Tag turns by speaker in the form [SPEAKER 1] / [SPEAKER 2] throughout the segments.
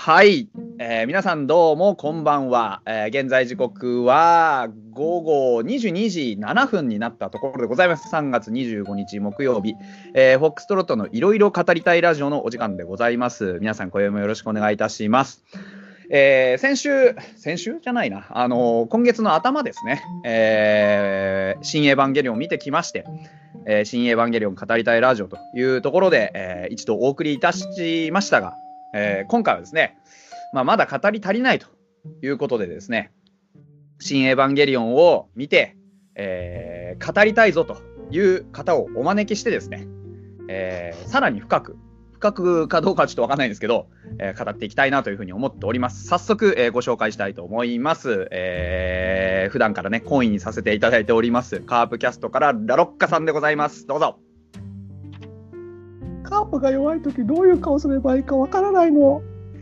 [SPEAKER 1] はい、皆さんどうもこんばんは。現在時刻は午後22時7分になったところでございます。3月25日木曜日、フォックストロットのいろいろ語りたいラジオのお時間でございます。皆さん今夜もよろしくお願いいたします。先週じゃないな、今月の頭ですね、新エヴァンゲリオンを見てきまして、新エヴァンゲリオン語りたいラジオというところで、一度お送りいたしましたが、今回はですね、まだ語り足りないということでですね、新エヴァンゲリオンを見て、語りたいぞという方をお招きしてですね、さらに深くかどうかはちょっと分かんないんですけど、語っていきたいなというふうに思っております。早速、ご紹介したいと思います。普段からね懇意にさせていただいておりますカープキャストからラロッカさんでございます。どうぞ。
[SPEAKER 2] カープが弱いときどういう顔すればいいかわからないの。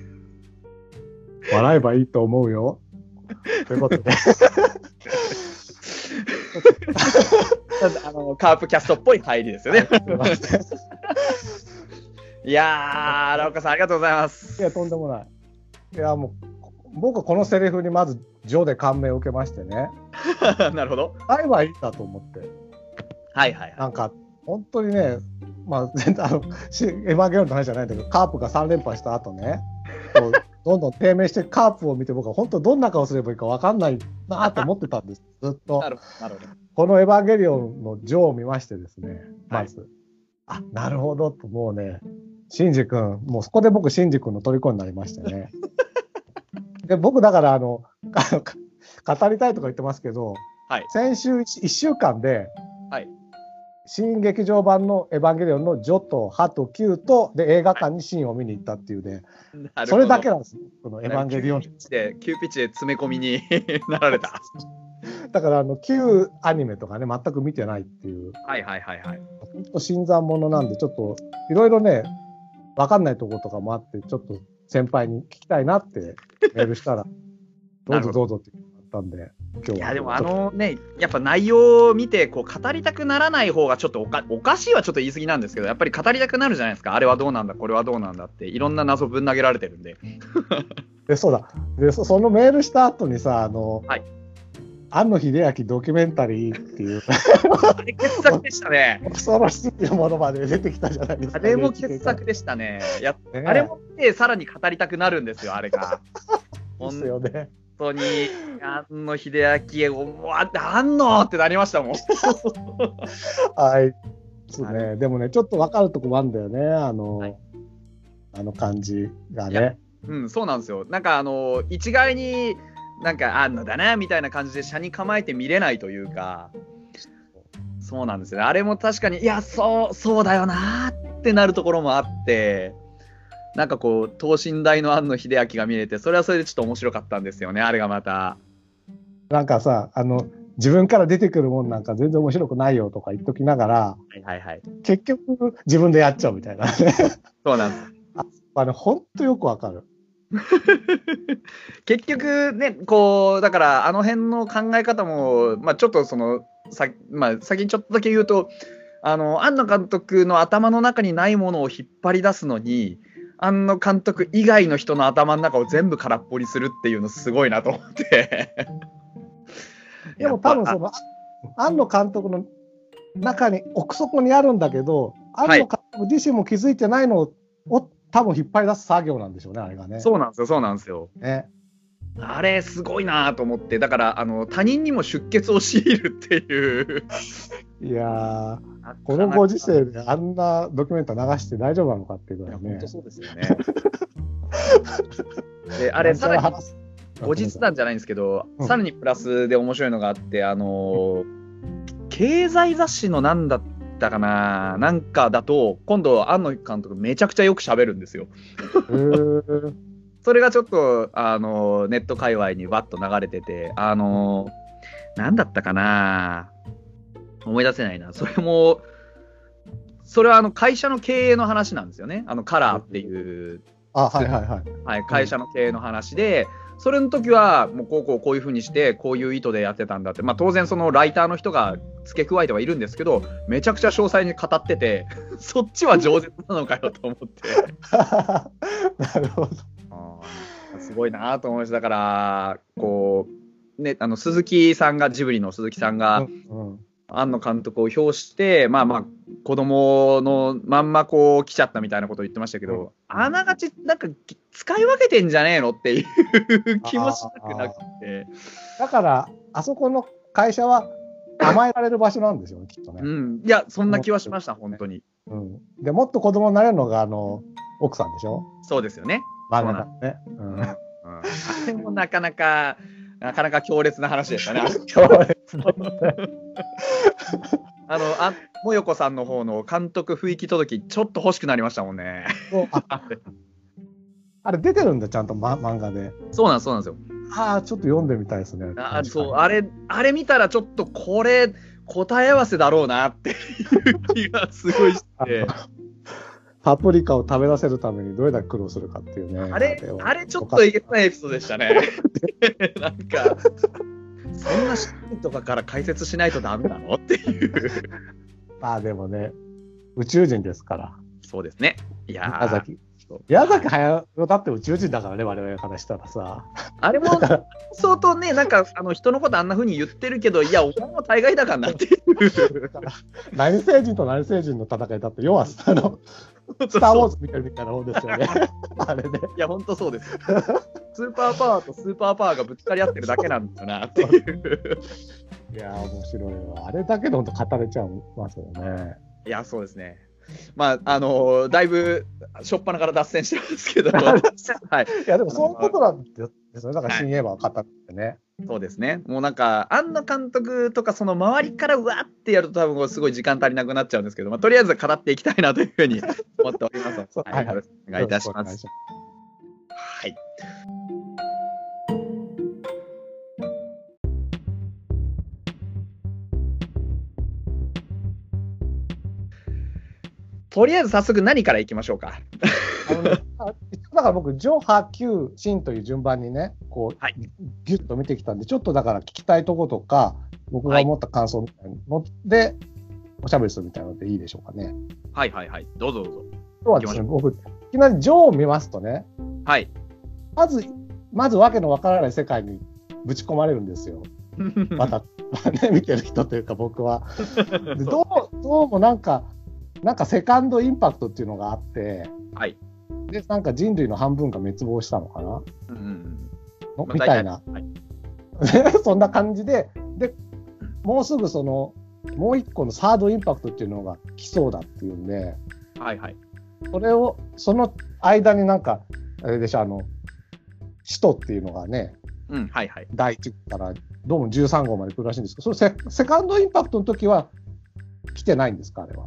[SPEAKER 2] 笑えばいいと思うよ。ということで
[SPEAKER 1] カープキャストっぽい入りですよね。いやー、ラオカさんありがとうございます。
[SPEAKER 2] いや、とんでもない。いや、もう僕はこのセリフにまずジョで感銘を受けましてね。
[SPEAKER 1] なるほど。
[SPEAKER 2] 会えばいいんだと思って。
[SPEAKER 1] はいはいはい。
[SPEAKER 2] なんか本当にね、全然エヴァンゲリオンの話じゃないんだけど、カープが3連敗した後ね、こうどんどん低迷してカープを見て、僕は本当どんな顔すればいいか分かんないなと思ってたんです。ずっと。なるほど。このエヴァンゲリオンのジョを見ましてですね、まず、はい、なるほどと、もうね、シンジ君、もうそこで僕シンジ君の虜になりましてね。で、僕だから語りたいとか言ってますけど、はい、先週1週間で、はい、新劇場版のエヴァンゲリオンのジョとハとキューとで映画館にシーンを見に行ったっていうね、それだけなんですよ、このエヴァンゲリオン。
[SPEAKER 1] 急ピッチで詰め込みになられた。
[SPEAKER 2] だから旧アニメとかね、全く見てないっていう。
[SPEAKER 1] はいはいはいはい。
[SPEAKER 2] 本当新参者なんで、ちょっといろいろね、分かんないところとかもあって、ちょっと先輩に聞きたいなってメールしたら、どうぞどうぞって言ったんで。
[SPEAKER 1] いやでもやっぱ内容を見てこう語りたくならない方がちょっとおかしいはちょっと言い過ぎなんですけど、やっぱり語りたくなるじゃないですか。あれはどうなんだこれはどうなんだっていろんな謎ぶん投げられてるんで。
[SPEAKER 2] でそうだで そのメールした後にさ、はい、庵野秀明ドキュメンタリーっていう
[SPEAKER 1] あれ傑作でしたね。
[SPEAKER 2] 恐ろしいものまで出てきたじゃないですか。
[SPEAKER 1] あれも傑作でしたね。あれもってさらに語りたくなるんですよ、あれが。
[SPEAKER 2] ですよね。
[SPEAKER 1] 本当に庵野秀明庵野ってなりましたもん。
[SPEAKER 2] はいですね。でもね、ちょっと分かるとこもあるんだよね、はい、あの感じがね。
[SPEAKER 1] そうなんですよ。なんか一概になんか庵野だなみたいな感じで車に構えて見れないというか、そうなんですよね。あれも確かにいやそうだよなってなるところもあって、なんかこう等身大の庵野秀明が見れて、それはそれでちょっと面白かったんですよね、あれがまた。
[SPEAKER 2] なんかさ、自分から出てくるもんなんか全然面白くないよとか言っときながら、はいはいはい、結局自分でやっちゃうみたいなね。
[SPEAKER 1] そうなんです。
[SPEAKER 2] 本当よくわかる。
[SPEAKER 1] 結局ね、こうだからあの辺の考え方も、ちょっとその先にちょっとだけ言うと、庵野監督の頭の中にないものを引っ張り出すのに、庵野監督以外の人の頭の中を全部空っぽにするっていうのすごいなと思って。
[SPEAKER 2] でも多分その庵野監督の中に奥底にあるんだけど、庵野監督自身も気づいてないのを多分引っ張り出す作業なんでしょうね、あれがね。
[SPEAKER 1] そうなんですよ。ね、あれすごいなと思って、だから他人にも出血を強いるっていう。
[SPEAKER 2] いやこのご時世であんなドキュメンタ流して大丈夫なのかっていうぐらいね。
[SPEAKER 1] 本当そうですよね。であれさらに後日談じゃないんですけど、さらにプラスで面白いのがあって、経済雑誌のなんだったかな、なんかだと今度庵野監督めちゃくちゃよく喋るんですよ。それがちょっとネット界隈にバッと流れてて、なんだったかな、思い出せないな。それは会社の経営の話なんですよね。カラーっていう会社の経営の話で、それの時はもうこういう風にしてこういう意図でやってたんだって、当然そのライターの人が付け加えてはいるんですけど、めちゃくちゃ詳細に語ってて、そっちは饒舌なのかよと思って。
[SPEAKER 2] なるほど。
[SPEAKER 1] すごいなと思いました。だからこうね、鈴木さんが、ジブリの鈴木さんが、庵野監督を評して、まあまあ子供のまんまこう来ちゃったみたいなことを言ってましたけど、あながちなんか使い分けてんじゃねえのっていう気もしなくなくて、
[SPEAKER 2] だからあそこの会社は甘えられる場所なんですよね、きっとね。
[SPEAKER 1] いや、そんな気はしました、本当に。
[SPEAKER 2] でもっと子供になれるのが奥さんでしょ。
[SPEAKER 1] そうですよね。
[SPEAKER 2] 漫画だね。
[SPEAKER 1] あれもなかなか強烈な話でしたね。
[SPEAKER 2] 強烈だね。
[SPEAKER 1] もよこさんの方の監督雰囲気届き、ちょっと欲しくなりましたもんね。
[SPEAKER 2] あれ出てるんだ、ちゃんと、漫画で。
[SPEAKER 1] そうなんですよ。
[SPEAKER 2] ちょっと読んでみたいですね。
[SPEAKER 1] そう、あれ見たらちょっとこれ答え合わせだろうなっていう気がすごいして。
[SPEAKER 2] パプリカを食べ出せるためにどれだけ苦労するかっていうね。
[SPEAKER 1] あれちょっとえげつないエピソードでしたね。なんかそんなシーンとかから解説しないとダメなのっていう。
[SPEAKER 2] まあでもね、宇宙人ですから。
[SPEAKER 1] そうですね。
[SPEAKER 2] 宮崎駿だって宇宙人だからね、我々からしたらさ。
[SPEAKER 1] あれも相当ね、なんか人のことあんな風に言ってるけど、いや、俺も大概だからなっていう。
[SPEAKER 2] 何星人と何星人の戦いだって、要はスター・ウォーズ見てるみたいなもんですよね。あれね。
[SPEAKER 1] いや、本当そうです。スーパーパワーとスーパーパワーがぶつかり合ってるだけなんだなっていう。
[SPEAKER 2] いや、面白いわ。あれだけで本当語れちゃいますよね。
[SPEAKER 1] いや、そうですね。まあ、だいぶ初っ端から脱線してますけど、はい、
[SPEAKER 2] いやでもそういうことなんですよね。だから新映画を語ってね、
[SPEAKER 1] そうですね。もうなんか庵野監督とかその周りからうわってやると多分すごい時間足りなくなっちゃうんですけど、まあ、とりあえず語っていきたいなというふうに思っております。はい、よろしくお願いいたします。はい。とりあえず早速何からいきましょうか。
[SPEAKER 2] だから僕、上波級新という順番にね、こう、ギュッと見てきたんで、ちょっとだから聞きたいとことか、僕が思った感想みたいなので、おしゃべりするみたいなのでいいでしょうかね。
[SPEAKER 1] はいはいはい。どうぞどうぞ。
[SPEAKER 2] 今日はですね、僕、いきなりジョーを見ますとね、
[SPEAKER 1] はい。
[SPEAKER 2] まずわけのわからない世界にぶち込まれるんですよ。また、ね、見てる人というか僕は。でどうもなんかセカンドインパクトっていうのがあって、
[SPEAKER 1] はい、
[SPEAKER 2] でなんか人類の半分が滅亡したのかな、みたいな、はい、そんな感じでもうすぐもう一個のサードインパクトっていうのが来そうだっていうんで、
[SPEAKER 1] はいはい、
[SPEAKER 2] その間になんかあれでしょ、使徒っていうのがね、
[SPEAKER 1] はいはい、
[SPEAKER 2] 第1号からどうも13号まで来るらしいんですけど、それセカンドインパクトの時は来てないんですか、あれは。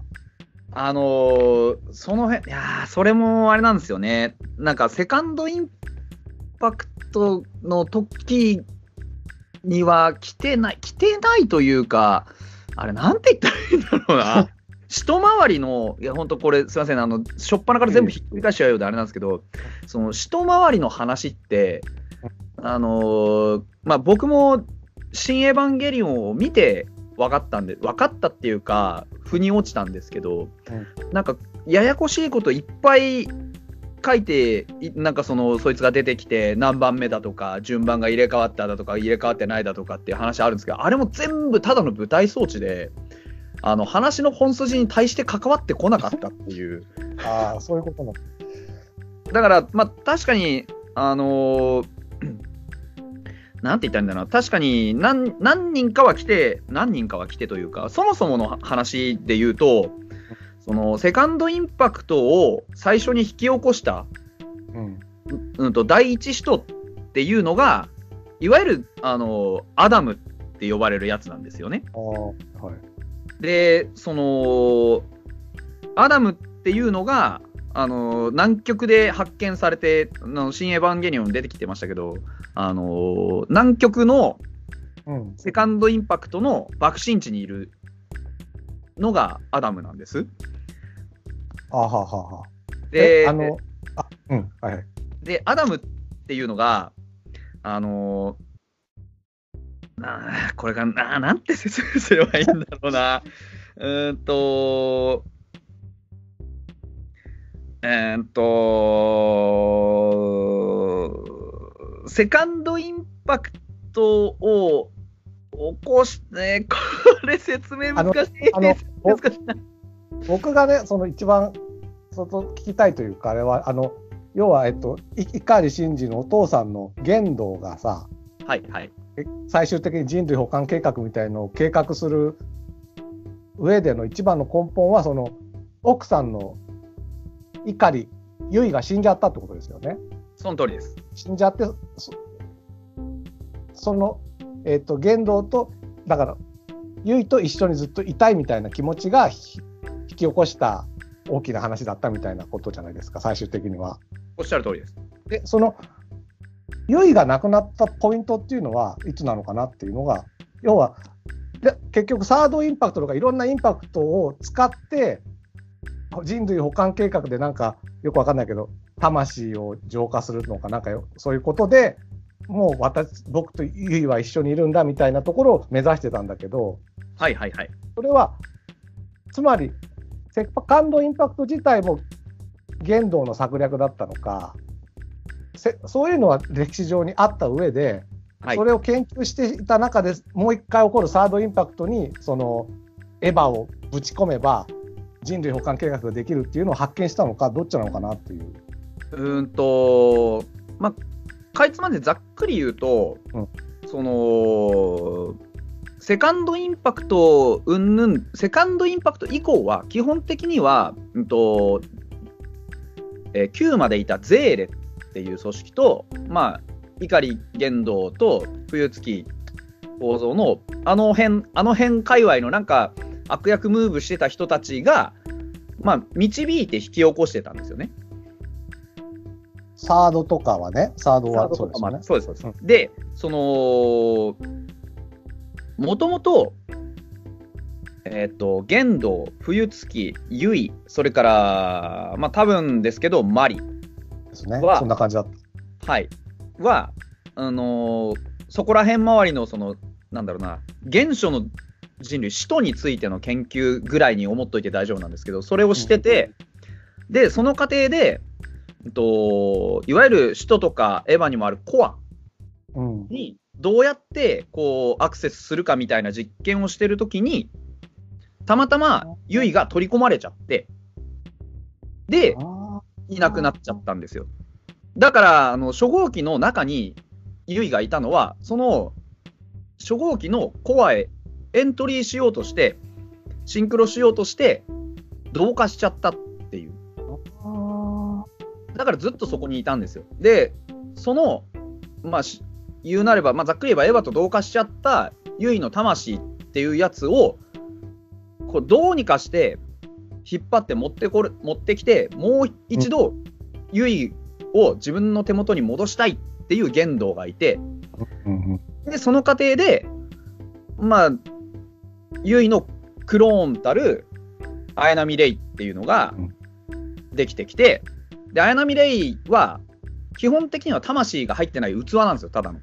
[SPEAKER 1] その辺、いやそれもあれなんですよね。なんかセカンドインパクトの時には来てないというか、あれなんて言ったらいいんだろうな。一回りの、いや本当これすいません、初っ端から全部ひっくり返しちゃうようであれなんですけど、その一回りの話ってまあ僕も新エヴァンゲリオンを見て分かったっていうか腑に落ちたんですけど、なんかややこしいこといっぱい書いて、なんかそいつが出てきて何番目だとか順番が入れ替わっただとか入れ替わってないだとかっていう話あるんですけど、あれも全部ただの舞台装置で話の本筋に対して関わってこなかったっていう
[SPEAKER 2] そういうことなん
[SPEAKER 1] だから、まあ確かになんて言ったらいいんだろう、確かに何人かは来てというか、そもそもの話で言うと、そのセカンドインパクトを最初に引き起こした、第一使徒っていうのが、いわゆるアダムって呼ばれるやつなんですよね。で、アダムっていうのが南極で発見されて、新エヴァンゲリオン出てきてましたけど、南極のセカンドインパクトの爆心地にいるのがアダムなんです。で、でアダムっていうのがこれがなんて説明すればいいんだろうな。 セカンドインパクトを起こしてこれ説明難しいです。難しいな。
[SPEAKER 2] 僕がねその一番聞きたいというかあれは要は碇シンジのお父さんの玄道がさ、
[SPEAKER 1] はいはい、
[SPEAKER 2] 最終的に人類補完計画みたいのを計画する上での一番の根本はその奥さんの碇結衣が死んじゃったってことですよね。
[SPEAKER 1] その通りです。
[SPEAKER 2] 死んじゃってその玄道とだから結衣と一緒にずっといたいみたいな気持ちが引き起こした大きな話だったみたいなことじゃないですか最終的には。
[SPEAKER 1] おっしゃる通りです。
[SPEAKER 2] でその結衣が亡くなったポイントっていうのはいつなのかなっていうのが要は結局サードインパクトとかいろんなインパクトを使って人類補完計画でなんかよくわかんないけど魂を浄化するのかなんかそういうことでもう僕と結衣は一緒にいるんだみたいなところを目指してたんだけど、
[SPEAKER 1] はいはいはい、
[SPEAKER 2] それはつまりセカンドインパクト自体も玄道の策略だったのかそういうのは歴史上にあった上で、はい、それを研究していた中でもう一回起こるサードインパクトにそのエヴァをぶち込めば人類補完計画ができるっていうのを発見したのかどっちなのかなっていう。
[SPEAKER 1] まあかいつまんでざっくり言うと、そのセカンドインパクトセカンドインパクト以降は基本的には、Q までいたゼーレっていう組織と、まあ、碇玄道と冬月構造のあの辺界隈のなんか悪役ムーブしてた人たちが、まあ、導いて引き起こしてたんですよね。
[SPEAKER 2] サードとかはね、サードはそうですよね。
[SPEAKER 1] そうです、そうです。で、もともと、玄道、冬月、結衣、それから、まあ多分ですけど、マリ
[SPEAKER 2] ですね。そんな感じだった。
[SPEAKER 1] はい。は、そこら辺周りの、なんだろうな、原初の人類、使徒についての研究ぐらいに思っといて大丈夫なんですけど、それをしてて、で、その過程で、いわゆる使徒とかエヴァにもあるコアにどうやってこうアクセスするかみたいな実験をしてるときにたまたまユイが取り込まれちゃってでいなくなっちゃったんですよ。だから初号機の中にユイがいたのはその初号機のコアへエントリーしようとしてシンクロしようとして同化しちゃったっていう。だからずっとそこにいたんですよ。で、まあ、言うなれば、まあ、ざっくり言えばエヴァと同化しちゃったユイの魂っていうやつをこうどうにかして引っ張って持ってきてもう一度ユイを自分の手元に戻したいっていう玄道がいて、でその過程でまあユイのクローンたる綾波レイっていうのができてきて、で綾波レイは基本的には魂が入ってない器なんですよ、ただの。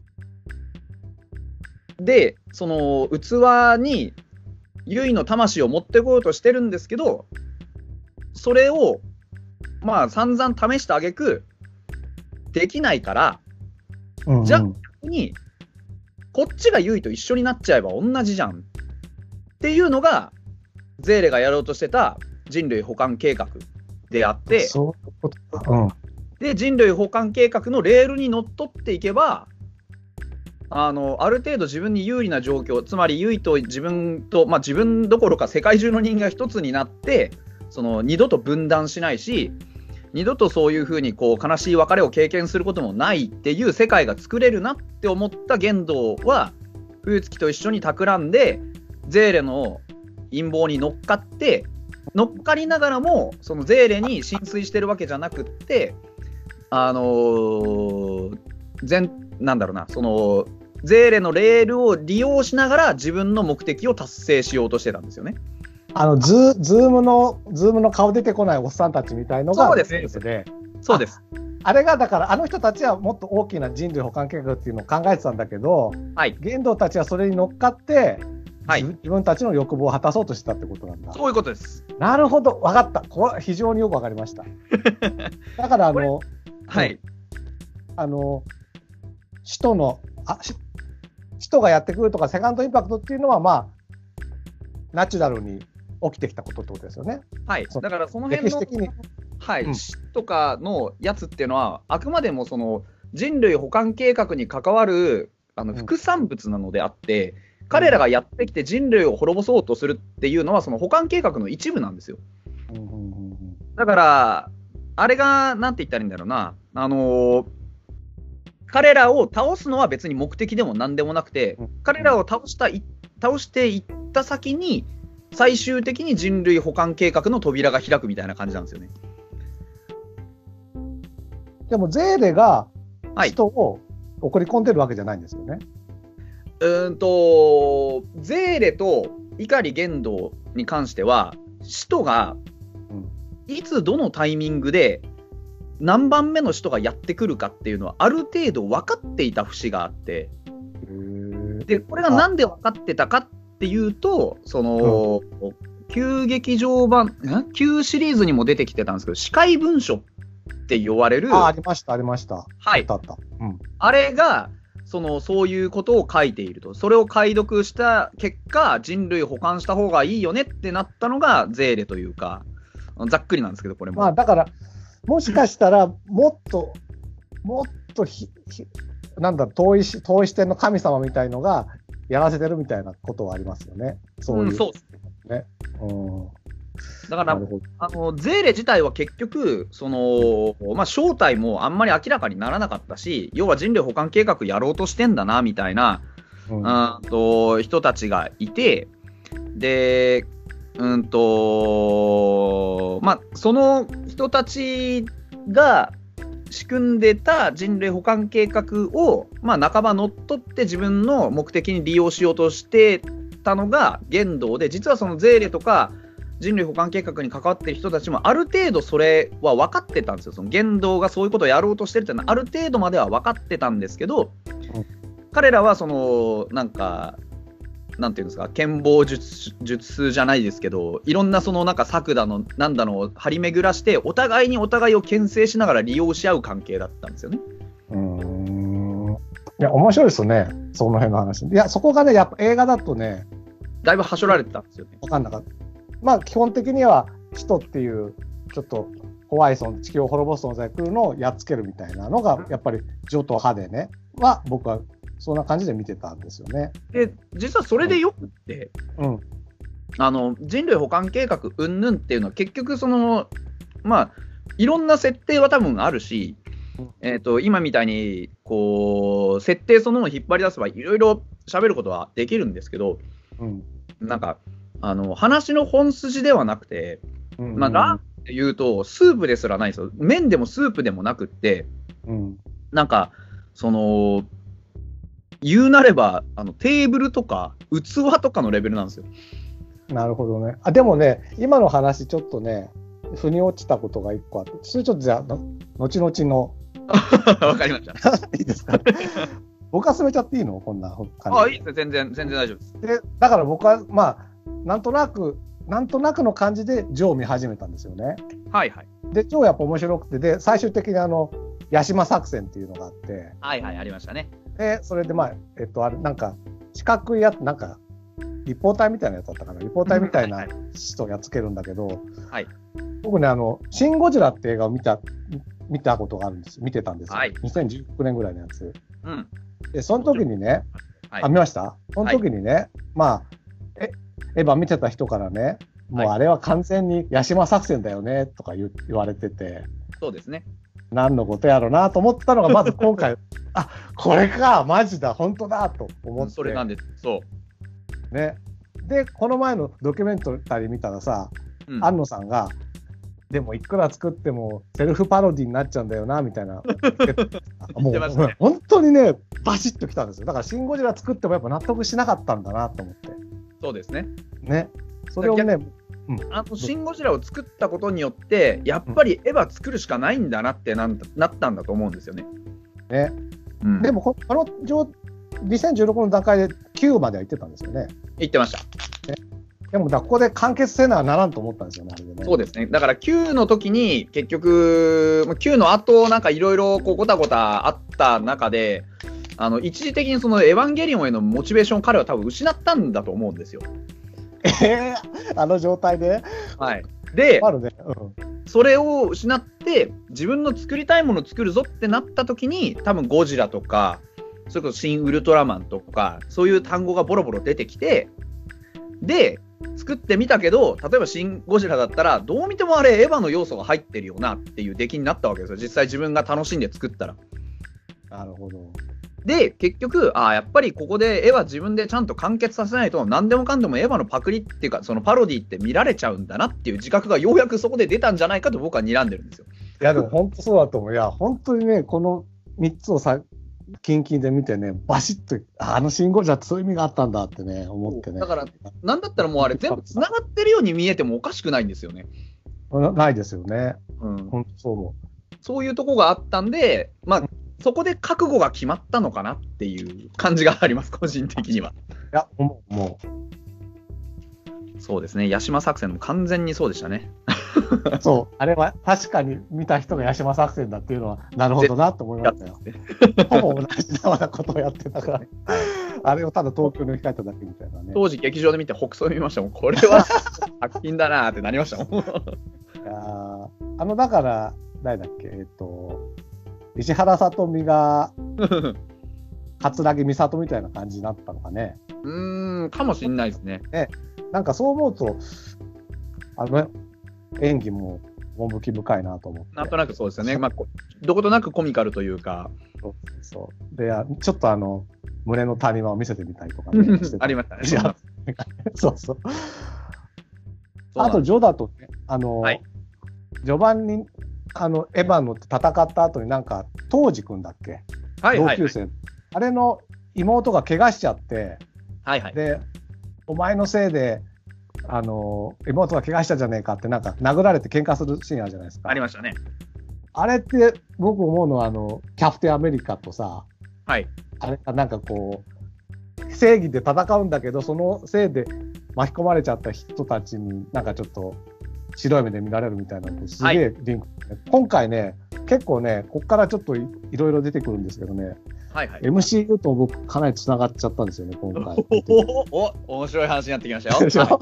[SPEAKER 1] でその器にユイの魂を持ってこようとしてるんですけど、それをまあ散々試した挙句できないから、じゃあ逆にこっちがユイと一緒になっちゃえば同じじゃんっていうのがゼーレがやろうとしてた人類補完計画であって、で人類補完計画のレールにのっとっていけばある程度自分に有利な状況、つまりユイと自分と、まあ、自分どころか世界中の人間が一つになって二度と分断しないし二度とそういうふうにこう悲しい別れを経験することもないっていう世界が作れるなって思った玄道は冬月と一緒に企んでゼーレの陰謀に乗っかりながらもそのゼーレに浸水してるわけじゃなくってなんだろうな、ゼーレのレールを利用しながら自分の目的を達成しようとしてたんですよね。
[SPEAKER 2] ズームの顔出てこないおっさんたちみたいのが
[SPEAKER 1] そうですね。そうです。
[SPEAKER 2] あれがだからあの人たちはもっと大きな人類補完計画っていうのを考えてたんだけど、はい、玄道たちはそれに乗っかって、はい、自分たちの欲望を果たそうとしたってことなんだ。
[SPEAKER 1] そういうことです。
[SPEAKER 2] なるほど、分かった。これ非常によく分かりました。だからはい、 使徒がやってくるとかセカンドインパクトっていうのはまあナチュラルに起きてきたことってことですよね。
[SPEAKER 1] はい、だからその辺の
[SPEAKER 2] 歴史的に、
[SPEAKER 1] はい
[SPEAKER 2] うん
[SPEAKER 1] 死とかのやつっていうのはあくまでもその人類補完計画に関わる副産物なのであって、彼らがやってきて人類を滅ぼそうとするっていうのはその補完計画の一部なんですよ。だからあれがなんて言ったらいいんだろうな、彼らを倒すのは別に目的でも何でもなくて、彼らを倒していった先に最終的に人類補完計画の扉が開くみたいな感じなんですよね。
[SPEAKER 2] でもゼーレが人を送り込んでるわけじゃないんですよね。
[SPEAKER 1] ゼーレと碇玄道に関しては使徒がいつどのタイミングで何番目の使徒がやってくるかっていうのはある程度分かっていた節があって、でこれがなんで分かってたかっていうと、その、旧劇場版旧シリーズにも出てきてたんですけど、司会文書って言われる、
[SPEAKER 2] ありましたありました、
[SPEAKER 1] はい、
[SPEAKER 2] あった、
[SPEAKER 1] あれがそういうことを書いていると、それを解読した結果人類補完した方がいいよねってなったのがゼーレというか、ざっくりなんですけどこれも、
[SPEAKER 2] まあだからもしかしたらもっとなんだ遠い視点の神様みたいのがやらせてるみたいなことはありますよね。そういう、
[SPEAKER 1] そうです
[SPEAKER 2] ね。
[SPEAKER 1] だからゼーレ自体は結局正体もあんまり明らかにならなかったし、要は人類補完計画やろうとしてんだなみたいな、人たちがいて、でその人たちが仕組んでた人類補完計画を、半ば乗っ取って自分の目的に利用しようとしてたのが言動で、実はそのゼーレとか人類補完計画に関わっている人たちもある程度それは分かってたんですよ。その言動がそういうことをやろうとしてるっていうのはある程度までは分かってたんですけど、彼らはなんていうんですか、剣謀術じゃないですけど、いろんな策だのなんだのを張り巡らしてお互いを牽制しながら利用し合う関係だったんですよね。
[SPEAKER 2] いや面白いですよね、その辺の話。いやそこがねやっぱ映画だとね
[SPEAKER 1] だいぶはしょられてたんですよね。
[SPEAKER 2] 分かんなかった。まあ基本的には使徒っていうちょっと怖い地球を滅ぼす存在来るのをやっつけるみたいなのがやっぱり上等派でねは僕はそんな感じで見てたんですよね。
[SPEAKER 1] で実はそれでよくって、人類補完計画云々っていうのは結局いろんな設定は多分あるし、今みたいに設定そのものを引っ張り出せばいろいろ喋ることはできるんですけど、話の本筋ではなくて、ラーメンって言うとスープですらないんですよ。麺でもスープでもなくって、言うなればテーブルとか器とかのレベルなんですよ。
[SPEAKER 2] なるほどね。でもね今の話ちょっとね腑に落ちたことが1個あって、それちょっとじゃあ後々の
[SPEAKER 1] わかりました。
[SPEAKER 2] いいですか僕は進めちゃっていいのこんな感じ。
[SPEAKER 1] いいですね、全然大丈夫です。
[SPEAKER 2] でだから僕はなんとなくの感じでジョーを見始めたんですよね。
[SPEAKER 1] はいはい。
[SPEAKER 2] でジョーやっぱ面白くて、で最終的に八島作戦っていうのがあって、
[SPEAKER 1] はいはいありましたね。
[SPEAKER 2] でそれであれ四角いやつ立方体みたいなやつだったかな、立方体みたいな人をやっつけるんだけど、僕ねシン・ゴジラって映画を見たことがあるんです。見てたんですよ、2019年ぐらいのやつ、でその時にね、見ました。その時にね、エヴァ見てた人からね、もうあれは完全に八島作戦だよねとか言われてて、
[SPEAKER 1] そうですね、
[SPEAKER 2] 何のことやろうなと思ったのがまず今回これかマジだ本当だと思って、
[SPEAKER 1] それなんです。そう
[SPEAKER 2] ね。でこの前のドキュメンタリー見たらさ、庵野さんがでもいくら作ってもセルフパロディになっちゃうんだよなみたいなもう本当にねバシッときたんですよ。だからシン・ゴジラ作ってもやっぱ納得しなかったんだなと思って。
[SPEAKER 1] そうですね。
[SPEAKER 2] それをね、
[SPEAKER 1] シン・ゴジラを作ったことによってやっぱりエヴァ作るしかないんだなってなったんだと思うんですよね。
[SPEAKER 2] でもこの2016の段階で9までは行ってたんですよね。
[SPEAKER 1] 行ってました。
[SPEAKER 2] でもここで完結せなならんと思ったんですよね。
[SPEAKER 1] そうですね。だから9の時に結局9の後いろいろごたごたあった中で一時的にそのエヴァンゲリオンへのモチベーションを彼は多分失ったんだと思うんですよ。
[SPEAKER 2] あの状態で。
[SPEAKER 1] はい、で、
[SPEAKER 2] あるね。
[SPEAKER 1] それを失って自分の作りたいものを作るぞってなった時に多分ゴジラとかそれこそ新ウルトラマンとかそういう単語がボロボロ出てきて、で作ってみたけど、例えばシン・ゴジラだったらどう見てもあれエヴァの要素が入ってるよなっていう出来になったわけですよ、実際自分が楽しんで作ったら。
[SPEAKER 2] なるほど。
[SPEAKER 1] で結局やっぱりここでエヴァ自分でちゃんと完結させないと何でもかんでもエヴァのパクリっていうかそのパロディって見られちゃうんだなっていう自覚がようやくそこで出たんじゃないかと僕は睨んでるんですよ。
[SPEAKER 2] いやでも本当そうだと思う。いや本当にね、この3つを近々で見てね、バシッとシン・ゴジラってそういう意味があったんだってね思ってね。
[SPEAKER 1] だからなんだったらもうあれ全部つながってるように見えてもおかしくないんですよね。
[SPEAKER 2] ないですよね。本当そう思
[SPEAKER 1] う。そういうとこがあったんで、そこで覚悟が決まったのかなっていう感じがあります、個人的には。
[SPEAKER 2] いやもう
[SPEAKER 1] そうですね、八島作戦も完全にそうでしたね。
[SPEAKER 2] そう、あれは確かに見た人が八島作戦だっていうのはなるほどなと思いましたよ。ほぼ同じようなことをやってたから、あれをただ東京に置き換えただけみたいなね。
[SPEAKER 1] 当時劇場で見て北総で見ましたもん、これは作品だなってなりましたもん。い
[SPEAKER 2] やだから誰だっけ、石原さとみが桂木美里みたいな感じになったのかね。
[SPEAKER 1] かもしれないですね。
[SPEAKER 2] なんかそう思うと演技も趣深いなと思って。
[SPEAKER 1] なんとなくそうですよね。どことなくコミカルというか。
[SPEAKER 2] そうでちょっと胸の谷間を見せてみたりとかね
[SPEAKER 1] ありましたね。
[SPEAKER 2] そうあとジョだとね序盤にエヴァの戦った後になんか東司君だっけ、同級生、あれの妹が怪我しちゃって、でお前のせいで妹が怪我したじゃねえかってなんか殴られて喧嘩するシーンあるじゃないですか。
[SPEAKER 1] ありましたね。
[SPEAKER 2] あれって僕思うのはキャプテンアメリカとさ、あれなんかこう正義で戦うんだけどそのせいで巻き込まれちゃった人たちになんかちょっと白い目で見られるみたいなのとすげえリンク、今回ね結構ねこっからちょっといろいろ出てくるんですけどね、MCU と僕かなりつながっちゃったんですよね今回。
[SPEAKER 1] 面白い話になってきましたよ。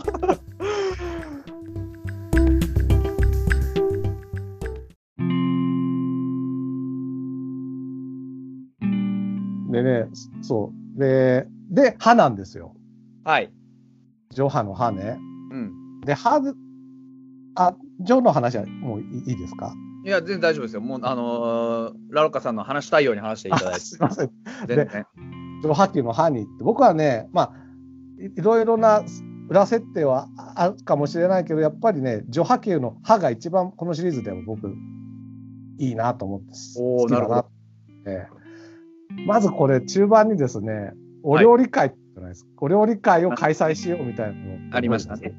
[SPEAKER 2] でね、そうで歯なんですよ。上歯の歯ね。でジョの話はもういいですか？
[SPEAKER 1] いや、全然大丈夫ですよ。もう、ラロッカさんの話したいように話していただいて。
[SPEAKER 2] すいません。で、上波球の歯に行って、僕はね、いろいろな裏設定はあるかもしれないけど、やっぱりね、上波球の歯が一番このシリーズでも僕、いいなと思って、好きだなって。まずこれ、中盤にですね、お料理会じゃないですか。お料理会を開催しようみたいなの
[SPEAKER 1] ありましたね。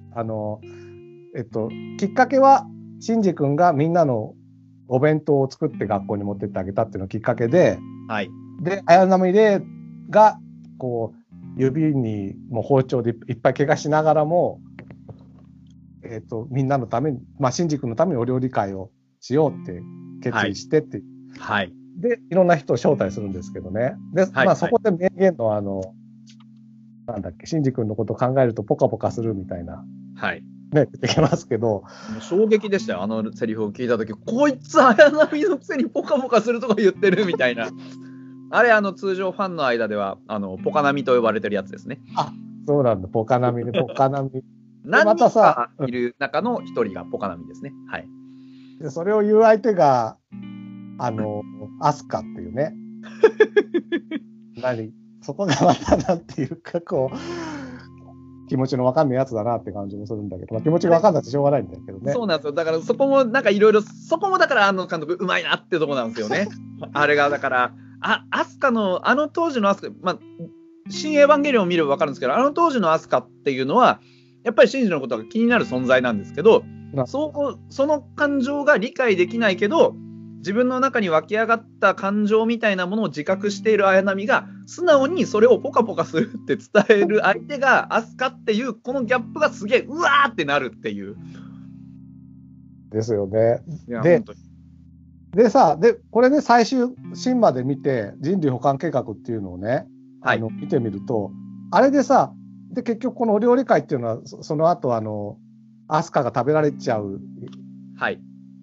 [SPEAKER 2] きっかけは、シンジ君がみんなのお弁当を作って学校に持ってってあげたっていうのがきっかけで、で綾波レイがこう指にも包丁でいっぱい怪我しながらも、みんなのために、シンジ君のためにお料理会をしようって決意してっていう、でいろんな人を招待するんですけどね。で、そこで名言のなんだっけ、シンジ君のことを考えるとポカポカするみたいな。出てきますけど、
[SPEAKER 1] 衝撃でしたよ、あのセリフを聞いたとき、こいつ綾波のくせにポカポカするとか言ってるみたいな。あれ通常ファンの間ではポカナミと呼ばれてるやつですね。
[SPEAKER 2] そうなんだ、ポカナミね、ポカナミ。
[SPEAKER 1] 何人かいる中の一人がポカナミですね。
[SPEAKER 2] でそれを言う相手がアスカっていうね。そこがまたなんていうかこう。気持ちの分かんないやつだなって感じもするんだけど、気持ちが分かんなくてしょうがないんだけどね。
[SPEAKER 1] そうなんですよ。だからそこもなんかいろいろ、そこもだから監督うまいなってとこなんですよね。あれがだからアスカの当時のアスカ、新エヴァンゲリオンを見れば分かるんですけど、当時のアスカっていうのはやっぱりシンジのことが気になる存在なんですけど、その感情が理解できないけど自分の中に湧き上がった感情みたいなものを自覚している綾波が素直にそれをポカポカするって伝える相手がアスカっていうこのギャップがすげえうわーってなるっていう。
[SPEAKER 2] ですよね。 でさ、これね、最終シンまで見て、人類補完計画っていうのをね、
[SPEAKER 1] はい
[SPEAKER 2] 見てみると、あれでさ、で、結局このお料理会っていうのは、その後、アスカが食べられちゃう
[SPEAKER 1] はい。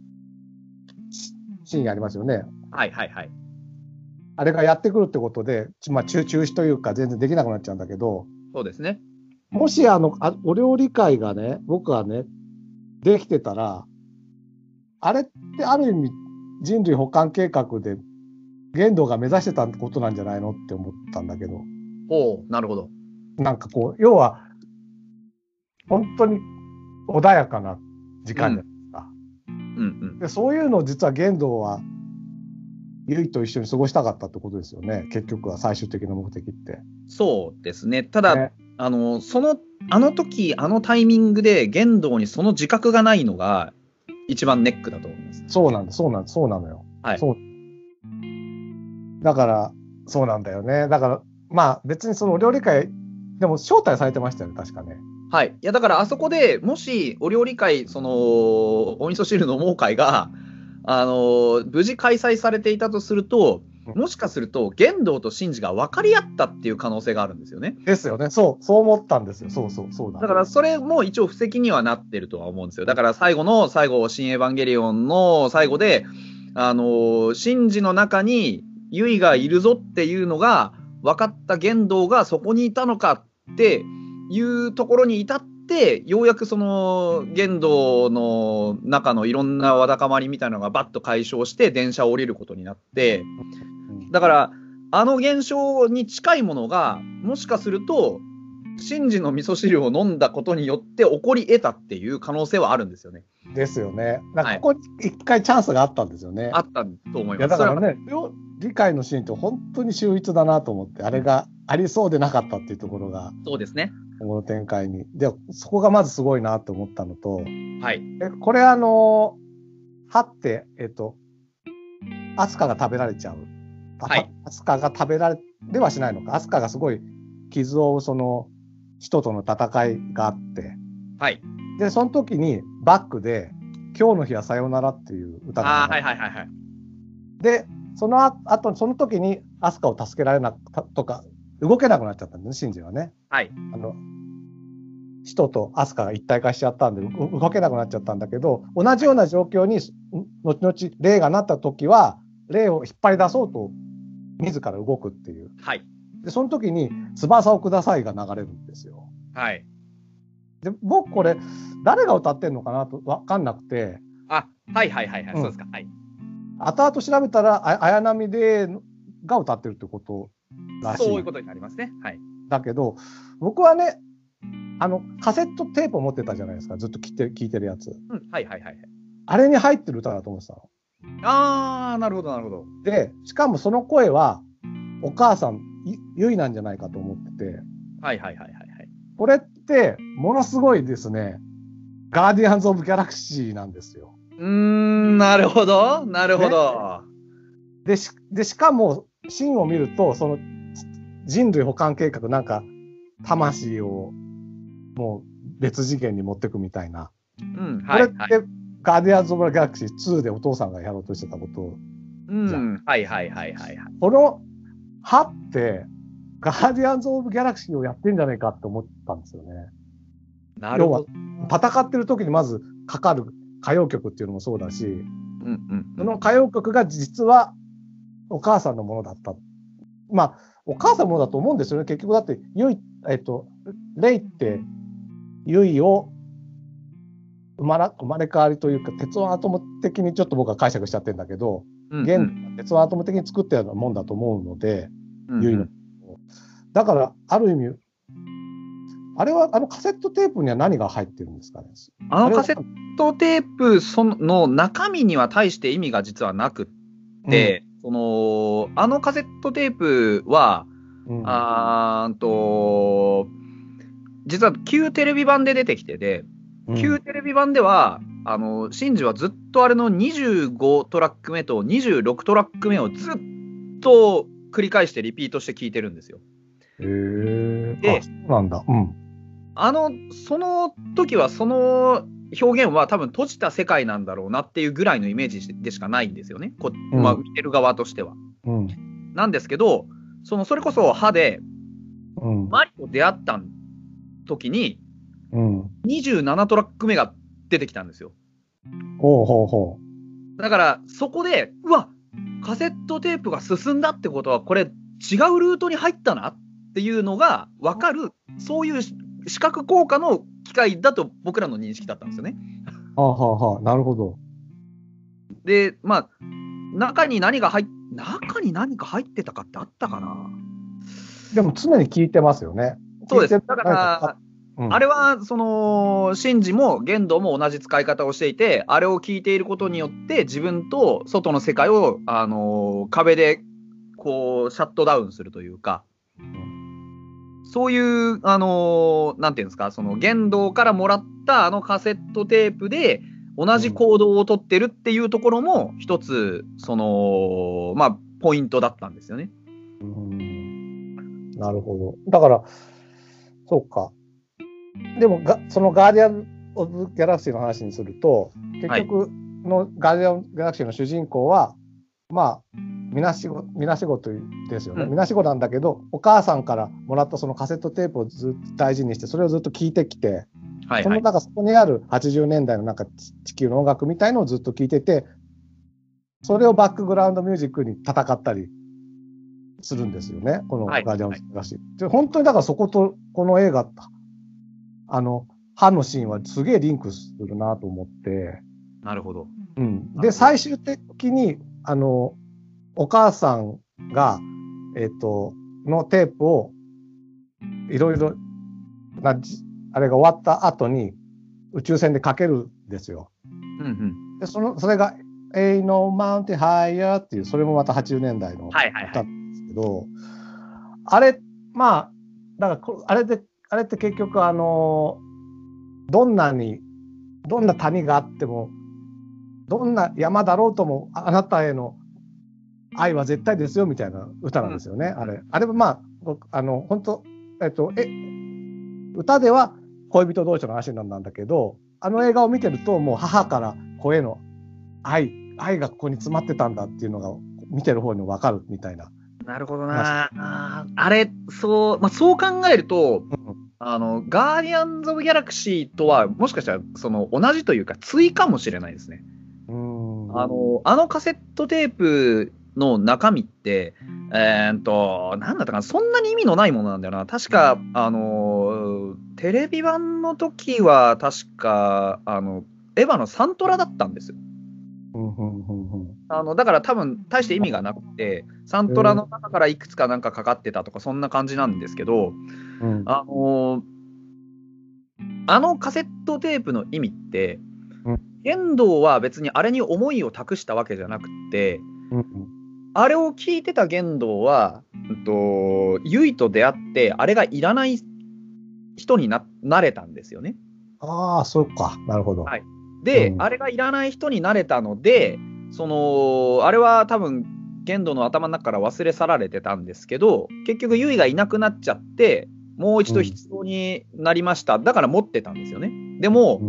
[SPEAKER 2] シーンありますよね。
[SPEAKER 1] はいはいはい。
[SPEAKER 2] あれがやってくるってことで、まあ、中止というか、全然できなくなっちゃうんだけど、
[SPEAKER 1] そうですね。
[SPEAKER 2] もしお料理会がね、僕はね、できてたら、あれってある意味、人類補完計画で、玄道が目指してたことなんじゃないのって思ったんだけど、
[SPEAKER 1] ほう、なるほど。
[SPEAKER 2] なんかこう、要は、本当に穏やかな時間じゃないですか。
[SPEAKER 1] うん
[SPEAKER 2] でそういうのを実は玄道は、ゆいと一緒に過ごしたかったってことですよね。結局は最終的な目的って。
[SPEAKER 1] そうですね。ただ、
[SPEAKER 2] ね、
[SPEAKER 1] あの時、あのタイミングで玄道にその自覚がないのが一番ネックだと思います。
[SPEAKER 2] そうなのよ。
[SPEAKER 1] はい。
[SPEAKER 2] そう。だから、そうなんだよね。だから、まあ別にそのお料理会、でも招待されてましたよね、確かね。
[SPEAKER 1] はい。いや、だからあそこでもしお料理会、お味噌汁のもう会が、無事開催されていたとすると、もしかすると玄道と真治が分かり合ったっていう可能性があるんですよね。
[SPEAKER 2] ですよね。そう思ったんですよ。そうだ。
[SPEAKER 1] だからそれも一応布石にはなってるとは思うんですよ。だから最後、新エヴァンゲリオンの最後で、真治の中にユイがいるぞっていうのが分かった玄道がそこにいたのかっていうところに至って、ようやくその玄道の中のいろんなわだかまりみたいなのがバッと解消して電車を降りることになって、だからあの現象に近いものがもしかすると真治の味噌汁を飲んだことによって起こり得たっていう可能性はあるんですよね。
[SPEAKER 2] ですよね。なんかここに一回チャンスがあったんですよね。
[SPEAKER 1] あったと思います。
[SPEAKER 2] いやだからね、理解のシーンって本当に秀逸だなと思って、あれがありそうでなかったっていうところが、
[SPEAKER 1] そうですね。
[SPEAKER 2] この展開に。で、そこがまずすごいなと思ったのと、
[SPEAKER 1] はい。
[SPEAKER 2] これはって、アスカが食べられちゃう。
[SPEAKER 1] はい。
[SPEAKER 2] アスカが食べられはしないのか。アスカがすごい傷を負うその人との戦いがあって、
[SPEAKER 1] はい。
[SPEAKER 2] で、その時にバックで、今日の日はさよならっていう歌が
[SPEAKER 1] はいはいはいはい。
[SPEAKER 2] で、その時にアスカを助けられなかったとか、動けなくなっちゃったんですね、シンジはね。
[SPEAKER 1] はい。
[SPEAKER 2] 人とアスカが一体化しちゃったんで、動けなくなっちゃったんだけど、同じような状況に、後々、レイがなった時は、レイを引っ張り出そうと、自ら動くっていう。
[SPEAKER 1] はい。
[SPEAKER 2] で、その時に、翼をくださいが流れるんですよ。
[SPEAKER 1] はい。
[SPEAKER 2] で、僕これ、誰が歌ってんのかなと分かんなくて。
[SPEAKER 1] はいはいはいはい、そうですか。はい。
[SPEAKER 2] 後々調べたら、綾波レイが歌ってるってことらしい。
[SPEAKER 1] そういうことになりますね。はい。
[SPEAKER 2] だけど、僕はね、カセットテープを持ってたじゃないですか、ずっと聞いてるやつ。
[SPEAKER 1] はいはいはい。
[SPEAKER 2] あれに入ってる歌だと思ってたの。
[SPEAKER 1] なるほどなるほど。
[SPEAKER 2] で、しかもその声は、お母さん、ゆいなんじゃないかと思ってて。
[SPEAKER 1] はいはいはいはい。
[SPEAKER 2] これって、ものすごいですね、ガーディアンズ・オブ・ギャラクシーなんですよ。
[SPEAKER 1] なるほど。なるほど。
[SPEAKER 2] ね、しかも、シーンを見ると、その、人類補完計画、なんか、魂を、もう別次元に持ってくみたいな。これって、ガーディアンズ・オブ・ギャラクシー2でお父さんがやろうとしてたことじゃん。
[SPEAKER 1] はいはいはいはい。
[SPEAKER 2] この、歯って、ガーディアンズ・オブ・ギャラクシーをやってんじゃないかって思ったんですよね。
[SPEAKER 1] なるほど。
[SPEAKER 2] 要は、戦ってる時にまずかかる歌謡曲っていうのもそうだし、その歌謡曲が実はお母さんのものだった。まあ、お母さんのものだと思うんですよね。結局だって、レイって、ユイを生まれ変わりというか、鉄腕アトム的にちょっと僕は解釈しちゃってるんだけど、鉄腕アトム的に作ったようなもんだと思うので、ユイの。だから、ある意味、あれは、カセットテープには何が入ってるんですかね。
[SPEAKER 1] カセットテープの中身には大して意味が実はなくって、あのカセットテープは、実は旧テレビ版で出てきてて、旧テレビ版では、シンジはずっとあれの25トラック目と26トラック目をずっと繰り返してリピートして聴いてるんですよ。
[SPEAKER 2] で、そうなんだ。
[SPEAKER 1] その時はその表現は多分閉じた世界なんだろうなっていうぐらいのイメージでしかないんですよね、見てる側としては。なんですけど、それこそ歯でマリと出会った時に、27トラック目が出てきたんですよ。だからそこで、うわ、カセットテープが進んだってことはこれ違うルートに入ったなっていうのが分かる、そういう視覚効果の機械だと僕らの認識だったんですよね。
[SPEAKER 2] なるほど。
[SPEAKER 1] で、まあ中に何か入ってたかってあったかな。
[SPEAKER 2] でも常に聞いてますよね。
[SPEAKER 1] そうです。だから、あれはシンジも玄道も同じ使い方をしていて、あれを聞いていることによって自分と外の世界を、壁でこうシャットダウンするというか、そういうなんていうんですか、玄道からもらったカセットテープで同じ行動をとってるっていうところも一つポイントだったんですよね。
[SPEAKER 2] なるほど。だからそうか。でもそのガーディアン・オブ・ギャラクシーの話にすると、結局のガーディアン・ギャラクシーの主人公は、みなしごですよね。みなしごなんだけど、お母さんからもらったそのカセットテープをずっと大事にして、それをずっと聞いてきて、そこにある80年代の地球の音楽みたいのをずっと聞いてて、それをバックグラウンドミュージックに戦ったりするんですよね、このガーディアン・オブ・ギャラクシー。本当にだからそことこの映画、歯のシーンはすげえリンクするなと思って。
[SPEAKER 1] なるほど。
[SPEAKER 2] で、最終的に、お母さんが、のテープを、いろいろあれが終わった後に、宇宙船でかけるんですよ。で、それが、Ain't No Mountain Higher っていう、それもまた80年代の歌なんですけど、あれ、だから、あれって結局どんな谷があってもどんな山だろうともあなたへの愛は絶対ですよみたいな歌なんですよね。あれは本当歌では恋人同士の話なんだけど、映画を見てるともう母から子への愛がここに詰まってたんだっていうのが見てる方にも分かるみたいな。
[SPEAKER 1] なるほどな。あれそう考えると、ガーディアンズ・オブ・ギャラクシーとはもしかしたら同じというか対かもしれないですね。カセットテープの中身ってなんだったかな、そんなに意味のないものなんだよな。確かテレビ版の時は確かエヴァのサントラだったんですよ。だから多分大して意味がなくて、サントラの中からいくつかなんかかかってたとかそんな感じなんですけど、カセットテープの意味って、玄道は別にあれに思いを託したわけじゃなくて、あれを聞いてた玄道はユイと出会ってあれがいらない人に なれたんですよね。
[SPEAKER 2] そうか、なるほど。
[SPEAKER 1] で、あれがいらない人になれたので、あれは多分玄道の頭の中から忘れ去られてたんですけど、結局ユイがいなくなっちゃってもう一度必要になりました。だから持ってたんですよね。でも、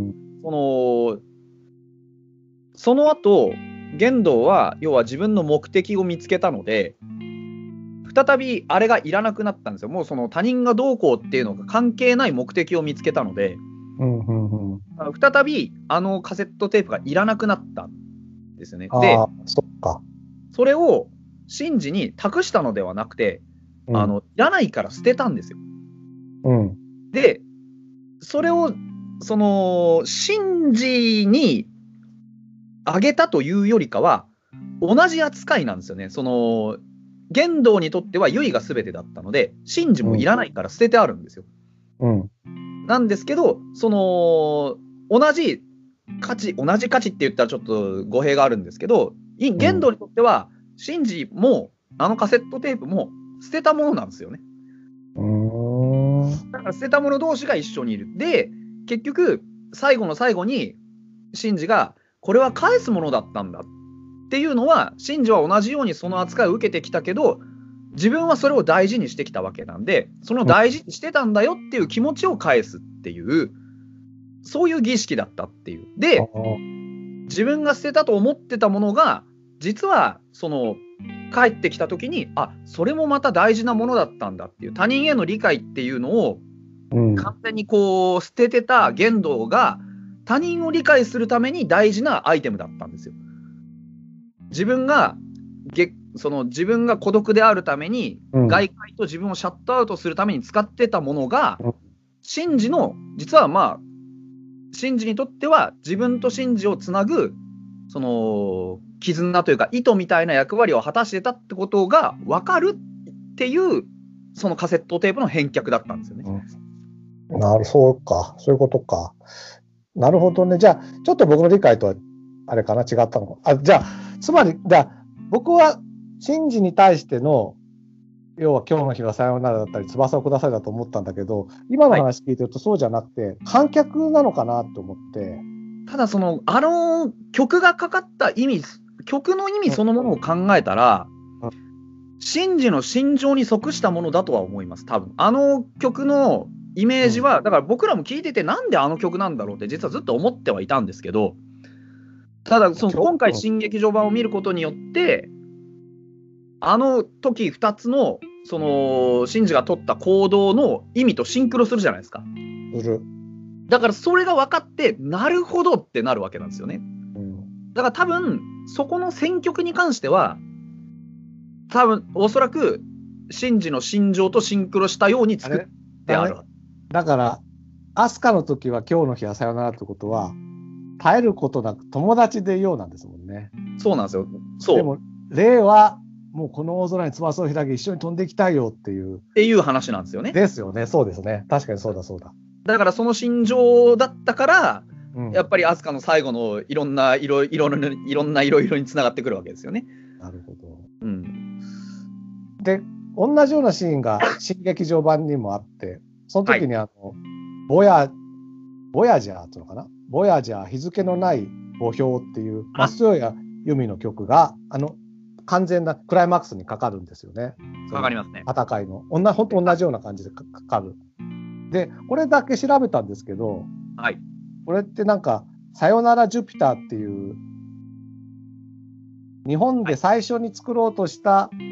[SPEAKER 1] その後玄道は要は自分の目的を見つけたので、再びあれがいらなくなったんですよ。もう他人がどうこうっていうのが関係ない目的を見つけたので、再びカセットテープがいらなくなったんですよね。で、それをシンジに託したのではなくて、いらないから捨てたんですよ。で、それをシンジにあげたというよりかは同じ扱いなんですよね。玄道にとってはユイが全てだったので、シンジもいらないから捨ててあるんですよ。なんですけど、同じ価値って言ったらちょっと語弊があるんですけど、玄道にとってはシンジもカセットテープも捨てたものなんですよね。だから捨てたもの同士が一緒にいる。で、結局最後の最後にシンジがこれは返すものだったんだっていうのは、シンジは同じようにその扱いを受けてきたけど、自分はそれを大事にしてきたわけなんで、その大事にしてたんだよっていう気持ちを返すっていうそういう儀式だったっていう。で、自分が捨てたと思ってたものが、実はその帰ってきた時に、あ、それもまた大事なものだったんだっていう、他人への理解っていうのを完全にこう捨ててた言動が、他人を理解するために大事なアイテムだったんですよ。自分が自分が孤独であるために、外界と自分をシャットアウトするために使ってたものが、シンジの、実はまあ、シンジにとっては自分とシンジをつなぐ、その絆というか糸みたいな役割を果たしてたってことが分かるっていう、そのカセットテープの返却だったんですよね。
[SPEAKER 2] そうか、そういうことか。なるほどね。じゃあ、ちょっと僕の理解とは、あれかな、違ったのか。じゃあ、つまり、僕は、シンジに対しての、要は今日の日はさようならだったり、翼をくださいだと思ったんだけど、今の話聞いてるとそうじゃなくて、観客なのかなと思って。
[SPEAKER 1] ただ、曲がかかった意味、曲の意味そのものを考えたら、シンジの心情に即したものだとは思います、多分。曲のイメージは、だから僕らも聞いてて、なんであの曲なんだろうって実はずっと思ってはいたんですけど、ただ今回新劇場版を見ることによって、あの時2つのシンジが取った行動の意味とシンクロするじゃないですか。だからそれが分かって、なるほどってなるわけなんですよね。だから多分そこの選曲に関しては、多分おそらくシンジの心情とシンクロしたように作ってある。
[SPEAKER 2] だからアスカの時は今日の日はさよならってことは、絶えることなく友達でいようなんですもんね。
[SPEAKER 1] そうなんですよ。そう。
[SPEAKER 2] でも霊はもうこの大空に翼を広げ一緒に飛んでいきたいよっていう
[SPEAKER 1] 話なんですよね。
[SPEAKER 2] ですよね。そうですね。確かにそうだ。
[SPEAKER 1] だからその心情だったから、やっぱりアスカの最後のいろんないろいろにつながってくるわけですよね。
[SPEAKER 2] なるほど。で、同じようなシーンが新劇場版にもあって、その時にボヤジャーっていうのかな、ボヤジャー日付のない墓標っていう松任谷由実の曲が完全なクライマックスにかかるんですよね。
[SPEAKER 1] かかりますね。
[SPEAKER 2] 戦いの本当同じような感じでかかる。でこれだけ調べたんですけど、これってなんかさよならジュピターっていう日本で最初に作ろうとした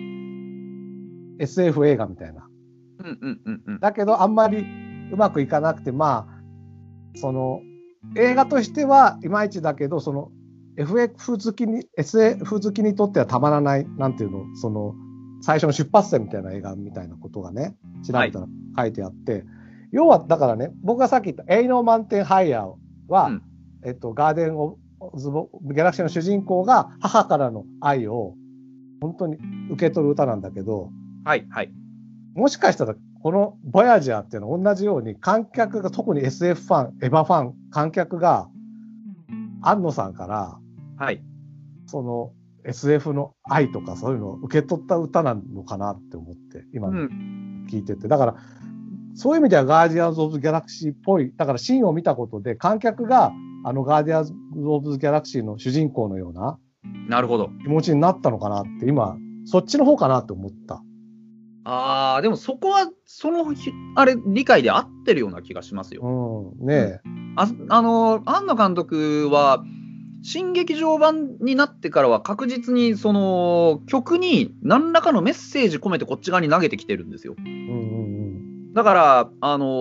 [SPEAKER 2] SF 映画みたいな。だけどあんまりうまくいかなくて、まあその映画としてはいまいちだけど、その SF 好きに SF 好きにとってはたまらない、なんていうの、その最初の出発点みたいな映画みたいなことがね、調べたら書いてあって、要はだからね、僕がさっき言ったエイノーマンテンハイヤーは、ガーデンオブズギャラクシーの主人公が母からの愛を本当に受け取る歌なんだけど、もしかしたらこのボヤジャーっていうのは同じように観客が、特に SF ファン、エヴァファン、観客が庵野さんから、その SF の愛とかそういうのを受け取った歌なのかなって思って今聞いてて、だからそういう意味ではガーディアンズ・オブ・ギャラクシーっぽい、だからシーンを見たことで観客がガーディアンズ・オブ・ギャラクシーの主人公のような気持ちになったのかなって今そっちの方かなって思った。
[SPEAKER 1] でもそこはあれ理解で合ってるような気がしますよ。庵野監督は新劇場版になってからは確実にその曲に何らかのメッセージ込めてこっち側に投げてきてるんですよ。だから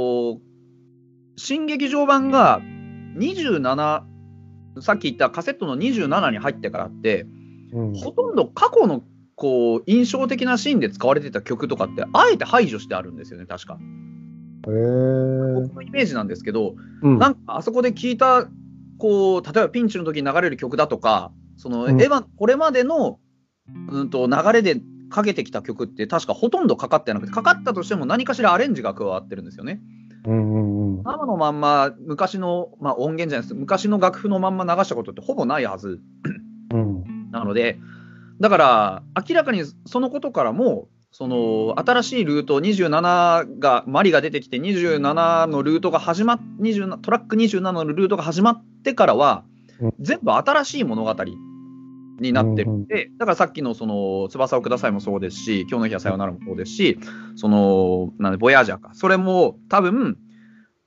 [SPEAKER 1] 新劇場版が27、さっき言ったカセットの27に入ってからって、ほとんど過去のこう印象的なシーンで使われてた曲とかってあえて排除してあるんですよね、確か。僕のイメージなんですけど、なんかあそこで聞いたこう例えばピンチの時に流れる曲だとか、そのエヴァこれまでの、流れでかけてきた曲って確かほとんどかかってなくて、かかったとしても何かしらアレンジが加わってるんですよね。生のまんま昔の、音源じゃないです、昔の楽譜のまんま流したことってほぼないはず、なので、だから明らかにそのことからもその新しいルート27がマリが出てきて27のルートが始まっトラック27のルートが始まってからは全部新しい物語になってるんで、だからさっきのその翼をくださいもそうですし、今日の日はさよならもそうですし、そのボヤージャーか、それも多分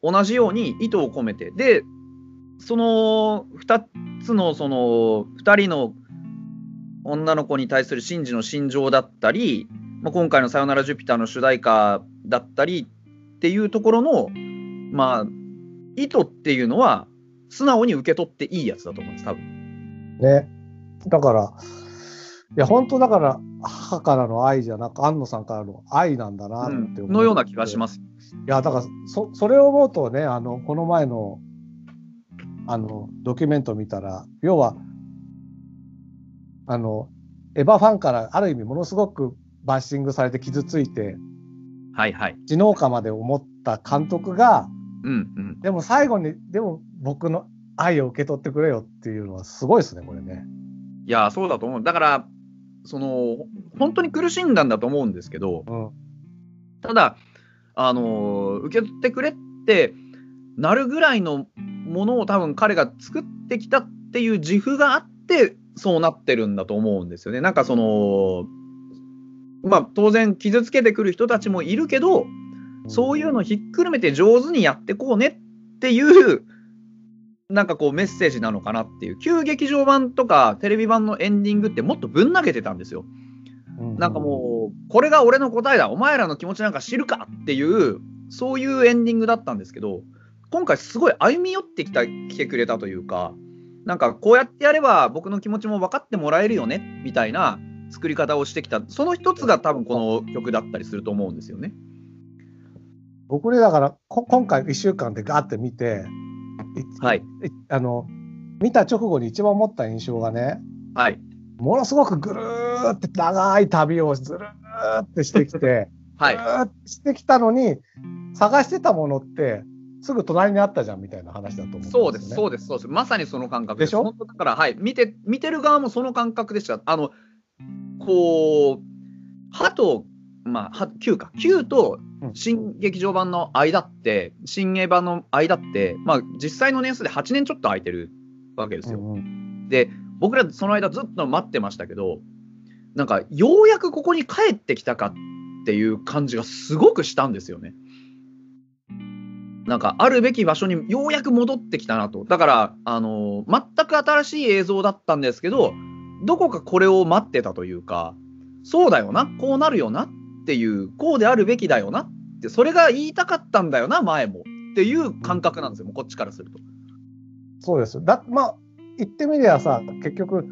[SPEAKER 1] 同じように意図を込めて、でその2つのその2人の女の子に対するシンジの心情だったり、まあ、今回の「さよならジュピター」の主題歌だったりっていうところの、まあ、意図っていうのは素直に受け取っていいやつだと思うんです、多分。
[SPEAKER 2] ね。だから、いや、本当だから、母からの愛じゃなく、安野さんからの愛なんだなって思う、
[SPEAKER 1] のような気がします。
[SPEAKER 2] いや、だから、それを思うとね、この前の、ドキュメント見たら、要は、エヴァファンからある意味ものすごくバッシングされて傷ついて、
[SPEAKER 1] はいはい。
[SPEAKER 2] 知能化まで思った監督が、でも最後に、でも僕の愛を受け取ってくれよっていうのはすごいですね、これね。
[SPEAKER 1] いや、そうだと思う。だから、本当に苦しんだんだと思うんですけど、ただ、受け取ってくれってなるぐらいのものを多分彼が作ってきたっていう自負があって、そうなってるんだと思うんですよね。なんかまあ当然傷つけてくる人たちもいるけど、そういうのをひっくるめて上手にやってこうねっていうなんかこうメッセージなのかなっていう。旧劇場版とかテレビ版のエンディングってもっとぶん投げてたんですよ。なんかもうこれが俺の答えだ、お前らの気持ちなんか知るかっていうそういうエンディングだったんですけど、今回すごい歩み寄ってきてくれたというか、なんかこうやってやれば僕の気持ちも分かってもらえるよねみたいな作り方をしてきた、その一つが多分この曲だったりすると思うんですよね。
[SPEAKER 2] 僕ね、だから今回1週間でガーって見て、
[SPEAKER 1] はい、
[SPEAKER 2] 見た直後に一番思った印象がね、
[SPEAKER 1] はい、
[SPEAKER 2] ものすごくぐるーって長い旅をずるーってしてきて、
[SPEAKER 1] はい、
[SPEAKER 2] ぐるーってしてきたのに探してたものってすぐ隣にあったじゃんみたいな話だと思うんですよね。
[SPEAKER 1] そうです、そうです、そうです。まさにその感覚です。
[SPEAKER 2] でしょ？
[SPEAKER 1] 本当だから、はい、見てる側もその感覚でした。こう、歯と、まあ、9か。9と新劇場版の間って、新映版の間って、まあ、実際の年数で8年ちょっと空いてるわけですよ。で、僕らその間ずっと待ってましたけど、なんか、ようやくここに帰ってきたかっていう感じがすごくしたんですよね。なんかあるべき場所にようやく戻ってきたなと。だから全く新しい映像だったんですけど、どこかこれを待ってたというか、そうだよな、こうなるよなっていう、こうであるべきだよなって、それが言いたかったんだよな前もっていう感覚なんですよ、もうこっちからすると。
[SPEAKER 2] そうです。まあ言ってみりゃさ、結局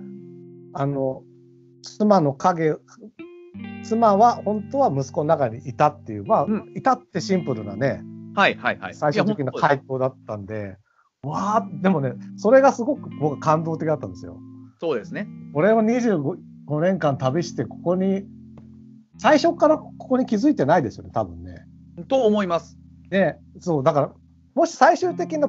[SPEAKER 2] 妻は本当は息子の中にいたっていう、まあ、いたってシンプルなね、はいはいはい、最終的な回答だったんで、わあ、でもね、それがすごく僕は感動的だったんですよ。
[SPEAKER 1] そうですね。
[SPEAKER 2] 俺は25年間旅して、ここに、最初からここに気づいてないですよね、多分ね。
[SPEAKER 1] と思います。
[SPEAKER 2] ね、そう、だから、もし最終的な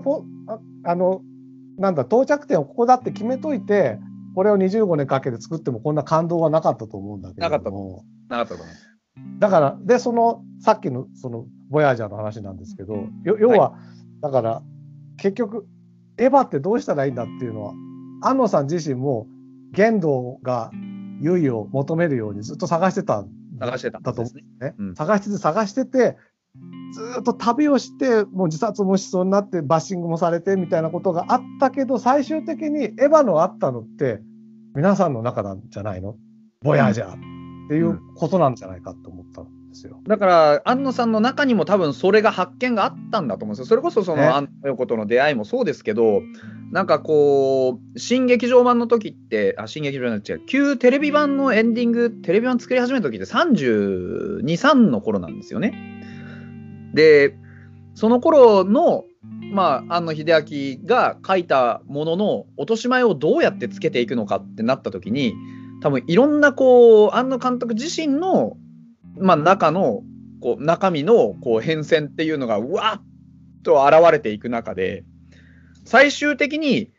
[SPEAKER 2] 到着点をここだって決めといて、これを25年かけて作ってもこんな感動はなかったと思うんだけども。
[SPEAKER 1] なかったと思います。
[SPEAKER 2] だから、で、さっきのボヤージャーの話なんですけど、要は、だから、結局、エヴァってどうしたらいいんだっていうのは、安野さん自身も、玄道が優位を求めるようにずっと探してたんだと思うんですね。探してて、ずっと旅をして、もう自殺もしそうになって、バッシングもされてみたいなことがあったけど、最終的にエヴァのあったのって、皆さんの中なんじゃないの？ボヤージャーっていうことなんじゃないかと思ったんですよ。
[SPEAKER 1] だから安野さんの中にも多分それが発見があったんだと思うんですよ。それこそ安野横との出会いもそうですけど、なんかこう新劇場版の時って新劇場版の旧テレビ版のエンディング、テレビ版作り始めた時って32、3の頃なんですよね。でその頃の庵野秀明が書いたものの落とし前をどうやってつけていくのかってなった時に、多分いろんな庵野監督自身の中の中身の変遷っていうのがうわっと現れていく中で、最終的に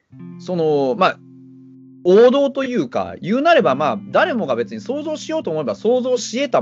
[SPEAKER 1] 王道というか、言うなれば誰もが別に想像しようと思えば想像し得たもの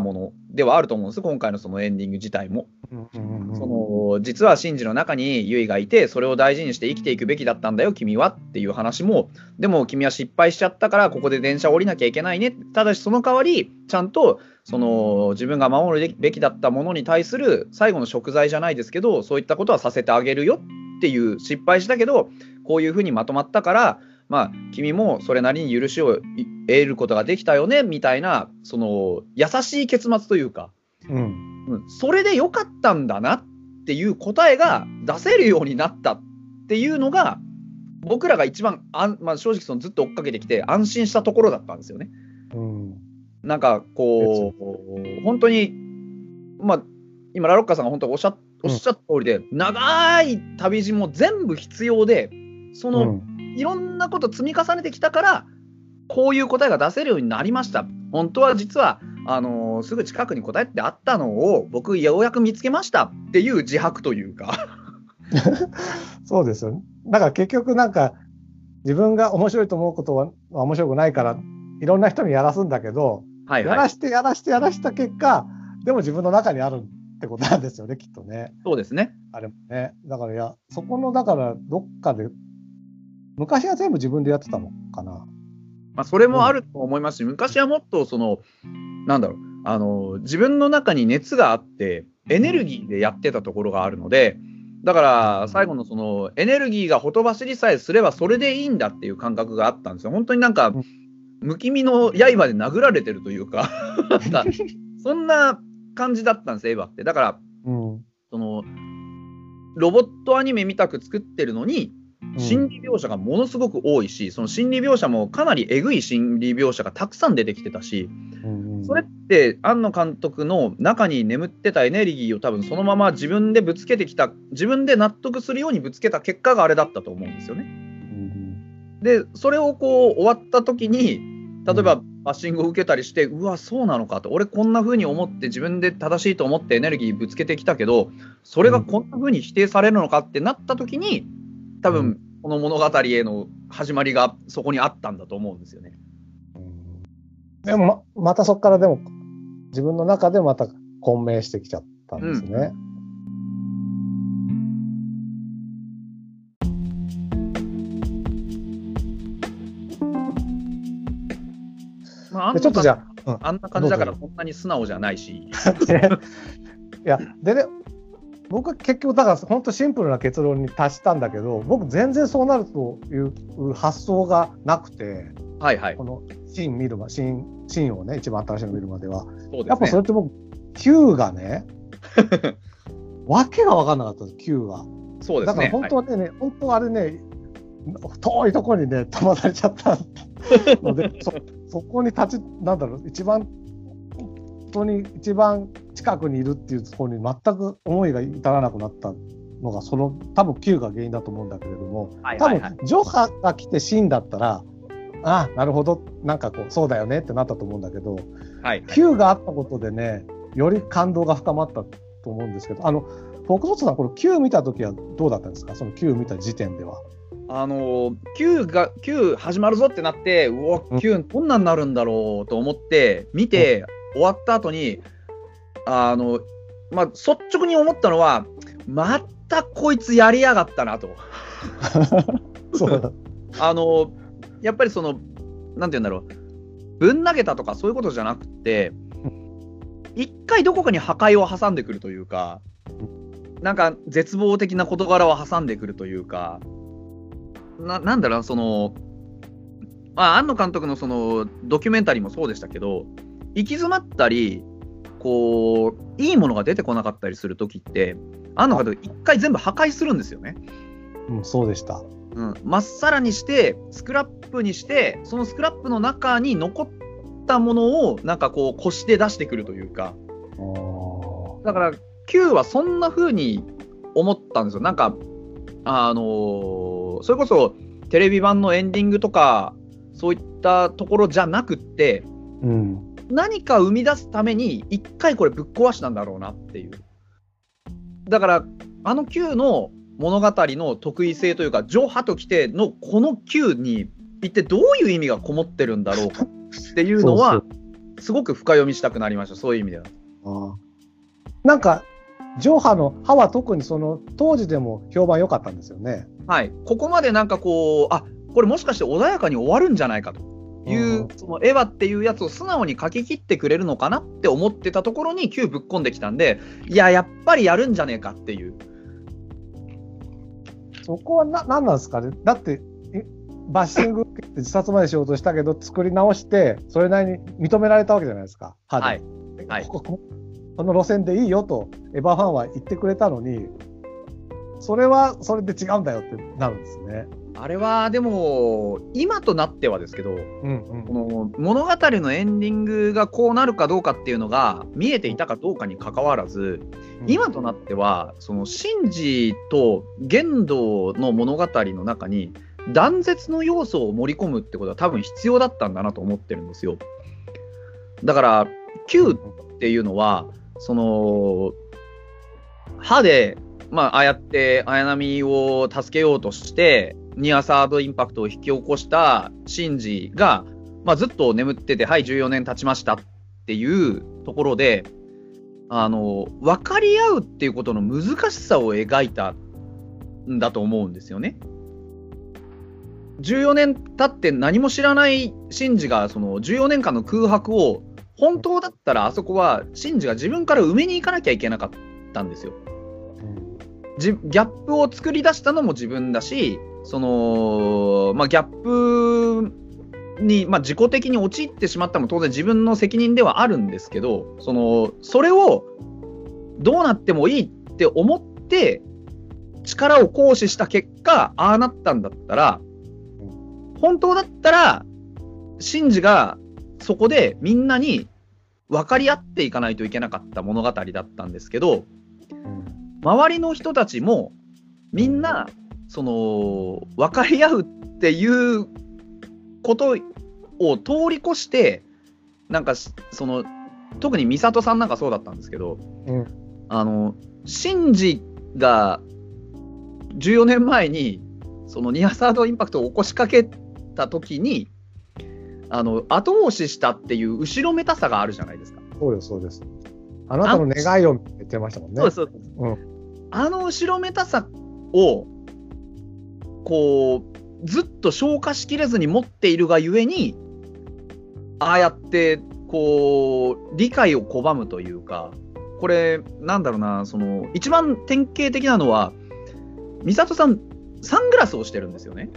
[SPEAKER 1] ではあると思うんです、今回のそのエンディング自体も。実はシンジの中にユイがいて、それを大事にして生きていくべきだったんだよ君はっていう話も、でも君は失敗しちゃったからここで電車降りなきゃいけないね、ただしその代わりちゃんとその自分が守るべきだったものに対する最後の贖罪じゃないですけど、そういったことはさせてあげるよっていう、失敗したけどこういうふうにまとまったから、まあ、君もそれなりに許しを得ることができたよねみたいな、その優しい結末というか、それでよかったんだなっていう答えが出せるようになったっていうのが、僕らが一番正直そのずっと追っかけてきて安心したところだったんですよね。なんかこう本当に、今ラロッカさんが本当おっしゃった通りで、長い旅路も全部必要で、その、いろんなこと積み重ねてきたからこういう答えが出せるようになりました。本当は実はすぐ近くに答えってあったのを僕ようやく見つけましたっていう自白というか
[SPEAKER 2] そうですよね。だから結局なんか自分が面白いと思うことは面白くないからいろんな人にやらすんだけど、やらした結果でも自分の中にあるってことなんですよね、きっとね。
[SPEAKER 1] そうですね。
[SPEAKER 2] あれもね。だからそこのだからどっかで昔は全部自分でやってたのかな。
[SPEAKER 1] それもあると思いますし、昔はもっとそのなんだろう、自分の中に熱があってエネルギーでやってたところがあるので、だから最後のそのエネルギーがほとばしりさえすればそれでいいんだっていう感覚があったんですよ。本当になんかむきみの刃で殴られてるというかそんな感じだったんです、エヴァって。だから、そのロボットアニメみたく作ってるのに心理描写がものすごく多いし、その心理描写もかなりえぐい心理描写がたくさん出てきてたし、それって庵野監督の中に眠ってたエネルギーを多分そのまま自分でぶつけてきた、自分で納得するようにぶつけた結果があれだったと思うんですよね。でそれをこう終わった時に例えばバッシングを受けたりして、うわそうなのかと、俺こんな風に思って自分で正しいと思ってエネルギーぶつけてきたけどそれがこんな風に否定されるのかってなった時に、多分この物語への始まりがそこにあったんだと思うんですよね。
[SPEAKER 2] でも またそこからでも自分の中でまた混迷してきちゃったんですね。ちょっとじゃあ、
[SPEAKER 1] あんな感じだからそんなに素直じゃないしい
[SPEAKER 2] やでね、僕は結局だから本当シンプルな結論に達したんだけど、僕全然そうなるという発想がなくて、このシーンをね一番新しいの見るまでは、やっぱそれって僕 Q がねわけが分かんなかったです。 Q が
[SPEAKER 1] そうですね。
[SPEAKER 2] だから本当はね、本当はあれね遠いところにね飛ばされちゃったのでそこに一番本当に一番近くにいるっていうところに全く思いが至らなくなったのが多分 Q が原因だと思うんだけれども、多分ジョハが来てシンだったらなるほど、なんかこうそうだよねってなったと思うんだけど、Q があったことでねより感動が深まったと思うんですけど、フォークソットさんこれ Q 見た時はどうだったんですか？その Q 見た時点では。
[SPEAKER 1] Q 始まるぞってなって、うわ Q どんなになるんだろうと思って見て、終わった後に率直に思ったのは、またこいつやりやがったなと
[SPEAKER 2] そうだ
[SPEAKER 1] やっぱりそのなんて言うんだろう、ぶん投げたとかそういうことじゃなくて、一回どこかに破壊を挟んでくるというか、なんか絶望的な事柄を挟んでくるというか、なんだろう、その庵野監督のそのドキュメンタリーもそうでしたけど、行き詰まったりこういいものが出てこなかったりする時って庵野監督一回全部破壊するんですよね。
[SPEAKER 2] そうでした。
[SPEAKER 1] まっさらにしてスクラップにして、そのスクラップの中に残ったものをなんかこう腰で出してくるというか、だから Q はそんな風に思ったんですよ。なんかそれこそテレビ版のエンディングとかそういったところじゃなくって、何か生み出すために一回これぶっ壊したんだろうなっていう。だからQ の物語の特異性というか、ジョハと来てのこの Q に一体どういう意味がこもってるんだろうかっていうのはすごく深読みしたくなりました。そういう意味では。
[SPEAKER 2] あなんか上波の歯は特にその当時でも評判良かったんですよね。
[SPEAKER 1] はい、ここまでなんかこう、あ、これもしかして穏やかに終わるんじゃないかという、そのエヴァっていうやつを素直に書き切ってくれるのかなって思ってたところに Q ぶっ込んできたんで、いや、やっぱりやるんじゃねえかっていう。
[SPEAKER 2] そこは何なんですかね。だってバッシング受けて自殺までしようとしたけど作り直してそれなりに認められたわけじゃないですか。
[SPEAKER 1] はいはい、
[SPEAKER 2] その路線でいいよとエヴァファンは言ってくれたのに、それはそれで違うんだよってなるんですね。
[SPEAKER 1] あれはでも今となってはですけど、この物語のエンディングがこうなるかどうかっていうのが見えていたかどうかにかかわらず、今となってはそのシンジとゲンドの物語の中に断絶の要素を盛り込むってことは多分必要だったんだなと思ってるんですよ。だから Q っていうのはその歯で、ああやって綾波を助けようとしてニアサードインパクトを引き起こしたシンジが、ずっと眠ってて、はい、14年経ちましたっていうところで、分かり合うっていうことの難しさを描いたんだと思うんですよね。14年経って何も知らないシンジがその14年間の空白を本当だったらあそこはシンジが自分から埋めに行かなきゃいけなかったんですよ。ギャップを作り出したのも自分だし、そのギャップに、自己的に陥ってしまったのも当然自分の責任ではあるんですけど、それをどうなってもいいって思って力を行使した結果ああなったんだったら、本当だったらシンジがそこでみんなに分かり合っていかないといけなかった物語だったんですけど、周りの人たちもみんなその分かり合うっていうことを通り越して、なんかその特に美里さんなんかそうだったんですけど、シンジが14年前にそのニアサードインパクトを起こしかけた時に後押ししたっていう後ろめたさがあるじゃないですか。
[SPEAKER 2] そうですそうです。あなたの願いを言ってましたもんね。
[SPEAKER 1] そうです、後ろめたさをこうずっと消化しきれずに持っているがゆえに、ああやってこう理解を拒むというか、これなんだろうな、その一番典型的なのは美里さんサングラスをしてるんですよね。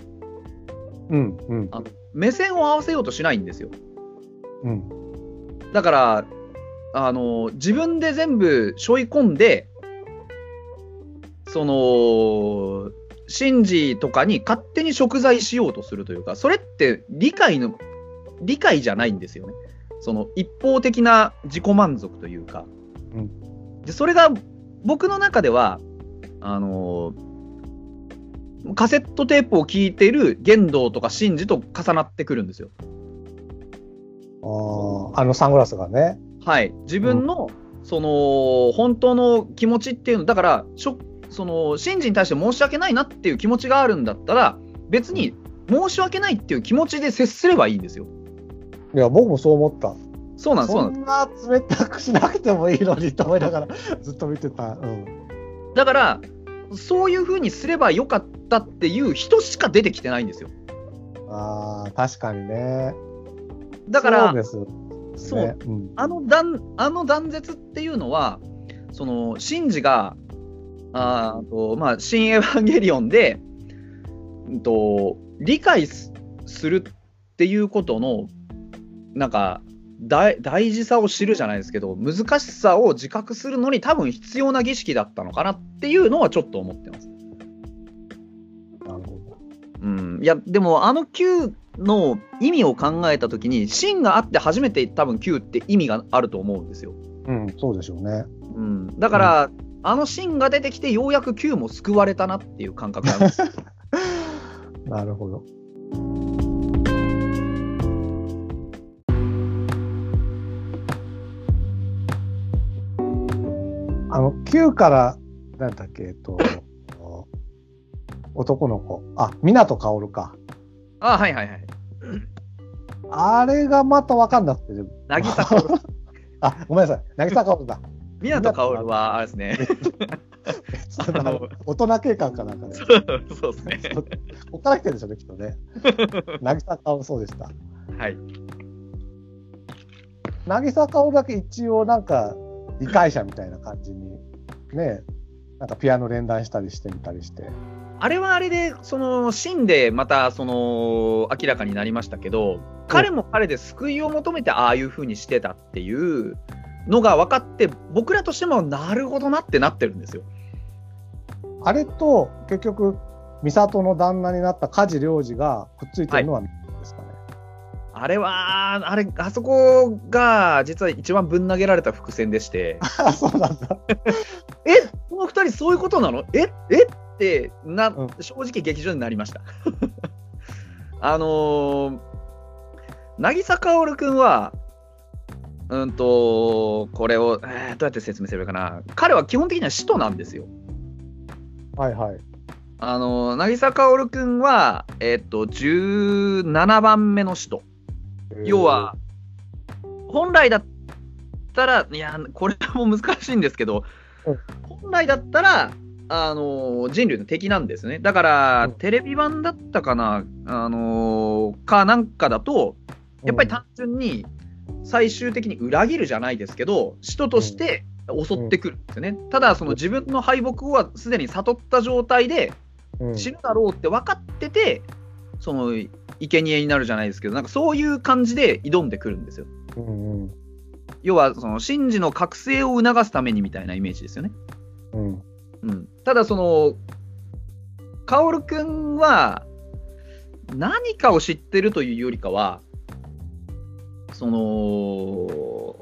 [SPEAKER 1] 目線を合わせようとしないんですよ。だから自分で全部背負い込んで、そのシンジとかに勝手に贖罪しようとするというか、それって理解じゃないんですよね。その一方的な自己満足というか、でそれが僕の中ではカセットテープを聴いている玄道とかシンジと重なってくるんですよ。
[SPEAKER 2] サングラスがね。
[SPEAKER 1] はい、自分の、その本当の気持ちっていうのだから、そのシンジに対して申し訳ないなっていう気持ちがあるんだったら、別に申し訳ないっていう気持ちで接すればいいんですよ。
[SPEAKER 2] いや僕もそう思った。
[SPEAKER 1] そうなんです。
[SPEAKER 2] そんな冷たくしなくてもいいのにと思いながらずっと見てた。
[SPEAKER 1] だからそういう風にすればよかったっていう人しか出てきてないんですよ。
[SPEAKER 2] 確かにね。
[SPEAKER 1] だから
[SPEAKER 2] そうですね。
[SPEAKER 1] そう、あの断絶っていうのは、そのシンジが新エヴァンゲリオンで、理解するっていうことのなんか大事さを知るじゃないですけど、難しさを自覚するのに多分必要な儀式だったのかなっていうのはちょっと思ってます。
[SPEAKER 2] なるほ
[SPEAKER 1] ど。いやでもQ の意味を考えたときに、芯があって初めて多分 Q って意味があると思うんですよ。
[SPEAKER 2] そうでしょうね。
[SPEAKER 1] だから、芯が出てきてようやく Q も救われたなっていう感覚なんです。
[SPEAKER 2] なるほど。Q からなんだっけ男の子湊かおるか。
[SPEAKER 1] はいはいはい。
[SPEAKER 2] あれがまた分かんなくて、
[SPEAKER 1] 渚
[SPEAKER 2] あ、ごめんなさい。渚薫だ。
[SPEAKER 1] 湊かおるは、あれですね。
[SPEAKER 2] 大人計画かなんかで。
[SPEAKER 1] そうですね。
[SPEAKER 2] ここから来てるんでしょうね、きっとね。渚薫そうでした。
[SPEAKER 1] はい。
[SPEAKER 2] 渚薫だけ一応なんか理解者みたいな感じにね、なんかピアノ連弾したりしてみたりして。
[SPEAKER 1] あれはあれで、そのシーンでまたその明らかになりましたけど、彼も彼で救いを求めてああいう風にしてたっていうのが分かって、僕らとしてもなるほどなってなってるんですよ。
[SPEAKER 2] あれと結局美里の旦那になった梶良治がくっついてるのは何ですかね。
[SPEAKER 1] あれはあそこが実は一番ぶん投げられた伏線でして。
[SPEAKER 2] あ、そうなんだ。
[SPEAKER 1] この2人そういうことなの？って正直劇場になりました。渚カオル君はこれを、どうやって説明すればいいかな。彼は基本的には使徒なんですよ。
[SPEAKER 2] はいはい。
[SPEAKER 1] 渚カオル君は、17番目の使徒。要は、本来だったら、いや、これも難しいんですけど、本来だったら、人類の敵なんですね。だから、テレビ版だったかな、かなんかだと、やっぱり単純に最終的に裏切るじゃないですけど、使徒として襲ってくるんですよね。ただ、その自分の敗北はすでに悟った状態で、死ぬだろうって分かってて、その生贄になるじゃないですけど、なんかそういう感じで挑んでくるんですよ。要はそのシンジの覚醒を促すためにみたいなイメージですよね。ただそのカオルくんは何かを知ってるというよりかは、その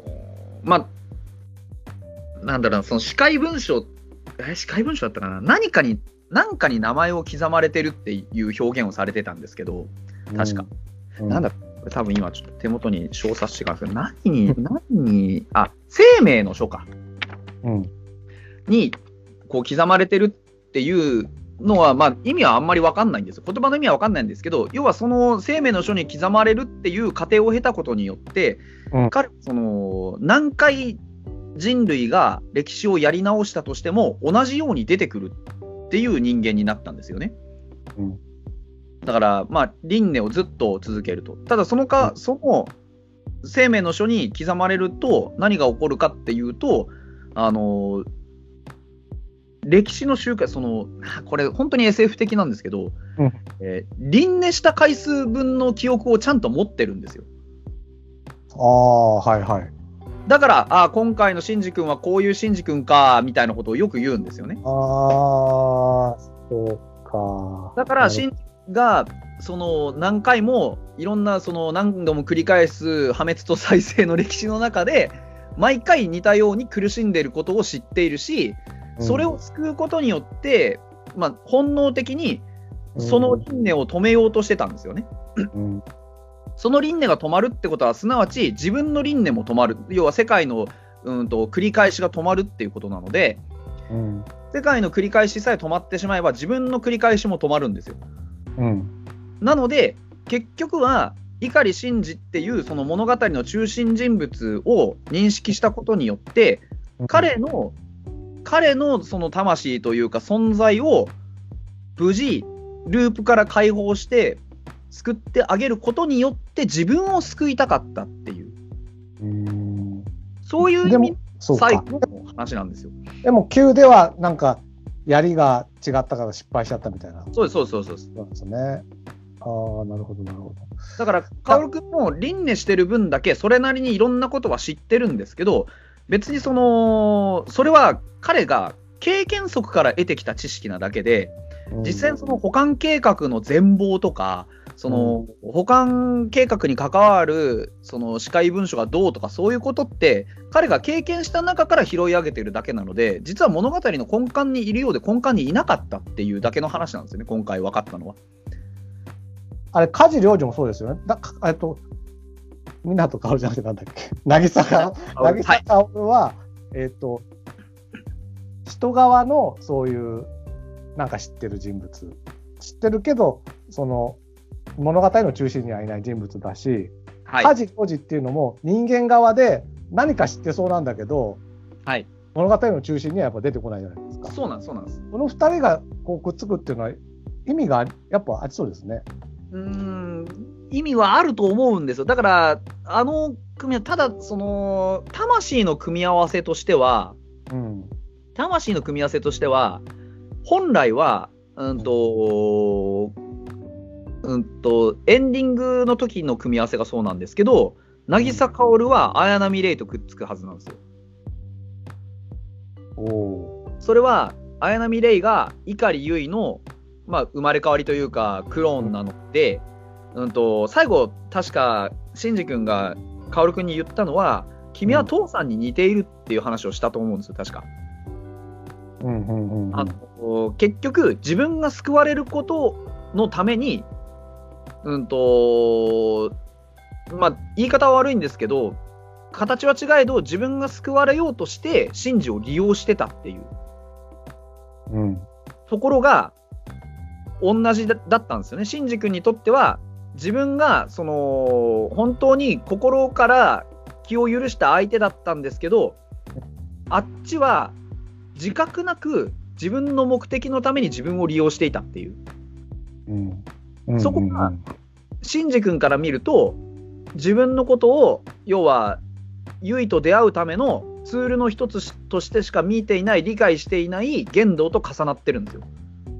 [SPEAKER 1] なんだろうな、その司会文書だったかな、何かに名前を刻まれてるっていう表現をされてたんですけど、確か、なんだ多分今ちょっと手元に小冊子があるんですけど、生命の書か、にこう刻まれてるっていうのは、意味はあんまり分かんないんですよ。言葉の意味は分かんないんですけど、要はその生命の書に刻まれるっていう過程を経たことによって、彼その何回人類が歴史をやり直したとしても同じように出てくるっていう人間になったんですよね。だから輪廻をずっと続けると。ただその生命の書に刻まれると何が起こるかっていうと、歴史の周回、これ本当に SF 的なんですけど、輪廻した回数分の記憶をちゃんと持ってるんですよ。
[SPEAKER 2] はいはい。
[SPEAKER 1] だから今回のシンジ君はこういうシンジ君かみたいなことをよく言うんですよね。
[SPEAKER 2] そうか。
[SPEAKER 1] だからシンジが何回もいろんな何度も繰り返す破滅と再生の歴史の中で毎回似たように苦しんでいることを知っているし、それを救うことによって、本能的にその輪廻を止めようとしてたんですよね。その輪廻が止まるってことはすなわち自分の輪廻も止まる、要は世界の繰り返しが止まるっていうことなので、世界の繰り返しさえ止まってしまえば自分の繰り返しも止まるんですよ。なので結局は碇シンジっていうその物語の中心人物を認識したことによって、彼のその魂というか存在を無事ループから解放して救ってあげることによって自分を救いたかったっていう、そういう意味の最後の話なんですよ。
[SPEAKER 2] でも9ではなんか槍が違ったから失敗しちゃったみたいな。
[SPEAKER 1] そうです
[SPEAKER 2] ね。なるほどなるほど。
[SPEAKER 1] だからカオル君も輪廻してる分だけそれなりにいろんなことは知ってるんですけど、別にそれは彼が経験則から得てきた知識なだけで、実際その保管計画の全貌とか、保管計画に関わるその司会文書がどうとか、そういうことって彼が経験した中から拾い上げてるだけなので、実は物語の根幹にいるようで根幹にいなかったっていうだけの話なんですよね、今回分かったのは。
[SPEAKER 2] あれ梶良治もそうですよね。湊かおるじゃなくてなんだっけ、渚かおるは、人側のそういうなんか知ってる人物、知ってるけどその物語の中心にはいない人物だし、梶良治っていうのも人間側で何か知ってそうなんだけど、
[SPEAKER 1] はい、
[SPEAKER 2] 物語の中心にはやっぱ出てこないじゃないですか。
[SPEAKER 1] そうなんです、そうなんです。
[SPEAKER 2] この2人がこうくっつくっていうのは意味がやっぱありそうですね。
[SPEAKER 1] 意味はあると思うんですよ。だから組み合わせ、ただその魂の組み合わせとしては、魂の組み合わせとしては本来はエンディングの時の組み合わせがそうなんですけど、渚カオルは綾波レイとくっつくはずなんですよ。それは綾波レイが碇結衣の、生まれ変わりというかクローンなので、最後確かシンジ君がカオル君に言ったのは、君は父さんに似ているっていう話をしたと思うんですよ、確か。結局自分が救われることのために、言い方は悪いんですけど、形は違えど自分が救われようとしてシンジを利用してたっていう、ところが同じだったんですよね。シンジ君にとっては自分がその本当に心から気を許した相手だったんですけど、あっちは自覚なく自分の目的のために自分を利用していたっていう、そこがシンジ君から見ると自分のことを要はユイと出会うためのツールの一つとしてしか見ていない、理解していない言動と重なってるんですよ。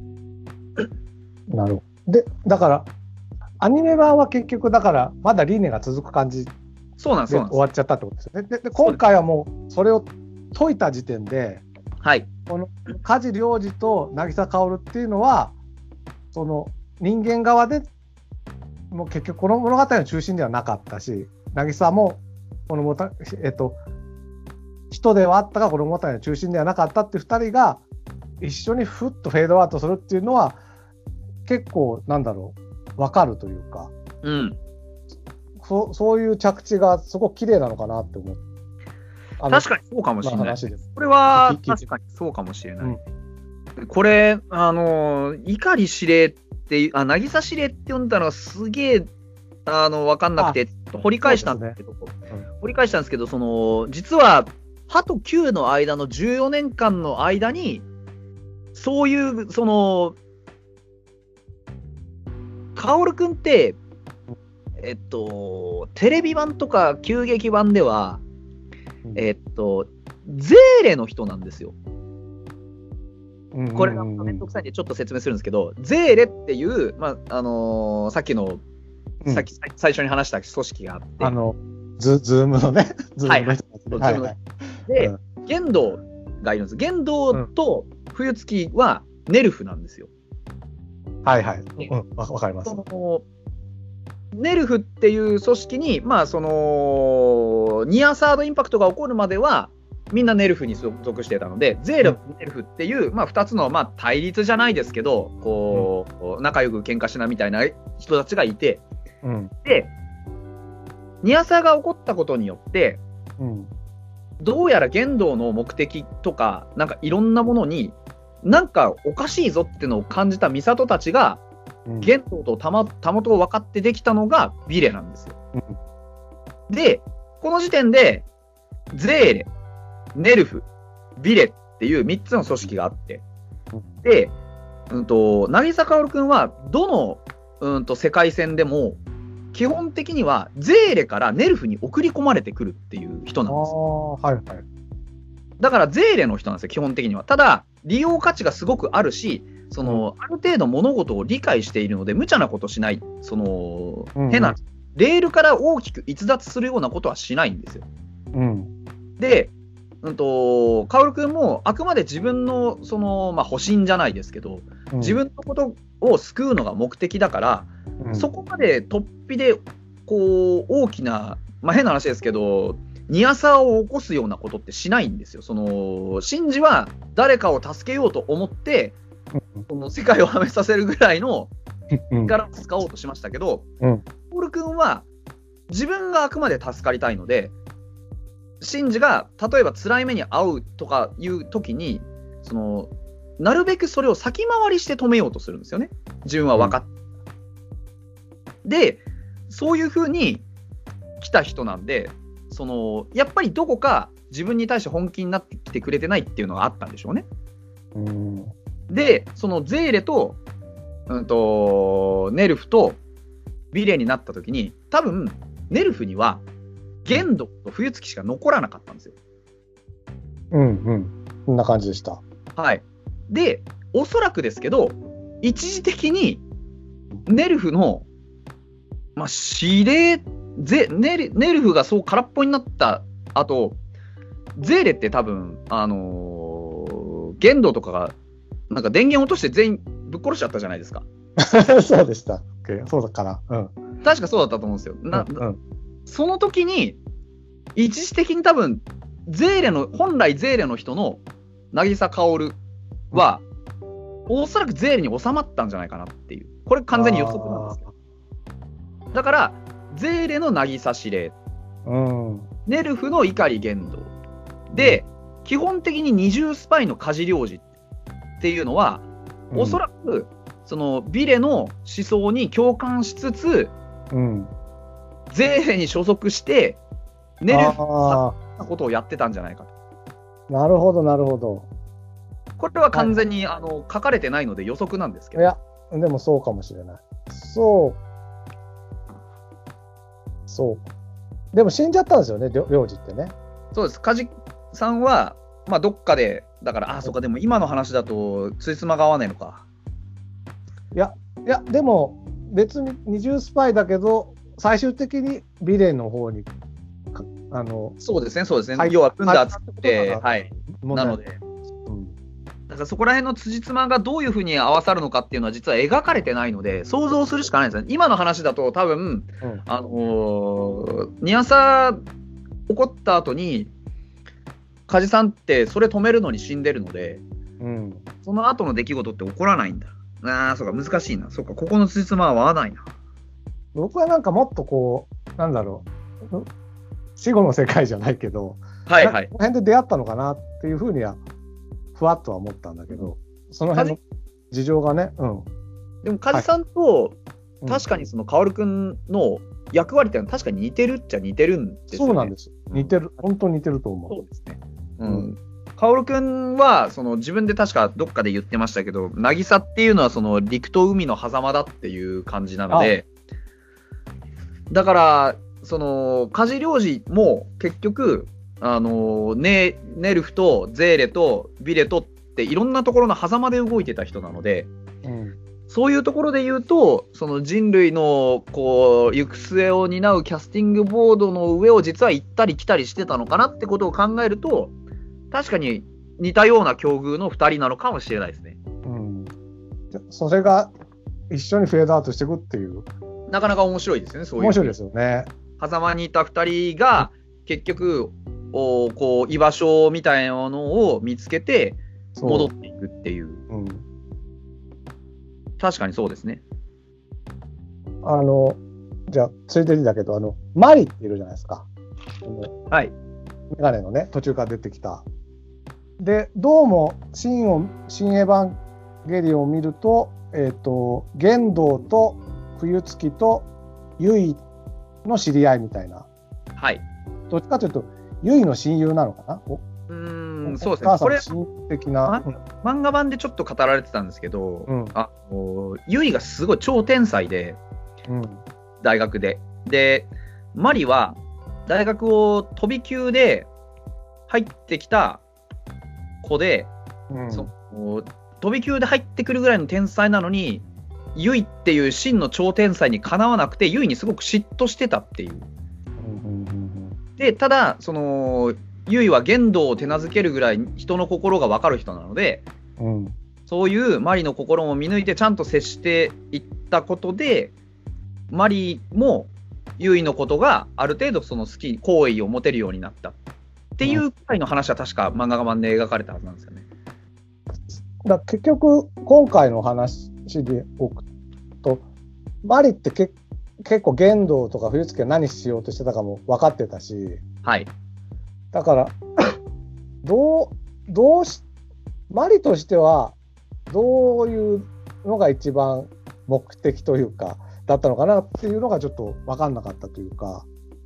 [SPEAKER 2] なるほど。でだからアニメ版は結局だからまだリーネが続く感じで終わっちゃったってことですよね。で今回はもうそれを解いた時点で、この梶良治と渚カオルっていうのはその人間側でもう結局この物語の中心ではなかったし、渚もこの人ではあったがこの物語の中心ではなかったって2人が一緒にふっとフェードアウトするっていうのは結構分かるというか、そういう着地がすごく綺麗なのかなって思う。
[SPEAKER 1] 確かにそうかもしれない。これは確かにそうかもしれない。これ碇司令って渚司令って呼んだのがすげえ分かんなくて掘り返したんですけど、その実は歯と9の間の14年間の間にそういうそのカオルくんってテレビ版とか急激版ではゼーレの人なんですよ。これがめんどくさいんでちょっと説明するんですけど、ゼーレっていう、さっきの最初に話した組織があって、
[SPEAKER 2] ズームのね、ズームの人
[SPEAKER 1] で、玄道がいるんです。玄道と冬月はネルフなんですよ。わかります。ネルフっていう組織に、そのニアサードインパクトが起こるまではみんなネルフに属してたので、ゼーレとネルフっていう、2つの対立じゃないですけど、こう仲良く喧嘩しなみたいな人たちがいて、でニアサーが起こったことによって、どうやら玄道の目的とかいろんなものにおかしいぞってのを感じたミサトたちが、玄道とたもとを分かってできたのがビレなんですよ。でこの時点でゼーレ、ネルフ、ビレっていう3つの組織があって、で、渚カオル君はどの、世界線でも基本的にはゼーレからネルフに送り込まれてくるっていう人なんですよ。だからゼーレの人なんですよ、基本的には。ただ利用価値がすごくあるし、ある程度物事を理解しているので無茶なことしない、変なレールから大きく逸脱するようなことはしないんですよ。で、カオル君もあくまで自分の保身じゃないですけど、自分のことを救うのが目的だから、そこまで突飛でこう大きな、変な話ですけどニアサーを起こすようなことってしないんですよ。シンジは誰かを助けようと思ってその世界を破滅させるぐらいの力を使おうとしましたけど、カオル君は自分があくまで助かりたいので、シンジが例えば辛い目に遭うとかいう時になるべくそれを先回りして止めようとするんですよね、自分は分かって。でそういう風に来た人なんで、 やっぱりどこか自分に対して本気になってきてくれてないっていうのがあったんでしょうね。で、そのゼーレと、ネルフとビレになった時に、多分ネルフにはゲンドと冬月しか残らなかったんですよ。
[SPEAKER 2] そんな感じでした。
[SPEAKER 1] はい。で、おそらくですけど、一時的にネルフの、司令ネルフがそう空っぽになった後、ゼーレって多分ゲンドとかがなんか電源落として全員ぶっ殺しちゃったじゃないですか。
[SPEAKER 2] そうでした。そうだから、
[SPEAKER 1] 確かそうだったと思うんですよ。その時に一時的に多分本来ゼーレの人の渚薫は、おそらくゼーレに収まったんじゃないかなっていう、これ完全に予測なんですけど、だからゼーレの渚司令、ネルフの碇玄道で、基本的に二重スパイの梶良治っていうのは、おそらくそのビレの思想に共感しつつ、ゼーレに所属してネルフのことをやってたんじゃないかと。
[SPEAKER 2] なるほどなるほど。
[SPEAKER 1] これは完全に、書かれてないので予測なんですけど。
[SPEAKER 2] いやでもそうかもしれない。そうでも死んじゃったんですよね、領事ってね。
[SPEAKER 1] そうです。梶さんは、どっかで、だから、そうか、でも今の話だと、ついつまが合わないのか。
[SPEAKER 2] いや、でも、別に二重スパイだけど、最終的にビレの方に、
[SPEAKER 1] そうですね、要は、プンダー作って、なので、だからそこら辺の辻褄がどういうふうに合わさるのかっていうのは、実は描かれてないので、想像するしかないんですね。今の話だと、多分、ニアサ起こった後に、梶さんってそれ止めるのに死んでるので、その後の出来事って起こらないんだ。そうか、難しいな。そうか、ここの辻褄は合わないな。
[SPEAKER 2] 僕はなんかもっとこう、なんだろう、死後の世界じゃないけど、この辺で出会ったのかなっていうふうには、ふわっとは思ったんだけど、その辺の事情がね。
[SPEAKER 1] でも、梶さんと、確かにその薫君の役割ってのは確かに似てるっちゃ似てるんですよね。
[SPEAKER 2] そうなんです。似てる、本当に似てると思う。
[SPEAKER 1] そうですね。薫君は自分で確かどっかで言ってましたけど、渚っていうのはその陸と海の狭間だっていう感じなので、だからその梶良治も結局ネルフとゼーレとビレとっていろんなところの狭間で動いてた人なので、そういうところで言うと、その人類のこう行く末を担うキャスティングボードの上を実は行ったり来たりしてたのかなってことを考えると、確かに似たような境遇の2人なのかもしれないですね。
[SPEAKER 2] それが一緒にフェードアウトしていくっていう。
[SPEAKER 1] なかなか面白いですよね。そういう
[SPEAKER 2] 面白いですよね。
[SPEAKER 1] 狭間にいた2人が結局こう居場所みたいなのを見つけて戻っていくっていう。確かにそうですね。
[SPEAKER 2] じゃあついでにだけどマリっているじゃないですか。
[SPEAKER 1] はい。
[SPEAKER 2] メガネのね、途中から出てきた。でどうも新エヴァンゲリオンを見ると、玄道と冬月とユイの知り合いみたいな。どっちかというとユイの親友なのかな。
[SPEAKER 1] そうですね。これ
[SPEAKER 2] 親的な、
[SPEAKER 1] 漫画版でちょっと語られてたんですけど、ユイがすごい超天才で、大学でマリは大学を飛び級で入ってきた子で、飛び級で入ってくるぐらいの天才なのに、ユイっていう真の超天才にかなわなくて、ユイにすごく嫉妬してたっていう。でただユイは玄道を手なずけるぐらい人の心が分かる人なので、そういうマリの心も見抜いてちゃんと接していったことで、マリもユイのことがある程度好意を持てるようになったっていうくらいの話は確か漫画版で描かれたはずなんですよね。
[SPEAKER 2] 結局今回の話でおくと、マリって結構玄道とか冬月が何しようとしてたかも分かってたし、だからマリとしてはどういうのが一番目的というかだったのかなっていうのがちょっと分かんなかったというか。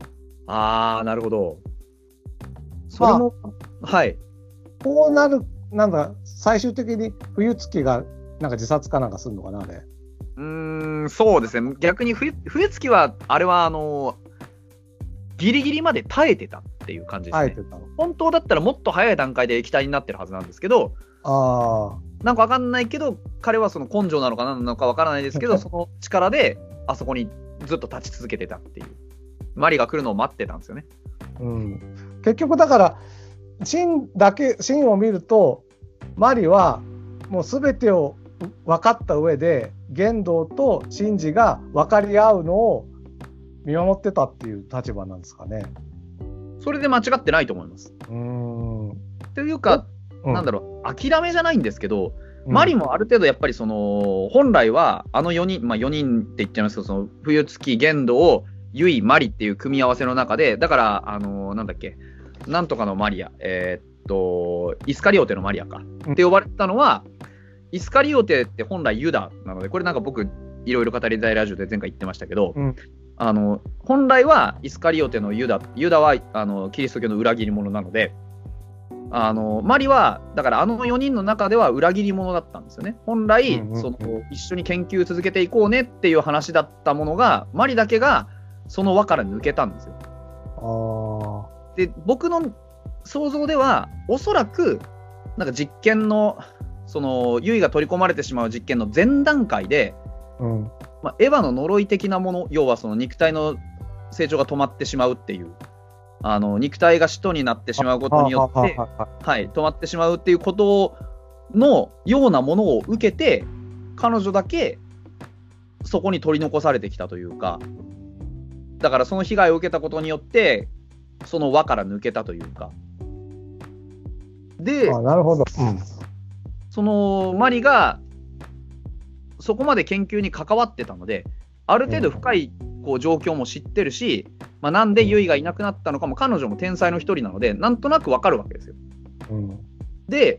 [SPEAKER 1] ああ、なるほど。それも、はい。
[SPEAKER 2] こうなる、なんだ、最終的に冬月がなんか自殺かなんかするのかな、あれ。
[SPEAKER 1] そうですね。逆に冬月は、あれはギリギリまで耐えてたっていう感じですね。
[SPEAKER 2] 耐えてたの。
[SPEAKER 1] 本当だったらもっと早い段階で液体になってるはずなんですけど、
[SPEAKER 2] あ
[SPEAKER 1] なんかわかんないけど、彼はその根性なのか何なのかわからないですけど、その力であそこにずっと立ち続けてたっていう。マリが来るのを待ってたんですよね。
[SPEAKER 2] うん、結局だからシンを見るとマリはもう全てを分かった上で玄道とシンジが分かり合うのを見守ってたっていう立場なんですかね。
[SPEAKER 1] それで間違ってないと思います。というか、なんだろう、諦めじゃないんですけど、マリもある程度やっぱりその本来はあの4人、4人って言っちゃいますけど、その冬月玄道ユイマリっていう組み合わせの中で、だからなんだっけ、なんとかのマリア、イスカリオテのマリアかって呼ばれたのは、イスカリオテって本来ユダなので、これなんか僕いろいろ語りたいラジオで前回言ってましたけど、本来はイスカリオテのユダはキリスト教の裏切り者なので、マリはだから4人の中では裏切り者だったんですよね。本来、その一緒に研究続けていこうねっていう話だったものが、マリだけがその輪から抜けたんですよ。で、僕の想像ではおそらくなんか実験のそのユイが取り込まれてしまう実験の前段階で、エヴァの呪い的なもの、要はその肉体の成長が止まってしまうっていう、肉体が使徒になってしまうことによって、止まってしまうっていうことのようなものを受けて、彼女だけそこに取り残されてきたというか、だからその被害を受けたことによってその輪から抜けたというかで、
[SPEAKER 2] なるほど、
[SPEAKER 1] そのマリがそこまで研究に関わってたので、ある程度深いこう状況も知ってるし、なんでユイがいなくなったのかも、彼女も天才の一人なのでなんとなくわかるわけですよ。で、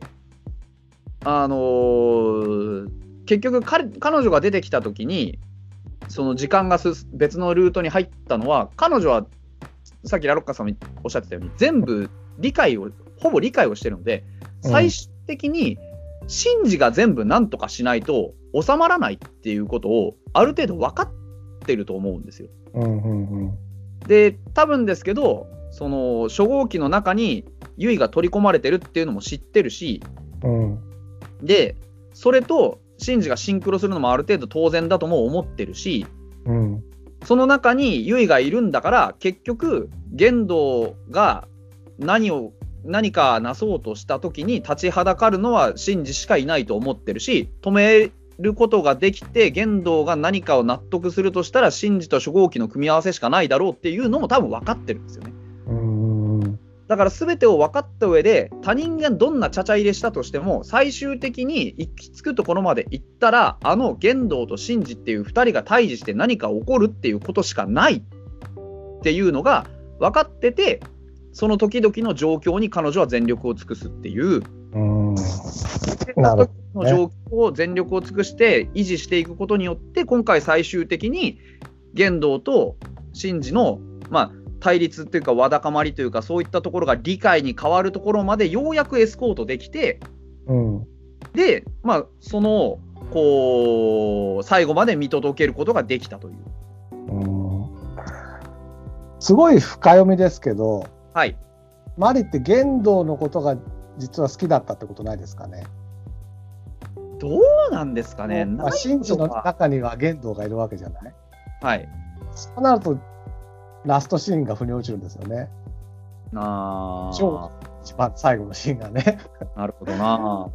[SPEAKER 1] 結局彼女が出てきた時にその時間が別のルートに入ったのは、彼女はさっきラロッカさんもおっしゃってたように全部ほぼ理解をしてるので、最終的にシンジが全部何とかしないと収まらないっていうことをある程度分かってると思うんですよ。で、多分ですけど、その初号機の中にユイが取り込まれてるっていうのも知ってるし、でそれとシンジがシンクロするのもある程度当然だとも思ってるし、その中にユイがいるんだから、結局玄道が何かなそうとした時に立ちはだかるのはシンジしかいないと思ってるし、止めることができて玄道が何かを納得するとしたらシンジと初号機の組み合わせしかないだろうっていうのも多分分かってるんですよね。だから全てを分かった上で、他人がどんなちゃちゃ入れしたとしても最終的に行き着くところまで行ったら、玄道とシンジっていう2人が対峙して何か起こるっていうことしかないっていうのが分かってて、その時々の状況に彼女は全力を尽くすっていう、
[SPEAKER 2] なるほどね、
[SPEAKER 1] の状況を全力を尽くして維持していくことによって、今回最終的に玄道とシンジの対立っていうかわだかまりというか、そういったところが理解に変わるところまでようやくエスコートできて、で、そのこう最後まで見届けることができたという。
[SPEAKER 2] すごい深読みですけど、
[SPEAKER 1] はい、
[SPEAKER 2] マリって玄道のことが実は好きだったってことないですかね。
[SPEAKER 1] どうなんですかね。
[SPEAKER 2] シンジの中には玄道がいるわけじゃない。
[SPEAKER 1] はい。
[SPEAKER 2] そうなるとラストシーンが腑に落ちるんですよね。一番最後のシーンがね。
[SPEAKER 1] なるほどな。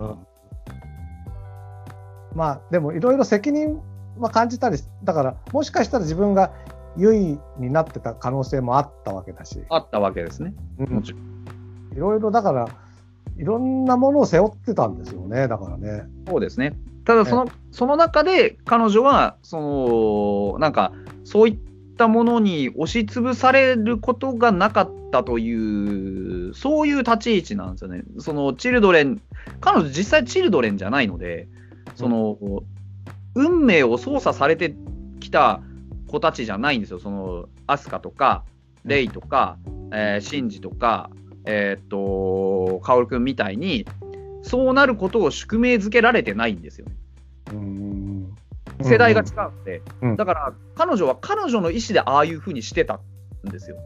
[SPEAKER 2] でもいろいろ責任は感じたり、だからもしかしたら自分が優位になってた可能性もあったわけだし。
[SPEAKER 1] あったわけですね。もちろん。
[SPEAKER 2] いろいろだからいろんなものを背負ってたんですよね。だからね。
[SPEAKER 1] そうですね。ただその中で彼女はなんかそういったものに押しつぶされることがなかったという、そういう立ち位置なんですよね。そのチルドレン、彼女実際チルドレンじゃないので、運命を操作されてきた子たちじゃないんですよ。そのアスカとかレイとか、シンジとか、カオルくんみたいにそうなることを宿命づけられてないんですよね。世代が違うんで、だから彼女は彼女の意思でああいうふうにしてたんですよ。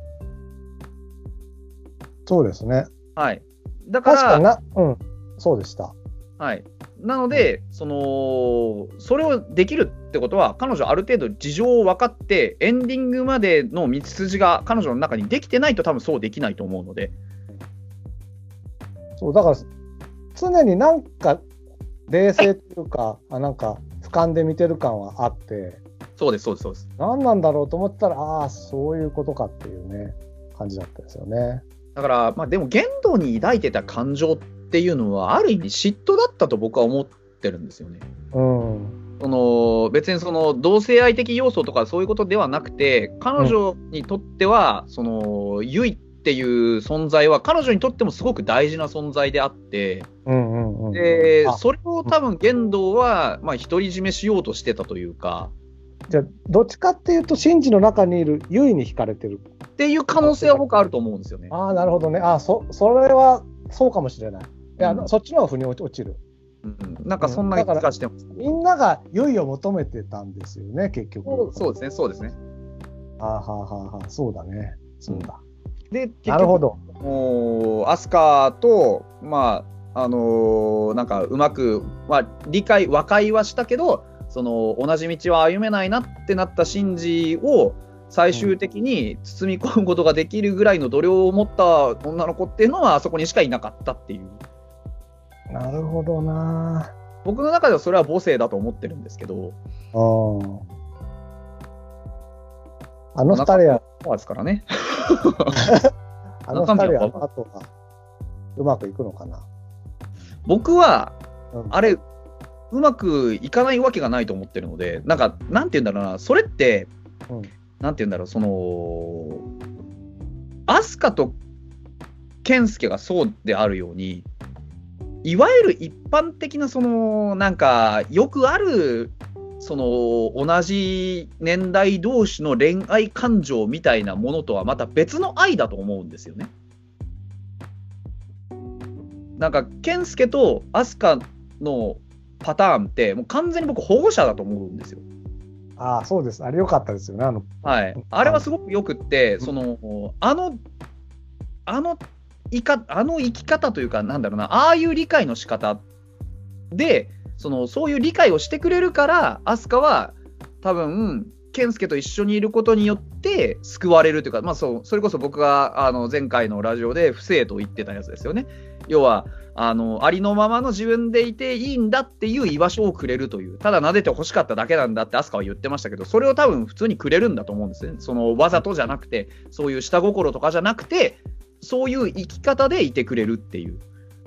[SPEAKER 2] そうですね。
[SPEAKER 1] はい。だから
[SPEAKER 2] 確かにそうでした。
[SPEAKER 1] はい。なので、それをできるってことは、彼女ある程度事情を分かって、エンディングまでの道筋が彼女の中にできてないと多分そうできないと思うので。
[SPEAKER 2] そう、だから常になんか冷静というか、なんか俯瞰で見てる感はあって、
[SPEAKER 1] そうです、そうです、そうです。
[SPEAKER 2] 何なんだろうと思ったら、ああ、そういうことかっていうね、感じだったですよね。
[SPEAKER 1] だから、まあでも、玄道に抱いてた感情っていうのは、ある意味嫉妬だったと僕は思ってるんですよね。別に同性愛的要素とかそういうことではなくて、彼女にとっては、ユイっていう存在は彼女にとってもすごく大事な存在であって、でそれを多分玄道はまあ独り占めしようとしてたというか、
[SPEAKER 2] じゃあどっちかっていうとシンジの中にいるユイに惹かれてる
[SPEAKER 1] っていう可能性は僕あると思うんですよね。
[SPEAKER 2] ああ、なるほどね。それはそうかもしれない。いや、そっちの方が腑に落ちる。
[SPEAKER 1] なんかそんな気がしてます。
[SPEAKER 2] みんながユイを求めてたんですよね、結局。
[SPEAKER 1] そうですね、そうですね。
[SPEAKER 2] そうだね。そうだ。
[SPEAKER 1] で、
[SPEAKER 2] なるほど。
[SPEAKER 1] アスカと、まあ、なんかうまく、まあ、和解はしたけど、同じ道は歩めないなってなったシンジを最終的に包み込むことができるぐらいの度量を持った女の子っていうのはあそこにしかいなかったっていう。
[SPEAKER 2] なるほどな。
[SPEAKER 1] 僕の中ではそれは母性だと思ってるんですけど、
[SPEAKER 2] あの二人は
[SPEAKER 1] ですからね。
[SPEAKER 2] あの二人はあとはうまくいくのかな。
[SPEAKER 1] 僕は、あれうまくいかないわけがないと思ってるので、なんて言うんだろうな、それって、なんて言うんだろう、アスカと健介がそうであるように、いわゆる一般的ななんかよくある同じ年代同士の恋愛感情みたいなものとはまた別の愛だと思うんですよね。なんか健介とアスカのパターンってもう完全に僕保護者だと思うんですよ。
[SPEAKER 2] そうです。あれ良かったですよね。
[SPEAKER 1] はい。あれはすごくよくって、あの生き方というか、なんだろうな、ああいう理解の仕方で、そういう理解をしてくれるから、アスカは多分、健介と一緒にいることによって救われるというか、まあ、それこそ僕が前回のラジオで不正と言ってたやつですよね。要はありのままの自分でいていいんだっていう居場所をくれるという、ただ撫でて欲しかっただけなんだってアスカは言ってましたけど、それを多分普通にくれるんだと思うんですね。わざとじゃなくて、そういう下心とかじゃなくて、そういう生き方でいてくれるっていう。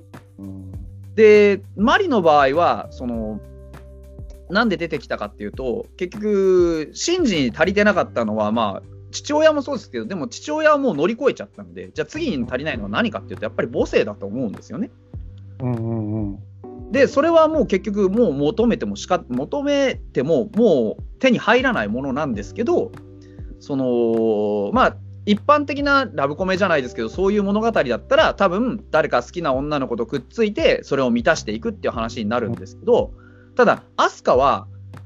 [SPEAKER 1] でマリの場合はなんで出てきたかっていうと、結局シンジに足りてなかったのは、まあ父親もそうですけど、でも父親はもう乗り越えちゃったので、じゃあ次に足りないのは何かっていうと、やっぱり母性だと思うんですよね。でそれはもう結局もう求めてももう手に入らないものなんですけど、まあ一般的なラブコメじゃないですけど、そういう物語だったら多分誰か好きな女の子とくっついてそれを満たしていくっていう話になるんですけど、ただアスカは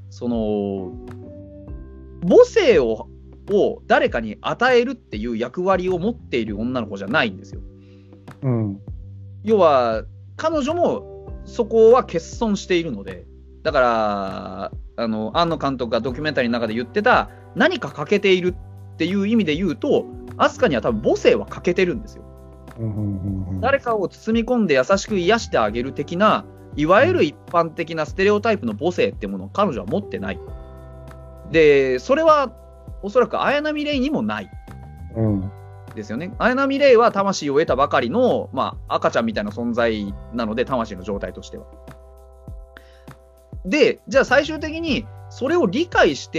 [SPEAKER 1] 母性を誰かに与えるっていう役割を持っている女の子じゃないんですよ。要は彼女もそこは欠損しているので、だから庵野監督がドキュメンタリーの中で言ってた何か欠けているっていう意味で言うと、アスカには多分母性は欠けてるんですよ。誰かを包み込んで優しく癒してあげる的な、いわゆる一般的なステレオタイプの母性ってものを彼女は持ってない。でそれはおそらく綾波レイにもない、ですよね。綾波レイは魂を得たばかりの、まあ、赤ちゃんみたいな存在なので、魂の状態としては。でじゃあ最終的にそれを理解して、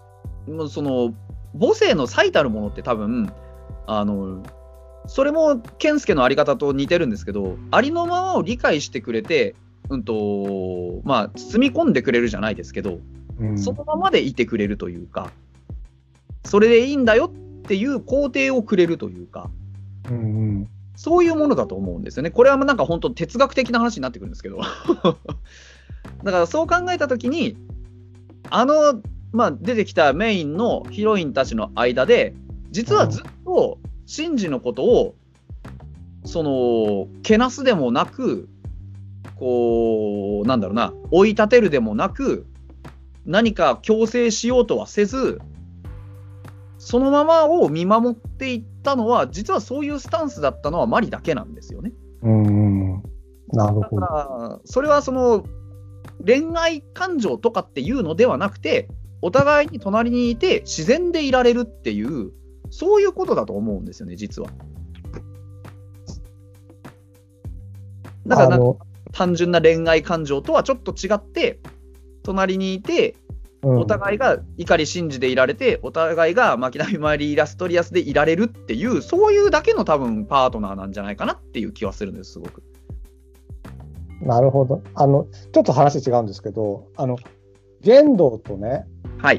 [SPEAKER 1] 母性の最たるものって多分それも健介のあり方と似てるんですけど、ありのままを理解してくれて、まあ、包み込んでくれるじゃないですけど、そのままでいてくれるというか、それでいいんだよっていう肯定をくれるというか、
[SPEAKER 2] うんうん、
[SPEAKER 1] そういうものだと思うんですよね。これはなんか本当哲学的な話になってくるんですけどだからそう考えた時に出てきたメインのヒロインたちの間で実はずっとシンジのことをけなすでもなくこうなんだろうな追い立てるでもなく何か強制しようとはせずそのままを見守っていったのは実はそういうスタンスだったのはマリだけなんですよね。
[SPEAKER 2] なるほど。
[SPEAKER 1] だからそれは恋愛感情とかっていうのではなくてお互いに隣にいて自然でいられるっていうそういうことだと思うんですよね実は。だから単純な恋愛感情とはちょっと違って隣にいてお互いが碇シンジでいられてお互いが巻波マリー・ラストリアスでいられるっていうそういうだけの多分パートナーなんじゃないかなっていう気はするんですすごく。
[SPEAKER 2] なるほど。ちょっと話違うんですけど玄道とね、
[SPEAKER 1] はい、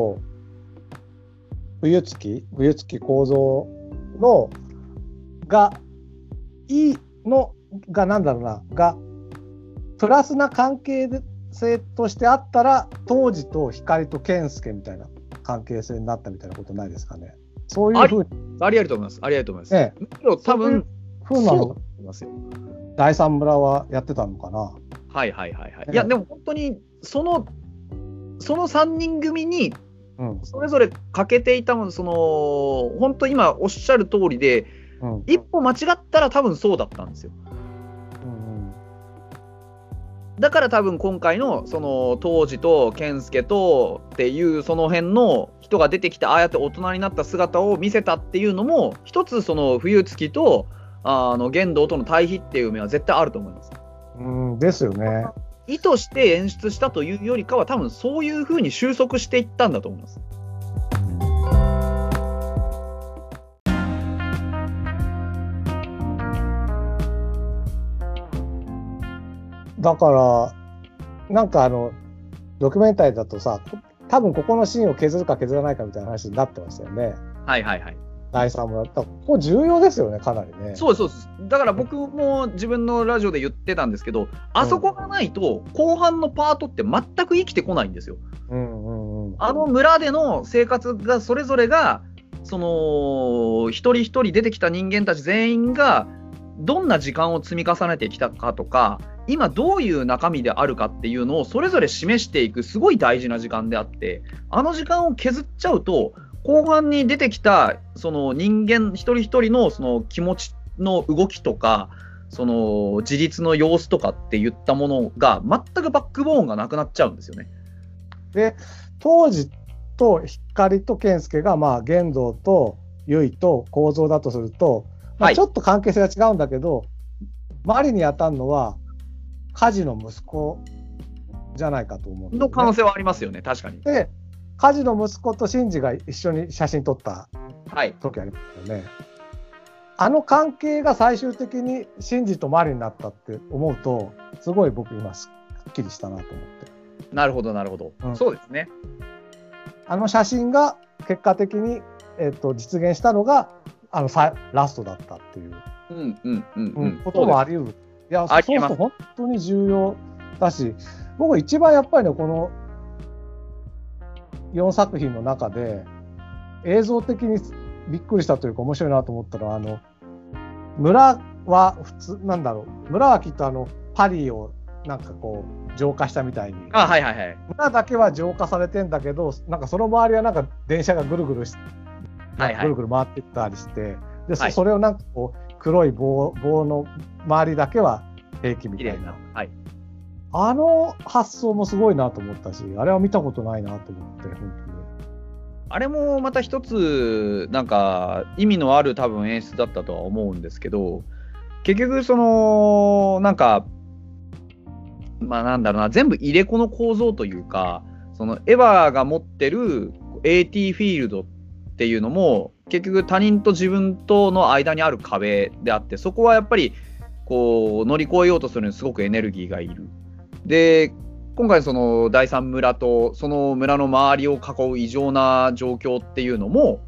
[SPEAKER 2] 冬月構造のがいいのがなんだろうながプラスな関係性としてあったら当時と光と健介みたいな関係性になったみたいなことないですかね。そういうふうに
[SPEAKER 1] ありえると思います。ありえると思います。ね、むしろ多分
[SPEAKER 2] そうなの第三村はやってたのかな。
[SPEAKER 1] はいはいはいはい。いやでも本当にその3人組にそれぞれ欠けていたもの本当今おっしゃる通りで、一歩間違ったら多分そうだったんですよ。だから多分今回の当時と健介とっていうその辺の人が出てきてああやって大人になった姿を見せたっていうのも一つ冬月と玄道との対比っていう面は絶対あると思います。
[SPEAKER 2] ですよね。
[SPEAKER 1] 意図して演出したというよりかは多分そういう風に収束していったんだと思います。
[SPEAKER 2] だからなんかドキュメンタリーだとさ多分ここのシーンを削るか削らないかみたいな話になってましたよね。
[SPEAKER 1] はいはいはい。
[SPEAKER 2] 第3村ここ重要ですよねかなりね。
[SPEAKER 1] そうですそうです。だから僕も自分のラジオで言ってたんですけど、あそこがないと後半のパートって全く生きてこないんですよ。村での生活がそれぞれが一人一人出てきた人間たち全員がどんな時間を積み重ねてきたかとか今どういう中身であるかっていうのをそれぞれ示していくすごい大事な時間であって時間を削っちゃうと後半に出てきた人間一人一人の気持ちの動きとか自立の様子とかっていったものが全くバックボーンがなくなっちゃうんですよね。
[SPEAKER 2] で当時と光と健介が玄道と結と構造だとすると、ちょっと関係性が違うんだけどマリに当たるのは梶の息子じゃないかと思うんですよね。
[SPEAKER 1] の可能性はありますよね確かに。
[SPEAKER 2] で梶の息子とシンジが一緒に写真撮った時ありますよね。関係が最終的にシンジとマリになったって思うとすごい僕今すっきりしたなと思って。
[SPEAKER 1] なるほどなるほど、そうですね。
[SPEAKER 2] 写真が結果的に、実現したのがラストだったっていうこともあり得る。いやそうすると本当に重要だし僕一番やっぱりねこの4作品の中で映像的にびっくりしたというか面白いなと思ったら村は普通なんだろう村はきっとパリをなんかこう浄化したみたいに村だけは浄化されてんだけどなんかその周りはなんか電車がぐるぐる回っていったりしてで、それをなんかこう黒い棒の周りだけは平気みたいな、発想もすごいなと思ったしあれは見たことないなと思って本当に
[SPEAKER 1] あれもまた一つなんか意味のある多分演出だったとは思うんですけど結局なんかなんだろうな全部入れ子の構造というかエヴァが持ってる AT フィールドっていうのも結局他人と自分との間にある壁であってそこはやっぱりこう乗り越えようとするのにすごくエネルギーがいる。で今回第三村とその村の周りを囲う異常な状況っていうのも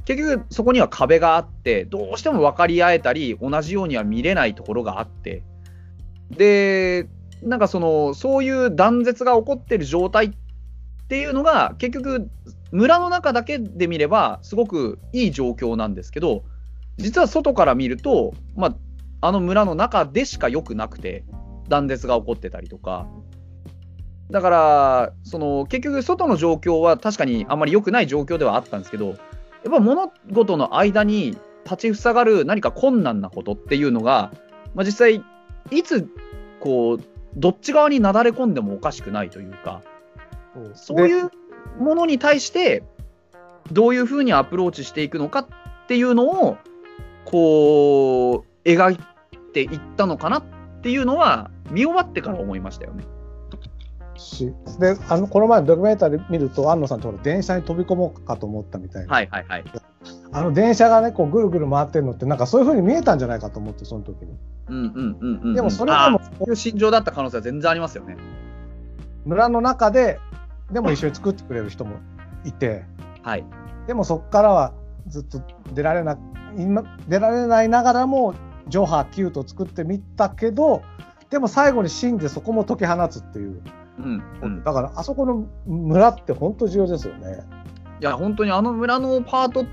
[SPEAKER 1] 結局そこには壁があって、どうしても分かり合えたり同じようには見れないところがあって、でなんかそういう断絶が起こってる状態っていうのが結局村の中だけで見ればすごくいい状況なんですけど、実は外から見ると、あの村の中でしか良くなくて断絶が起こってたりとか、だから結局外の状況は確かにあんまり良くない状況ではあったんですけど、やっぱ物事の間に立ちふさがる何か困難なことっていうのが、実際いつこうどっち側になだれ込んでもおかしくないというか、そういうものに対してどういうふうにアプローチしていくのかっていうのをこう描いていったのかなっていうのは見終わってから思いましたよね。
[SPEAKER 2] でこの前のドキュメンタリー見ると、安野さんと電車に飛び込もうかと思ったみたいな、電車がねこうぐるぐる回ってるのってなんかそういう風に見えたんじゃないかと思って、その時に。でもそれでも
[SPEAKER 1] そういう心情だった可能性は全然ありますよね。
[SPEAKER 2] 村の中ででも一緒に作ってくれる人もいて、でもそこからはずっと出られないながらもジョハキュート作ってみたけど、でも最後に死んでそこも解き放つっていう、だからあそこの村って本当重要ですよね。
[SPEAKER 1] いや本当にあの村のパートって、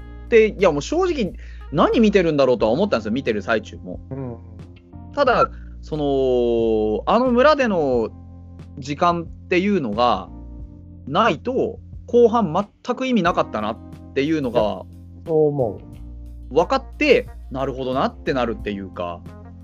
[SPEAKER 1] いやもう正直何見てるんだろうとは思ったんですよ、見てる最中も。ただあの村での時間っていうのがないと後半全く意味なかったなっていうのが分かって、なるほどなってなるっていうか、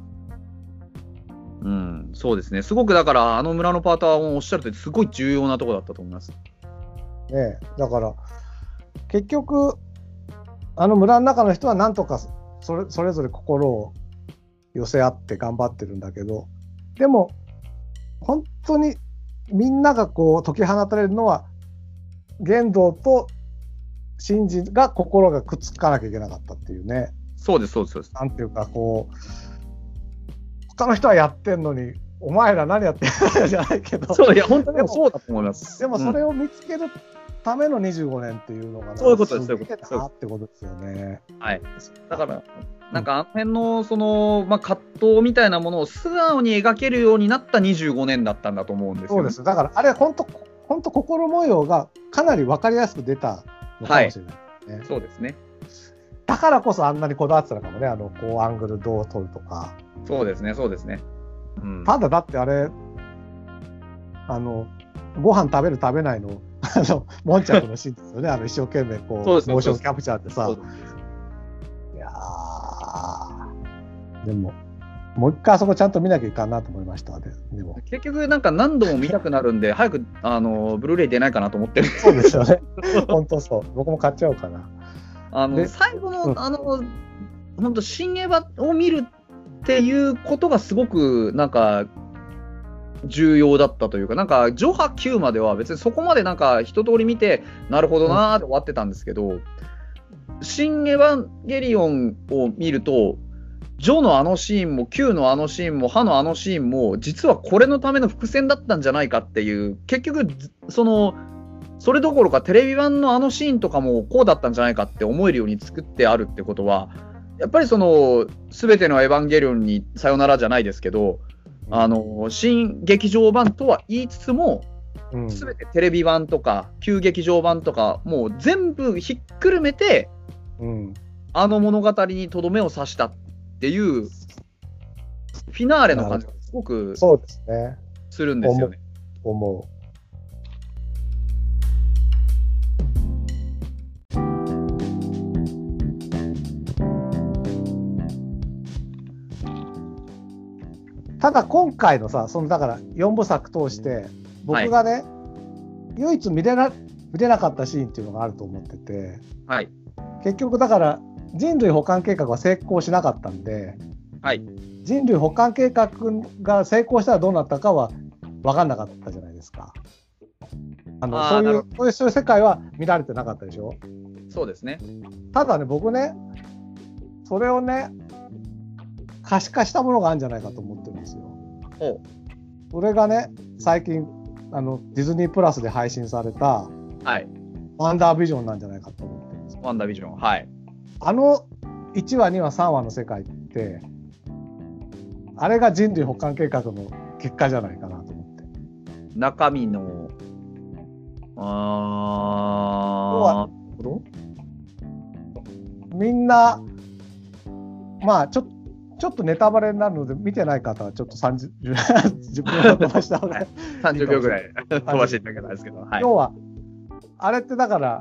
[SPEAKER 1] そうですね。すごくだからあの村のパートはおっしゃるとおりすごい重要なところだったと思います。
[SPEAKER 2] だから結局あの村の中の人はなんとかそれぞれ心を寄せ合って頑張ってるんだけど、でも本当にみんながこう解き放たれるのは玄道とシンジが心がくっつかなきゃいけなかったっていうね。
[SPEAKER 1] そうです。
[SPEAKER 2] なんていうかこう他の人はやってんのにお前ら何やってんのじゃないけど、
[SPEAKER 1] いや本当にそうだと思います。
[SPEAKER 2] でもそれを見つけるための25年っていうのが
[SPEAKER 1] そういうことです。
[SPEAKER 2] ってことですよね。
[SPEAKER 1] だからなんかあの辺の葛藤みたいなものを素直に描けるようになった25年だったんだと思うんですよ、ね。
[SPEAKER 2] そうです。だからあれ本当心模様がかなり分かりやすく出たのかもしれないね。
[SPEAKER 1] そうですね。
[SPEAKER 2] だからこそあんなにこだわってたのかもね、こうアングルどう撮るとか。
[SPEAKER 1] そうですね。
[SPEAKER 2] ただだってあれご飯食べる食べないのモンチャクのシーンですよね。一生懸命こうモーションキャプチャーってさ。いやでももう一回あそこちゃんと見なきゃいかんなと思いましたね。でも
[SPEAKER 1] 結局なんか何度も見たくなるんで早くブルーレイ出ないかなと思ってる。
[SPEAKER 2] そうですよね。本当そう。僕も買っちゃおうかな。
[SPEAKER 1] 最後の本当新エヴァを見るっていうことがすごくなんか重要だったというか、なんかジョハ9までは別にそこまでなんか一通り見てなるほどなーって終わってたんですけど、新エヴァンゲリオンを見るとジョのあのシーンも Q のあのシーンもハのあのシーンも実はこれのための伏線だったんじゃないかっていう、結局それどころかテレビ版のあのシーンとかもこうだったんじゃないかって思えるように作ってあるってことは、やっぱり全てのエヴァンゲリオンにさよならじゃないですけど、新劇場版とは言いつつも、全てテレビ版とか旧劇場版とかもう全部ひっくるめて、あの物語にとどめを刺したっていうフィナーレの感じがすごくするんですよね。
[SPEAKER 2] 思う。ただ今回のさ、だから4部作通して僕がね、唯一見れなかったシーンっていうのがあると思ってて、結局だから人類補完計画は成功しなかったんで、人類補完計画が成功したらどうなったかは分かんなかったじゃないですか。そういう世界は見られてなかったでしょ。
[SPEAKER 1] そうですね。
[SPEAKER 2] ただね、僕ねそれをね可視化したものがあるんじゃないかと思ってるんですよ。それがね、最近ディズニープラスで配信された、ワンダービジョンなんじゃないかと思ってるんです。
[SPEAKER 1] ワンダービジョン、
[SPEAKER 2] あの1話2話3話の世界ってあれが人類補完計画の結果じゃないかなと思って。
[SPEAKER 1] 中身の
[SPEAKER 2] みんなまあちょっとネタバレになるので見てない方はちょっと10分飛ばした方がいい
[SPEAKER 1] 30秒ぐらい飛ばしていただけたんですけど、はい、
[SPEAKER 2] 要はあれってだから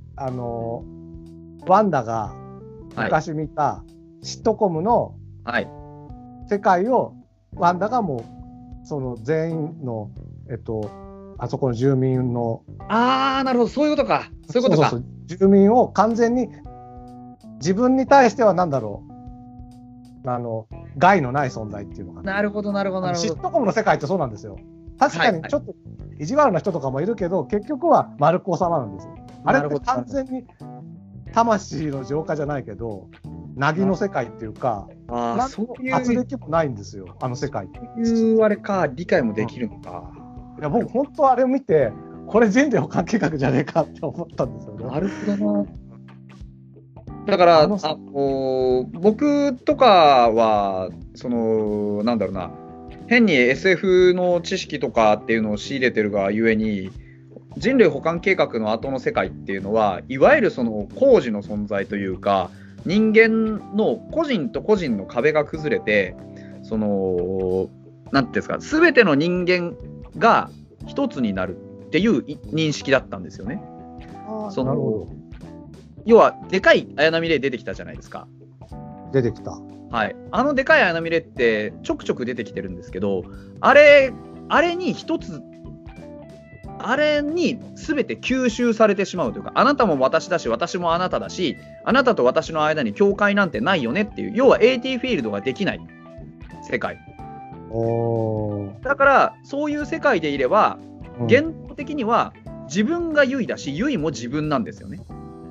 [SPEAKER 2] ワンダが昔見たシットコムの世界をワンダがもうその全員のあそこの住民の
[SPEAKER 1] なるほど、そういうことか、そういうことか。
[SPEAKER 2] そう住民を完全に自分に対しては何だろう害のない存在っていうのかな。
[SPEAKER 1] なるほどなるほどなるほど。
[SPEAKER 2] シットコムの世界ってそうなんですよ。確かにちょっと意地悪な人とかもいるけど、結局は丸く収まるんですよ。あれって完全に魂の浄化じゃないけど凪の世界っていうか、そういう圧力もないんですよ、あの世界って。
[SPEAKER 1] いうあれか、理解もできるのか。
[SPEAKER 2] いや僕本当あれを見てこれ人類補完計画じゃねえかって思ったんですよね。
[SPEAKER 1] なるほどな。だから僕とかはなんだろうな、変に SF の知識とかっていうのを仕入れてるがゆえに、人類補完計画の後の世界っていうのはいわゆるその工事の存在というか、人間の個人と個人の壁が崩れて、なんていうんですか、全ての人間が一つになるっていう認識だったんですよね。
[SPEAKER 2] なるほど。
[SPEAKER 1] 要はでかい綾波レイ出てきたじゃないですか。
[SPEAKER 2] 出てきた。
[SPEAKER 1] はい。あのでかい綾波レイってちょくちょく出てきてるんですけど、あれに一つ、あれに全て吸収されてしまうというか、あなたも私だし私もあなただし、あなたと私の間に境界なんてないよねっていう、要は AT フィールドができない世界。だからそういう世界でいれば、現実的には自分がユイだし、ユイも自分なんですよね。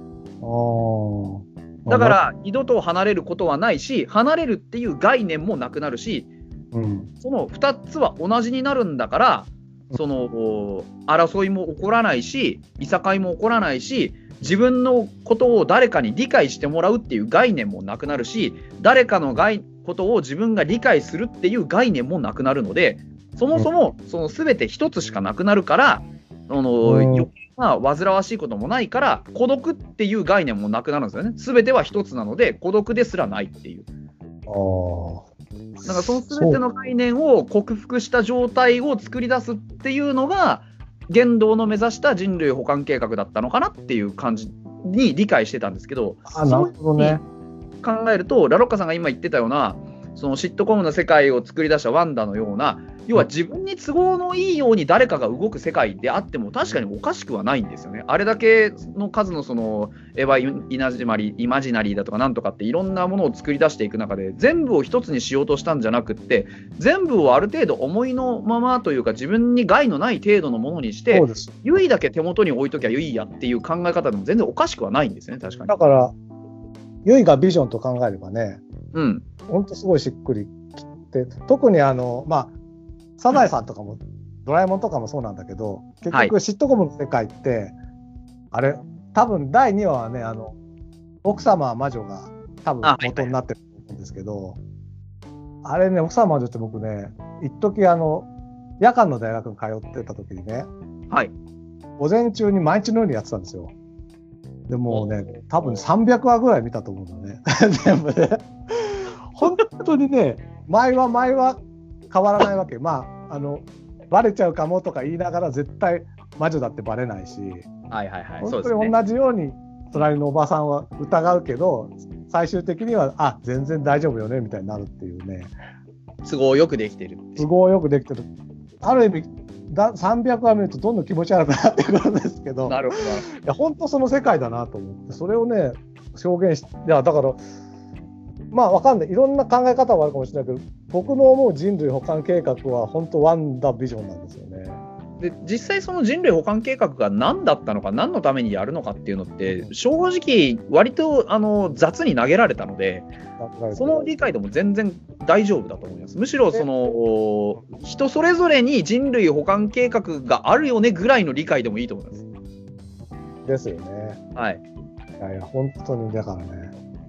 [SPEAKER 1] だから二度と離れることはないし、離れるっていう概念もなくなるし、その2つは同じになるんだから、争いも起こらないし、いさかいも起こらないし、自分のことを誰かに理解してもらうっていう概念もなくなるし、誰かのことを自分が理解するっていう概念もなくなるので、そもそも全て一つしかなくなるから、余計な煩わしいこともないから、孤独っていう概念もなくなるんですよね。全ては一つなので孤独ですらないっていう。なんかその全ての概念を克服した状態を作り出すっていうのが玄道の目指した人類補完計画だったのかなっていう感じに理解してたんですけど、
[SPEAKER 2] なるほどね。
[SPEAKER 1] 考えるとラロッカさんが今言ってたような、そのシットコムの世界を作り出したワンダのような、要は自分に都合のいいように誰かが動く世界であっても確かにおかしくはないんですよね。あれだけの数のエヴァイマジナリーだとかなんとかっていろんなものを作り出していく中で、全部を一つにしようとしたんじゃなくって、全部をある程度思いのままというか自分に害のない程度のものにして、ユイだけ手元に置いときゃユイやっていう考え方でも全然おかしくはないんですね。確かに。
[SPEAKER 2] だからユイがビジョンと考えればね、本当すごいしっくりきて、特にサザエさんとかもドラえもんとかもそうなんだけど、結局シットコムの世界って、あれ多分第2話はね、奥様は魔女が多分元になってると思うんですけど、あれね、奥様は魔女って僕ね、一時夜間の大学に通ってた時にね、午前中に毎日のようにやってたんですよ。でもうね、多分300話ぐらい見たと思うのね全部ね本当にね、毎話変わらないわけ。バレちゃうかもとか言いながら絶対魔女だってバレないし、本当に同じように隣のおばさんは疑うけど、最終的には全然大丈夫よねみたいになるっていうね、
[SPEAKER 1] 都合よくできてる。
[SPEAKER 2] 都合よくできてる。ある意味300話見るとどんどん気持ち悪くなってくるんですけど、
[SPEAKER 1] なるほど。い
[SPEAKER 2] や本当その世界だなと思って、それをね表現して、いやだからわかんない、いろんな考え方はあるかもしれないけど、僕の思う人類補完計画は本当ワンダビジョンなんですよね。
[SPEAKER 1] で実際その人類補完計画が何だったのか、何のためにやるのかっていうのって正直割と雑に投げられたので、その理解でも全然大丈夫だと思います。むしろ人それぞれに人類補完計画があるよねぐらいの理解でもいいと思います。
[SPEAKER 2] ですよね。
[SPEAKER 1] はい。
[SPEAKER 2] いや本当にだからね、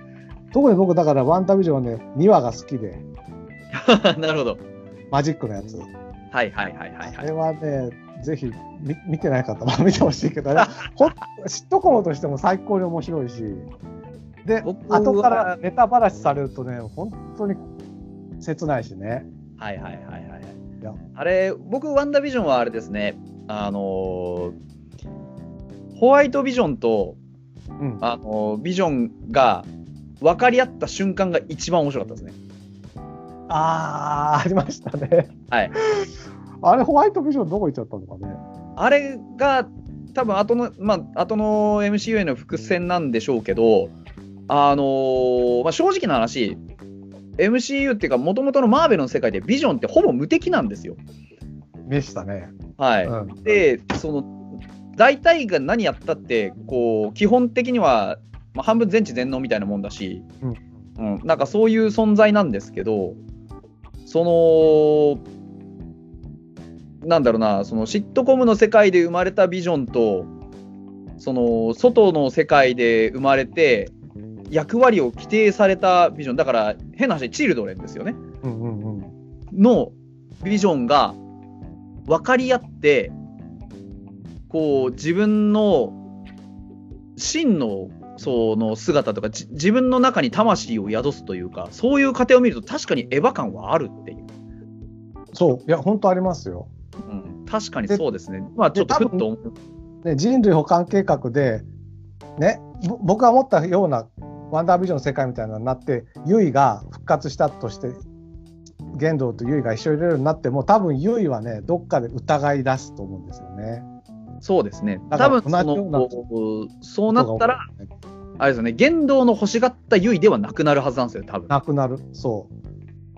[SPEAKER 2] 特に僕だからワンダービジョンはね、2話が好きで、
[SPEAKER 1] なるほど。
[SPEAKER 2] マジックのやつ。
[SPEAKER 1] はいはいはいはいはい。
[SPEAKER 2] あれはね、ぜひ見てない方は見てほしいけど、ね、シットコムとしても最高に面白いし、で、後からネタばらしされるとね、本当に切ないしね。
[SPEAKER 1] はいはいはいはい。あれ、僕、ワンダービジョンはあれですね、ホワイトビジョンと、ビジョンが分かり合った瞬間が一番面白かったですね。
[SPEAKER 2] ありましたね。
[SPEAKER 1] はい。
[SPEAKER 2] あれ、ホワイトビジョンどこ行っちゃったのかね。
[SPEAKER 1] あれが多分後の MCU への伏線なんでしょうけど、正直な話、MCU っていうか、もともとのマーベルの世界でビジョンってほぼ無敵なんですよ。
[SPEAKER 2] でしたね。
[SPEAKER 1] はい。で、大体が何やったって、こう、基本的には、半分全知全能みたいなもんだし、なんかそういう存在なんですけど、なんだろうな、そのシットコムの世界で生まれたビジョンと、外の世界で生まれて、役割を規定されたビジョン、だから変な話、チルドレンですよね。のビジョンが分かり合って、こう自分の真のその姿とか自分の中に魂を宿すというか、そういう過程を見ると確かにエヴァ感はあるっていう。
[SPEAKER 2] そういや本当ありますよ。
[SPEAKER 1] 確かにそうですね。ちょっとふっと思う、
[SPEAKER 2] ね、人類補完計画でね、僕が思ったようなワンダービジョンの世界みたいなのになって、ユイが復活したとしてゲンドウとユイが一緒にいるようになっても、多分ユイはねどっかで疑い出すと思うんですよね。
[SPEAKER 1] そうですね。多分そうなったら、あれですよね、ゲンドウの欲しがったユイではなくなるはずなんですよ、多分。
[SPEAKER 2] なくなる。そう。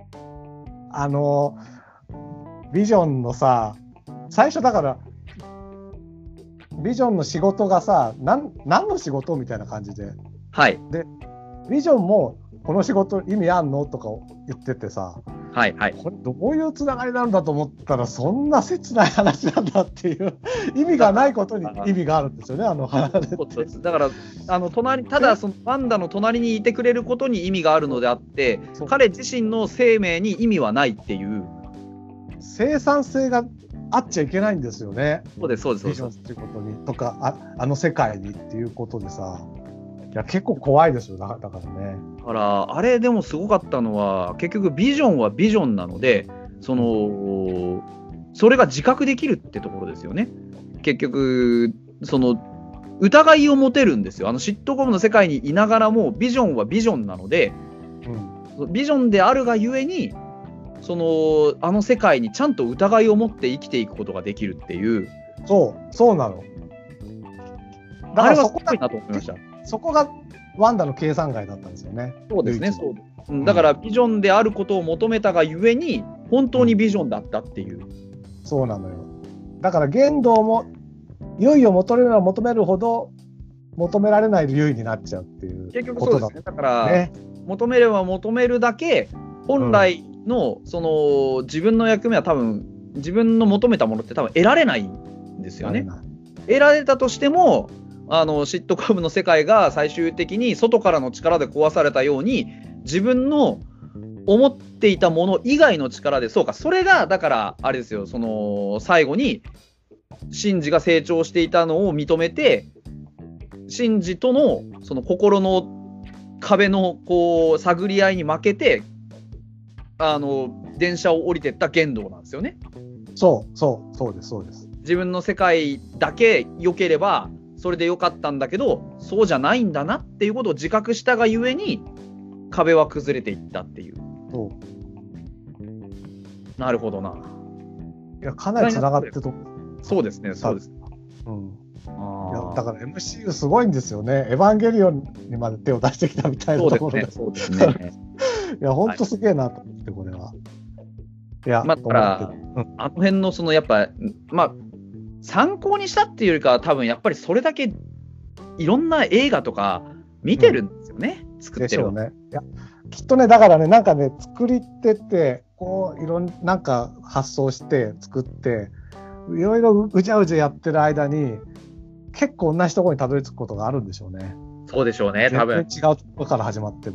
[SPEAKER 2] ビジョンのさ、最初だからビジョンの仕事がさ、何の仕事みたいな感じで、
[SPEAKER 1] はい。
[SPEAKER 2] でビジョンもこの仕事意味あんのとか言っててさ、
[SPEAKER 1] はいはい、
[SPEAKER 2] これどういうつながりなんだと思ったら、そんな切ない話なんだっていう意味がないことに意味があるんですよね、話って。
[SPEAKER 1] だからただそのワンダの隣にいてくれることに意味があるのであって、彼自身の生命に意味はないっていう、
[SPEAKER 2] 生産性があっちゃいけないんですよね。
[SPEAKER 1] そうですそうです。
[SPEAKER 2] ビジョンっていうことにとか、あの世界にっていうことでさ、いや結構怖いですよ。だからね。
[SPEAKER 1] だからあれでもすごかったのは、結局ビジョンはビジョンなので、それが自覚できるってところですよね。結局疑いを持てるんですよ。シットコムの世界にいながらもビジョンはビジョンなので、ビジョンであるがゆえにあの世界にちゃんと疑いを持って生きていくことができるっていう。
[SPEAKER 2] そうなの。
[SPEAKER 1] だからそこだなと思いました。
[SPEAKER 2] そこがワンダの計算外だったんですよね。
[SPEAKER 1] そうですね。だからビジョンであることを求めたがゆえに本当にビジョンだったっていう。
[SPEAKER 2] そうなのよ。だからゲンドウもユイを求めるのは求めるほど求められないユイになっちゃうっていうことだ。結局そうですね。
[SPEAKER 1] だから、求めれば求めるだけ本来の自分の役目は多分自分の求めたものって多分得られないんですよね。得られたとしてもシットコムの世界が最終的に外からの力で壊されたように、自分の思っていたもの以外の力で、そうか、それがだからあれですよ、最後にシンジが成長していたのを認めて、シンジとの心の壁の探り合いに負けて電車を降りてったゲンドウなんですよね。
[SPEAKER 2] そうです。
[SPEAKER 1] 自分の世界だけ良ければそれで良かったんだけど、そうじゃないんだなっていうことを自覚したがゆえに壁は崩れていったっていう。なるほどな。
[SPEAKER 2] いやかなりつながってると。
[SPEAKER 1] そうですね。そうです。
[SPEAKER 2] いやだから MCU すごいんですよね。エヴァンゲリオンにまで手を出してきたみたいなところで。
[SPEAKER 1] そうですね。
[SPEAKER 2] いや本当すげえなと思ってこれは。いや
[SPEAKER 1] だからあの辺のやっぱ参考にしたっていうよりかは、多分やっぱりそれだけいろんな映画とか見てるんですよね。作ってる。でしょうね。
[SPEAKER 2] いやきっとね、だからね、なんかね、作り手っていろんなんか発想して作っていろいろうじゃうじゃやってる間に結構同じところにたどり着くことがあるんでしょうね。
[SPEAKER 1] そうでしょうね。多分
[SPEAKER 2] 全然違うところから始まっても。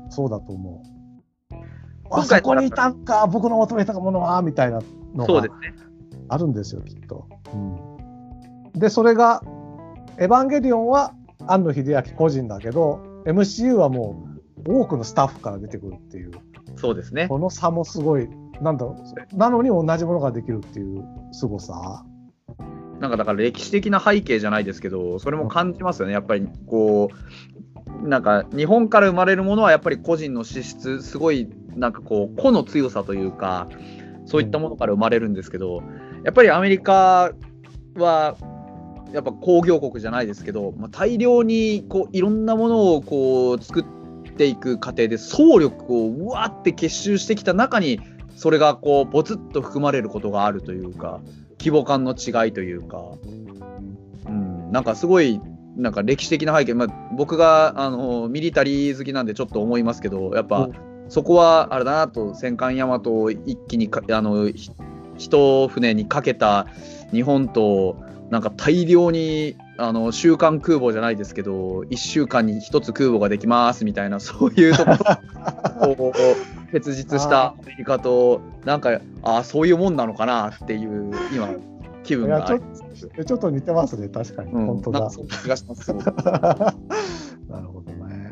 [SPEAKER 2] そうだと思う。
[SPEAKER 1] 今回
[SPEAKER 2] あそこにいたんか、僕の求めたものはみたいなのが
[SPEAKER 1] そうですね。
[SPEAKER 2] あるんですよ、きっと。で、それが、エヴァンゲリオンは庵野秀明個人だけど、MCU はもう多くのスタッフから出てくるっていう、
[SPEAKER 1] そうですね。
[SPEAKER 2] この差もすごい、なんだろう、なのに同じものができるっていう凄さ。
[SPEAKER 1] なんかだから歴史的な背景じゃないですけど、それも感じますよね。やっぱりこう、なんか日本から生まれるものはやっぱり個人の資質、すごいなんかこう個の強さというか、そういったものから生まれるんですけど、やっぱりアメリカはやっぱ工業国じゃないですけど、大量にこういろんなものをこう作っていく過程で総力をうわーって結集してきた中に、それがこうポツッと含まれることがあるというか、規模感の違いというか、なんかすごいなんか歴史的な背景、僕がミリタリー好きなんでちょっと思いますけど、やっぱそこはあれだなと、戦艦大和を一気に一船にかけた日本と、なんか大量に週間空母じゃないですけど、1週間に1つ空母ができますみたいな、そういうところを結実したアメリカと、なんかそういうもんなのかなっていう今気分があります。
[SPEAKER 2] ちょっと似てますね、確かに。本当だ。
[SPEAKER 1] なんかそういう気がします。
[SPEAKER 2] なるほどね。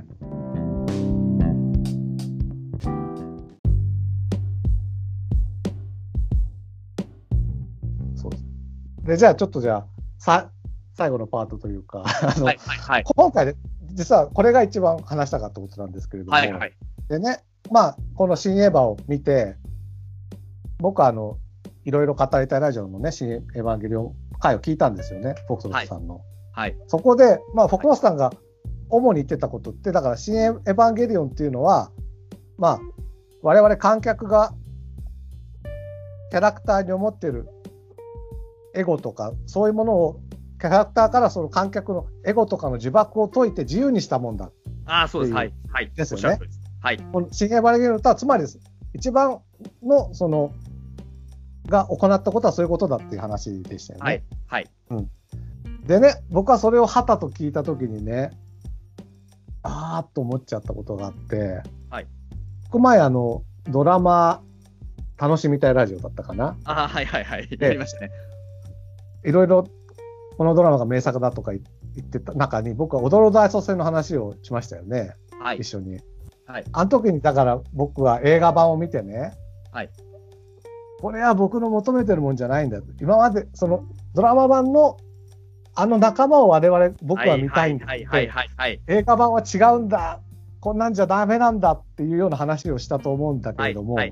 [SPEAKER 2] そうです。で、じゃあちょっと最後のパートというか、今回で実はこれが一番話したかったことなんですけれども、でね、この新エヴァを見て、僕はいろいろ語りたいラジオのね、新エヴァンゲリオン回を聞いたんですよね、フォックスロットさんの。そこで、フォックスロットさんが主に言ってたことって、だから新エヴァンゲリオンっていうのは、我々観客がキャラクターに思ってるエゴとか、そういうものをキャラクターからその観客のエゴとかの呪縛を解いて自由にしたもんだ。
[SPEAKER 1] そうです。
[SPEAKER 2] ですよね。この新エヴァンゲリオンとは、つまり一番のが行ったことはそういうことだっていう話でしたよね。でね、僕はそれをはたと聞いたときにね、と思っちゃったことがあって、僕前ドラマ楽しみたいラジオだったかな。
[SPEAKER 1] やりましたね。
[SPEAKER 2] いろいろこのドラマが名作だとか言ってた中に、僕は踊る大捜戦の話をしましたよね、一緒に。あの時にだから僕は映画版を見てね、これは僕の求めてるもんじゃないんだと。今までそのドラマ版の仲間を僕は見たいんだって、映画版は違うんだ、こんなんじゃダメなんだっていうような話をしたと思うんだけれども、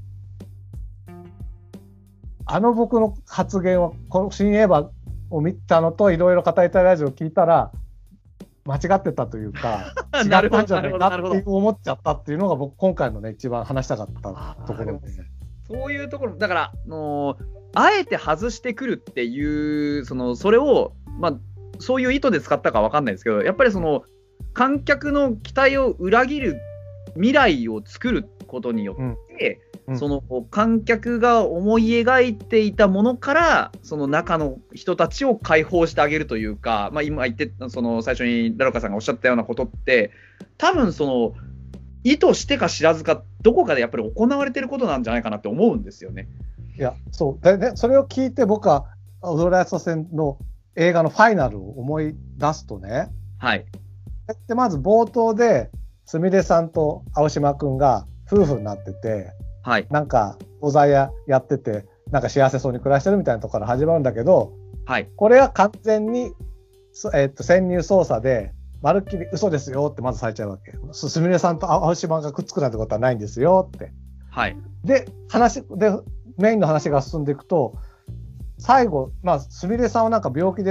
[SPEAKER 2] 僕の発言はこの新エヴァを見たのといろいろ語りたいラジオを聞いたら間違ってたというか違ったんじゃないかって思っちゃったっていうのが僕今回のね一番話したかったところです。
[SPEAKER 1] そういうところだからあえて外してくるっていうそれをそういう意図で使ったかわかんないですけど、やっぱり観客の期待を裏切る未来を作ることによって、観客が思い描いていたものから中の人たちを解放してあげるというか、今言って最初にラロカさんがおっしゃったようなことって多分意図してか知らずかどこかでやっぱり行われていることなんじゃないかなって思うんですよね。
[SPEAKER 2] いやそうでね、それを聞いて僕は踊る大捜戦の映画のファイナルを思い出すとね、でまず冒頭ですみれさんと青島くんが夫婦になってて、なんかお座屋やっててなんか幸せそうに暮らしてるみたいなところから始まるんだけど、これは完全に、潜入捜査でまるっきり嘘ですよってまずされちゃうわけ。すみれさんと青島がくっつくなんてことはないんですよって。でメインの話が進んでいくと最後、すみれさんはなんか病気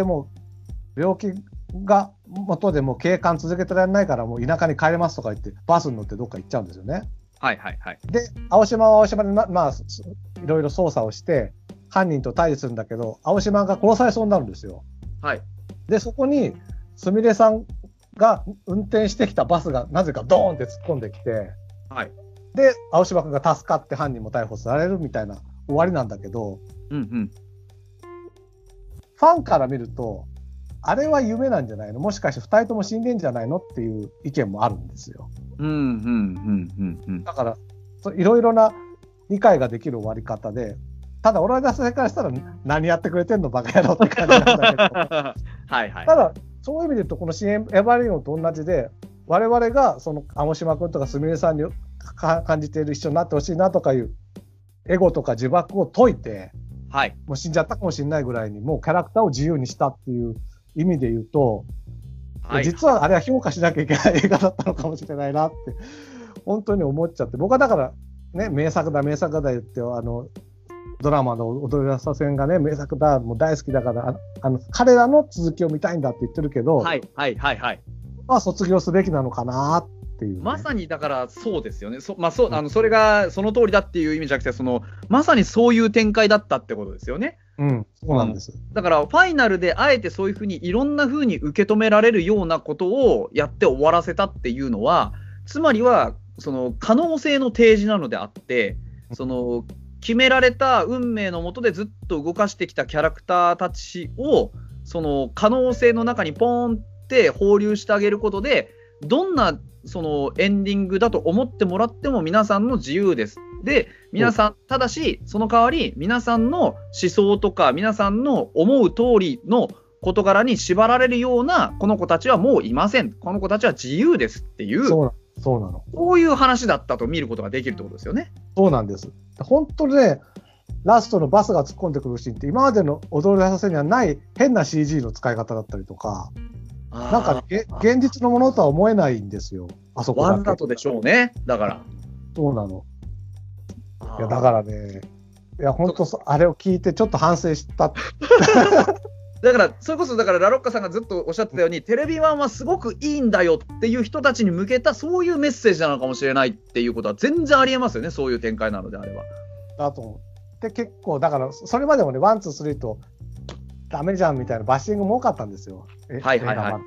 [SPEAKER 2] が元でもう警官続けてられないからもう田舎に帰れますとか言ってバスに乗ってどっか行っちゃうんですよね。で青島は青島でいろいろ捜査をして犯人と対峙するんだけど青島が殺されそうになるんですよ。でそこにすみれさんが運転してきたバスがなぜかドーンって突っ込んできて、で青島君が助かって犯人も逮捕されるみたいな終わりなんだけど、ファンから見るとあれは夢なんじゃないの、もしかして2人とも死んでんじゃないのっていう意見もあるんですよ。だからいろいろな理解ができる終わり方で、ただ俺は出せからしたら何やってくれてんのバカ野郎って感じなんだけどはい、はい、ただそういう意味で言うとこの新エヴァリオンと同じで、我々がその青島君とかすみれさんに感じている一緒になってほしいなとかいうエゴとか呪縛を解いて、はい、もう死んじゃったかもしれないぐらいにもうキャラクターを自由にしたっていう意味で言うと、はい、実はあれは評価しなきゃいけない映画だったのかもしれないなって本当に思っちゃって、僕はだからね、名作だ名作だ言ってドラマの踊り出させんがね名作だもう大好きだから彼らの続きを見たいんだって言ってるけど、はいはいはいはい、まあ卒業すべきなのかなっていう、ね、
[SPEAKER 1] まさにだからそうですよね。それがその通りだっていう意味じゃなくて、まさにそういう展開だったってことですよね。
[SPEAKER 2] うん、そうなんです。
[SPEAKER 1] だからファイナルであえてそういうふうにいろんなふうに受け止められるようなことをやって終わらせたっていうのは、つまりはその可能性の提示なのであって、決められた運命の下でずっと動かしてきたキャラクターたちをその可能性の中にポーンって放流してあげることで、どんなそのエンディングだと思ってもらっても皆さんの自由です。で、皆さん、ただしその代わり皆さんの思想とか皆さんの思う通りの事柄に縛られるようなこの子たちはもういません。この子たちは自由ですっていう、
[SPEAKER 2] そうなの。
[SPEAKER 1] こういう話だったと見ることができるってことですよね。
[SPEAKER 2] そうなんです。本当にね、ラストのバスが突っ込んでくるシーンって今までの踊り出させにはない変な CG の使い方だったりとか、なんか現実のものとは思えないんですよ、あそこだけ。
[SPEAKER 1] わざとでしょうね。だから
[SPEAKER 2] そうなの。いやだからね、いや本当あれを聞いてちょっと反省した
[SPEAKER 1] だからそれこそだからラロッカさんがずっとおっしゃってたように、テレビ版はすごくいいんだよっていう人たちに向けたそういうメッセージなのかもしれないっていうことは全然ありえますよね。そういう展開なのであれば。
[SPEAKER 2] だと思って結構だからそれまでもねワンツースリーとダメじゃんみたいなバッシングも多かったんですよ。
[SPEAKER 1] はいはいはい。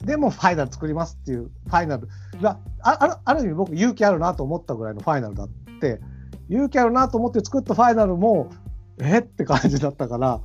[SPEAKER 2] でもファイナル作りますっていうファイナルがある意味僕勇気あるなと思ったぐらいのファイナルだって、勇気あるなと思って作ったファイナルもって感じだったから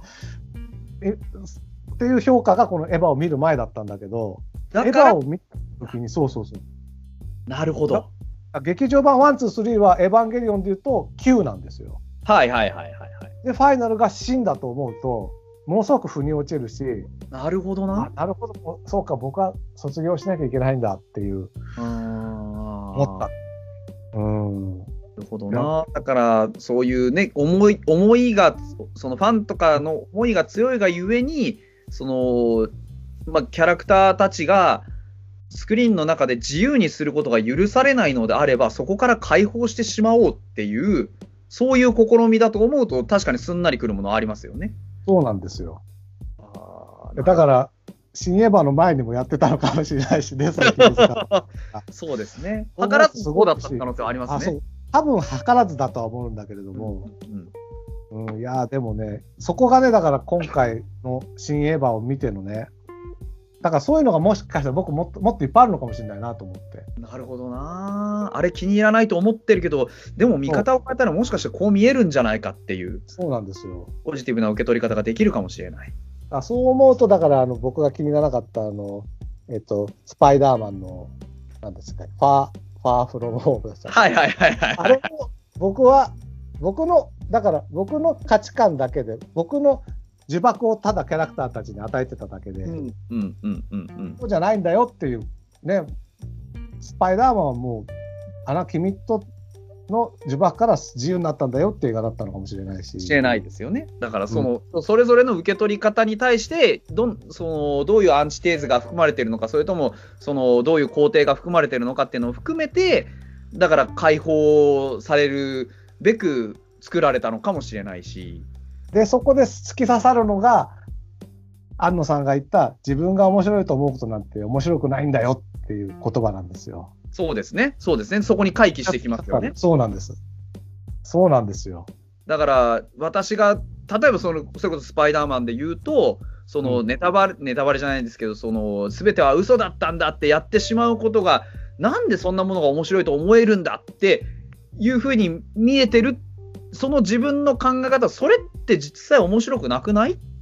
[SPEAKER 2] っていう評価がこのエヴァを見る前だったんだけど、エヴァを見た時にそう
[SPEAKER 1] なるほど。
[SPEAKER 2] 劇場版1、2、3はエヴァンゲリオンでいうと9なんですよ。
[SPEAKER 1] はいはいはいはい。
[SPEAKER 2] でファイナルが真だと思うとものすごく腑に落ちるし、
[SPEAKER 1] なるほどな。
[SPEAKER 2] なるほど、そうか僕は卒業しなきゃいけないんだっていう思った。
[SPEAKER 1] なるほどな。だからそういうね思いがそのファンとかの思いが強いがゆえにキャラクターたちがスクリーンの中で自由にすることが許されないのであればそこから解放してしまおうっていうそういう試みだと思うと確かにすんなりくるものはありますよね。
[SPEAKER 2] そうなんですよ。だから新エヴァの前にもやってたのかもしれないしね。
[SPEAKER 1] そうですね。図らずそうだった可能性はありますね。
[SPEAKER 2] 多分図らずだとは思うんだけれども、いやでもねそこがねだから今回の新エヴァを見てのね、だからそういうのがもしかしたら僕もっといっぱいあるのかもしれないなと思って。
[SPEAKER 1] なるほどな。あれ気に入らないと思ってるけどでも見方を変えたらもしかしてこう見えるんじゃないかっていう、
[SPEAKER 2] そうなんですよ、
[SPEAKER 1] ポジティブな受け取り方ができるかもしれない。
[SPEAKER 2] そう思うとだから僕が気にならなかったスパイダーマンの何ですか、ファーフロムホームでした。
[SPEAKER 1] はいはいはいはい。
[SPEAKER 2] あれも僕の価値観だけで僕の呪縛をただキャラクターたちに与えてただけで、そうじゃないんだよっていうね。スパイダーマンはもう君との呪縛から自由になったんだよっていう映画だったのかもしれないし。
[SPEAKER 1] 知れないですよね。だからそれぞれの受け取り方に対してどういうアンチテーゼが含まれているのか、それともどういう肯定が含まれているのかっていうのを含めて、だから解放されるべく作られたのかもしれないし。
[SPEAKER 2] でそこで突き刺さるのが庵野さんが言った自分が面白いと思うことなんて面白くないんだよっていう言葉なんですよ。
[SPEAKER 1] そうですね。そこに回帰してきますよね。
[SPEAKER 2] そうなんですよ。
[SPEAKER 1] だから私が例えばそれこそスパイダーマンで言うとネタバレじゃないんですけど全ては嘘だったんだってやってしまうことがなんでそんなものが面白いと思えるんだっていうふうに見えてるその自分の考え方、それって実際面白くなくないっ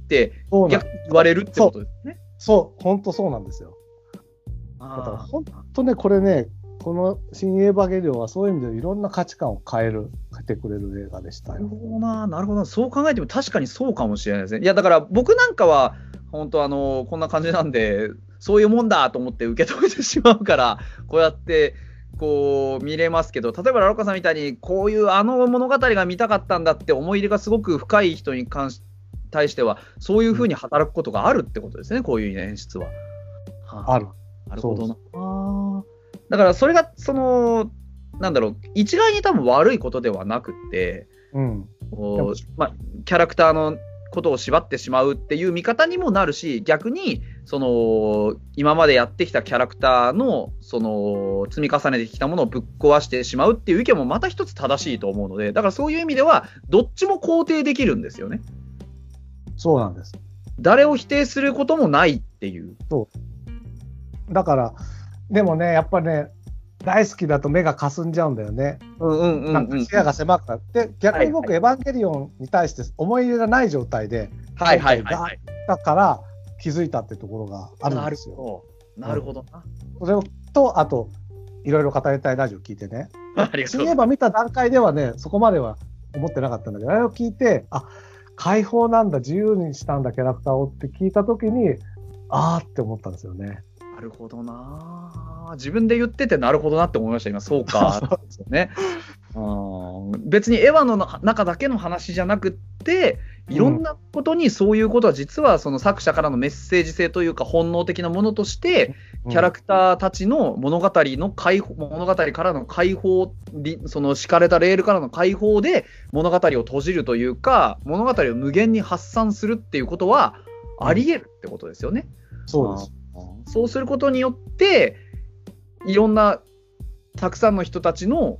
[SPEAKER 1] って逆に言われるってことですね。
[SPEAKER 2] そう、本当そうなんですよ。だから本当ね、これね、この新エヴァゲリオンはそういう意味でいろんな価値観を変えてくれる映画でしたよ。
[SPEAKER 1] なるほど、そう考えても確かにそうかもしれないですね。いやだから僕なんかは本当こんな感じなんで、そういうもんだと思って受け止めてしまうから、こうやってこう見れますけど、例えばラロカさんみたいにこういう物語が見たかったんだって思い入れがすごく深い人に対してはそういうふうに働くことがあるってことですね、こういう演出は。
[SPEAKER 2] ある。
[SPEAKER 1] なるほどな。だからそれがなんだろう、一概に多分悪いことではなくて、キャラクターのことを縛ってしまうっていう見方にもなるし、逆に今までやってきたキャラクターの積み重ねてきたものをぶっ壊してしまうっていう意見もまた一つ正しいと思うので、だからそういう意味ではどっちも肯定できるんですよね。
[SPEAKER 2] そうなんです。
[SPEAKER 1] 誰を否定することもないっていう。
[SPEAKER 2] そうだからでもね、やっぱね、大好きだと目がかすんじゃうんだよね。なんか視野が狭くなって、逆に僕、エヴァンゲリオンに対して思い入れがない状態で、だから気づいたってところがあるんですよ。
[SPEAKER 1] なるほどな。
[SPEAKER 2] それと、あと、いろいろ語りたいラジオ聞いてね、新エヴァ見た段階ではね、そこまでは思ってなかったんだけど、あれを聞いて、解放なんだ、自由にしたんだ、キャラクターをって聞いたときに、って思ったんですよね。
[SPEAKER 1] なるほどな。自分で言っててなるほどなって思いました、今。そうかですよね。別にエヴァの中だけの話じゃなくっていろんなことにそういうことは実はその作者からのメッセージ性というか本能的なものとしてキャラクターたちの物語からの解放、その敷かれたレールからの解放で物語を閉じるというか物語を無限に発散するっていうことはあり得るってことですよね。
[SPEAKER 2] そうです。
[SPEAKER 1] そうすることによっていろんなたくさんの人たちの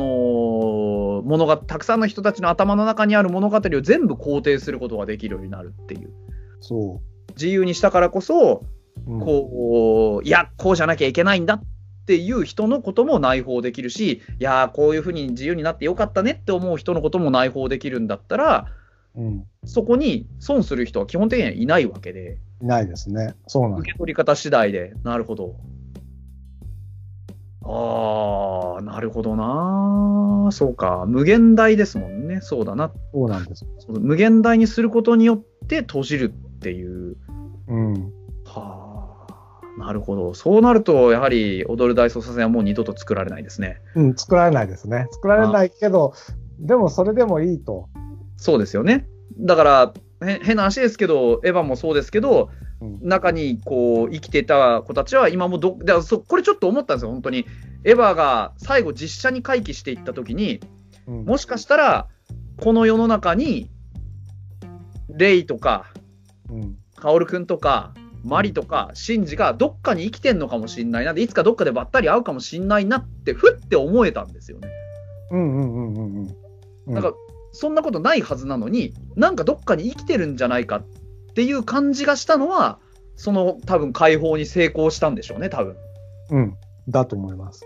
[SPEAKER 1] たくさんの人たちの頭の中にある物語を全部肯定することができるようになるっていう。自由にしたからこそ、いやこうじゃなきゃいけないんだっていう人のことも内包できるし、いやこういうふうに自由になってよかったねって思う人のことも内包できるんだったら、そこに損する人は基本的にはいないわけで。
[SPEAKER 2] いないですね。そうなんです。
[SPEAKER 1] 受け取り方次第で。なるほど。なるほどな。そうか、無限大ですもんね。そうだな。
[SPEAKER 2] そうなんです。
[SPEAKER 1] 無限大にすることによって閉じるっていう。なるほど。そうなるとやはり踊る大捜査線はもう二度と作られないですね。
[SPEAKER 2] 作られないですね。作られないけど、でもそれでもいいと。
[SPEAKER 1] そうですよね。だから変な話ですけど、エヴァもそうですけど、中にこう生きてた子たちは今もこれちょっと思ったんですよ、本当に。エヴァが最後実写に回帰していった時に、もしかしたらこの世の中にレイとか、薫君とかマリとかシンジがどっかに生きてんのかもしれないな、でいつかどっかでばったり会うかもしれないなってふって思えたんですよね。なんかそんなことないはずなのに、なんかどっかに生きてるんじゃないかっていう感じがしたのは、多分解放に成功したんでしょうね、多分。
[SPEAKER 2] だと思います。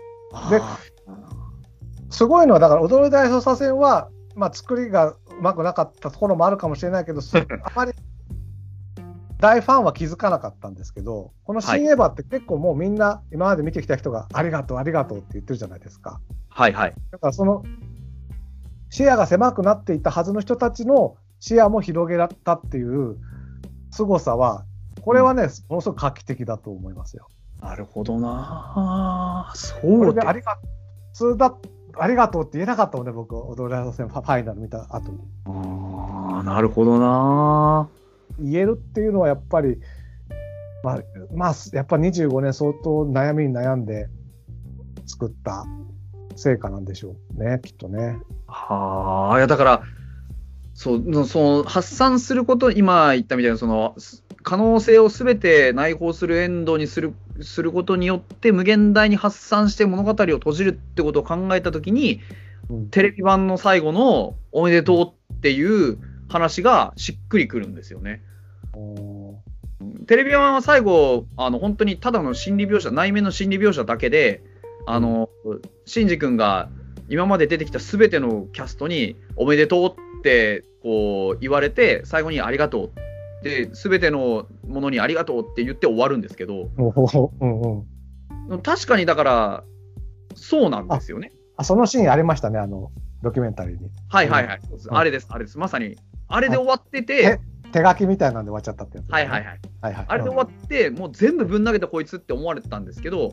[SPEAKER 2] ですごいのは、だから踊る大捜査線は、作りがうまくなかったところもあるかもしれないけど、あまり大ファンは気づかなかったんですけど、この新エヴァって結構もうみんな今まで見てきた人がありがとうありがとうって言ってるじゃないですか。だから視野が狭くなっていたはずの人たちの視野も広げたっていう凄さは、これはね、ものすごく画期的だと思いますよ。
[SPEAKER 1] なるほどな。そう
[SPEAKER 2] これでありがとうって言えなかったもんね、僕、踊る大捜査線ファイナル見た後に。
[SPEAKER 1] なるほどな。
[SPEAKER 2] 言えるっていうのはやっぱり、やっぱ25年相当悩みに悩んで作った成果なんでしょうね、きっとね。
[SPEAKER 1] いやだからその発散すること、今言ったみたいな可能性を全て内包するエンドにすることによって無限大に発散して物語を閉じるってことを考えたときに、テレビ版の最後のおめでとうっていう話がしっくりくるんですよね。テレビ版は最後本当にただの心理描写、内面の心理描写だけで、シンジ君が今まで出てきた全てのキャストにおめでとうってこう言われて、最後にありがとうってって全てのものにありがとうって言って終わるんですけど、
[SPEAKER 2] うんうん、
[SPEAKER 1] 確かにだからそうなんですよね。
[SPEAKER 2] そのシーンありましたね、ドキュメンタリーに。
[SPEAKER 1] はいはいはい、あれです、あれです。まさにあれで終わってて、
[SPEAKER 2] 手書きみたいなんで終わっちゃったってやつ、ね。
[SPEAKER 1] はいはいはい。あれで終わって、もう全部ぶん投げたこいつって思われてたんですけど、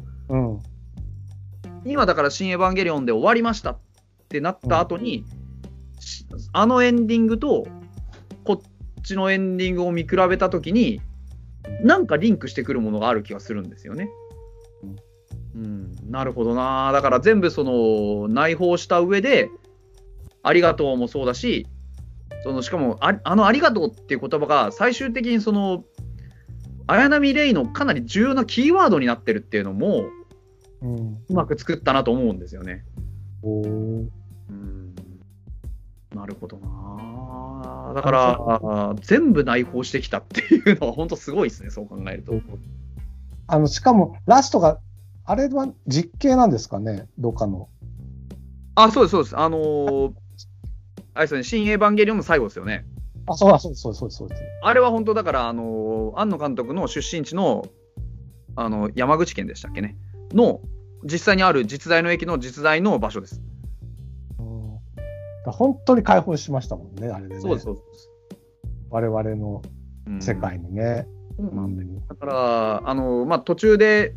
[SPEAKER 1] 今だから新エヴァンゲリオンで終わりましたってなった後に、あのエンディングとこっちのエンディングを見比べたときに、なんかリンクしてくるものがある気がするんですよね。なるほどな。だから全部その内包した上で、ありがとうもそうだし、しかもありがとうっていう言葉が最終的に綾波レイのかなり重要なキーワードになってるっていうのも、うまく作ったなと思うんですよね。なるほどな。だから全部内包してきたっていうのは本当すごいですね、そう考えると。
[SPEAKER 2] しかもラストがあれは実景なんですかね、どっかの。
[SPEAKER 1] そうですそうです。あれですね、新エヴァンゲリオンの最後ですよね。
[SPEAKER 2] そうです。
[SPEAKER 1] あれは本当だから庵野監督の出身地の山口県でしたっけねの実際にある実在の駅の実在の場所です。
[SPEAKER 2] 本当に解放しましたもんね、あれでね。
[SPEAKER 1] そうですそうです。
[SPEAKER 2] 我々の世界にね。
[SPEAKER 1] だから途中で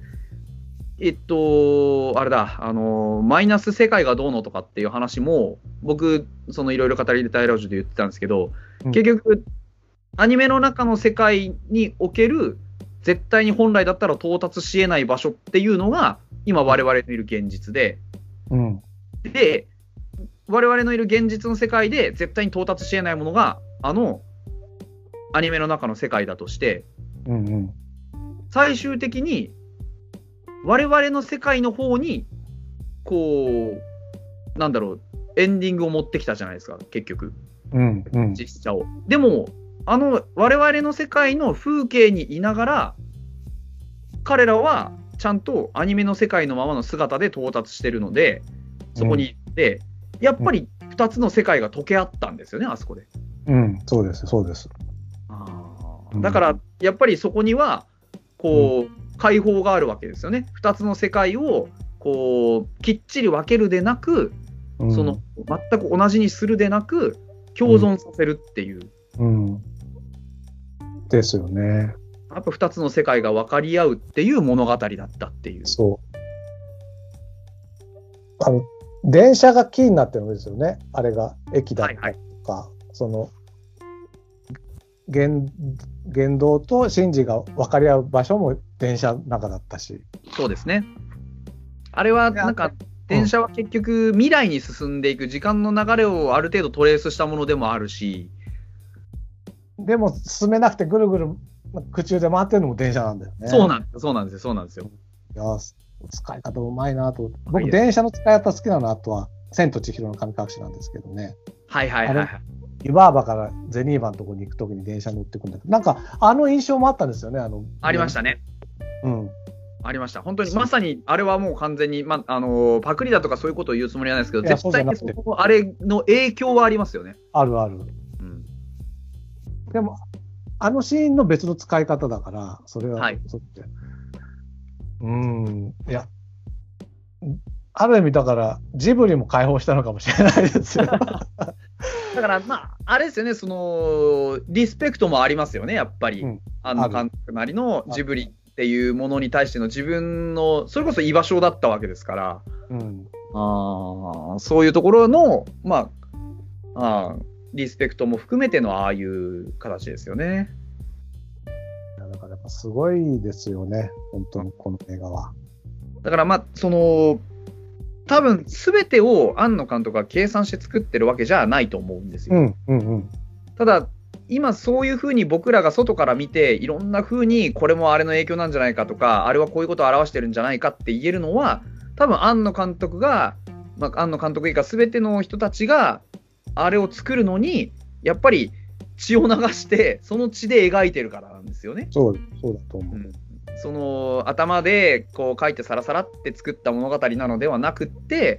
[SPEAKER 1] あれだマイナス世界がどうのとかっていう話も僕いろいろ語りたいラジオで言ってたんですけど、結局アニメの中の世界における絶対に本来だったら到達しえない場所っていうのが今我々のいる現実で、で我々のいる現実の世界で絶対に到達しえないものがアニメの中の世界だとして、最終的に我々の世界の方になんだろうエンディングを持ってきたじゃないですか結局、実写を。でも我々の世界の風景にいながら彼らはちゃんとアニメの世界のままの姿で到達してるので、そこに行って、やっぱり2つの世界が溶け合ったんですよね、あそこで。
[SPEAKER 2] そうです。
[SPEAKER 1] だからやっぱりそこには解放があるわけですよね。2つの世界をきっちり分けるでなく、全く同じにするでなく共存させるっていう。
[SPEAKER 2] ですよね。
[SPEAKER 1] やっぱ2つの世界が分かり合うっていう物語だったっていう。
[SPEAKER 2] 電車がキーになってるんですよね。あれが駅だったりとか、言動と真珠が分かり合う場所も電車の中だったし。
[SPEAKER 1] そうですね。あれはなんか電車は結局未来に進んでいく時間の流れをある程度トレースしたものでもあるし、
[SPEAKER 2] でも進めなくてぐるぐる空中で回ってるのも電車なんだよね。
[SPEAKER 1] そうなんですよ。
[SPEAKER 2] いや使い方うまいなと。僕電車の使い方好きなの。あとは千と千尋の神隠しなんですけどね。湯婆婆からゼニーバのところに行くときに電車に乗ってくんだけど、なんか印象もあったんですよね。
[SPEAKER 1] ありましたね。ありました。本当にまさにあれはもう完全に、パクリだとかそういうことを言うつもりはないですけど、絶対にあれの影響はありますよね。
[SPEAKER 2] ある。でもシーンの別の使い方だからそれは、いやある意味だからジブリも解放したのかもしれないですよ。だ
[SPEAKER 1] からあれですよね、リスペクトもありますよね、やっぱり。庵野監督なりのジブリっていうものに対しての自分のそれこそ居場所だったわけですから、そういうところのリスペクトも含めてのああいう形ですよね。
[SPEAKER 2] だからやっぱすごいですよね、本当にこの映画は。
[SPEAKER 1] だから多分全てを庵野監督が計算して作ってるわけじゃないと思うんですよ。ただ今そういうふうに僕らが外から見ていろんなふうにこれもあれの影響なんじゃないかとか、あれはこういうことを表してるんじゃないかって言えるのは、多分庵野監督が、庵野監督以下全ての人たちがあれを作るのにやっぱり血を流してその血で描いてるからなんですよね。
[SPEAKER 2] そうだと思う。
[SPEAKER 1] 頭で書いてサラサラって作った物語なのではなくって、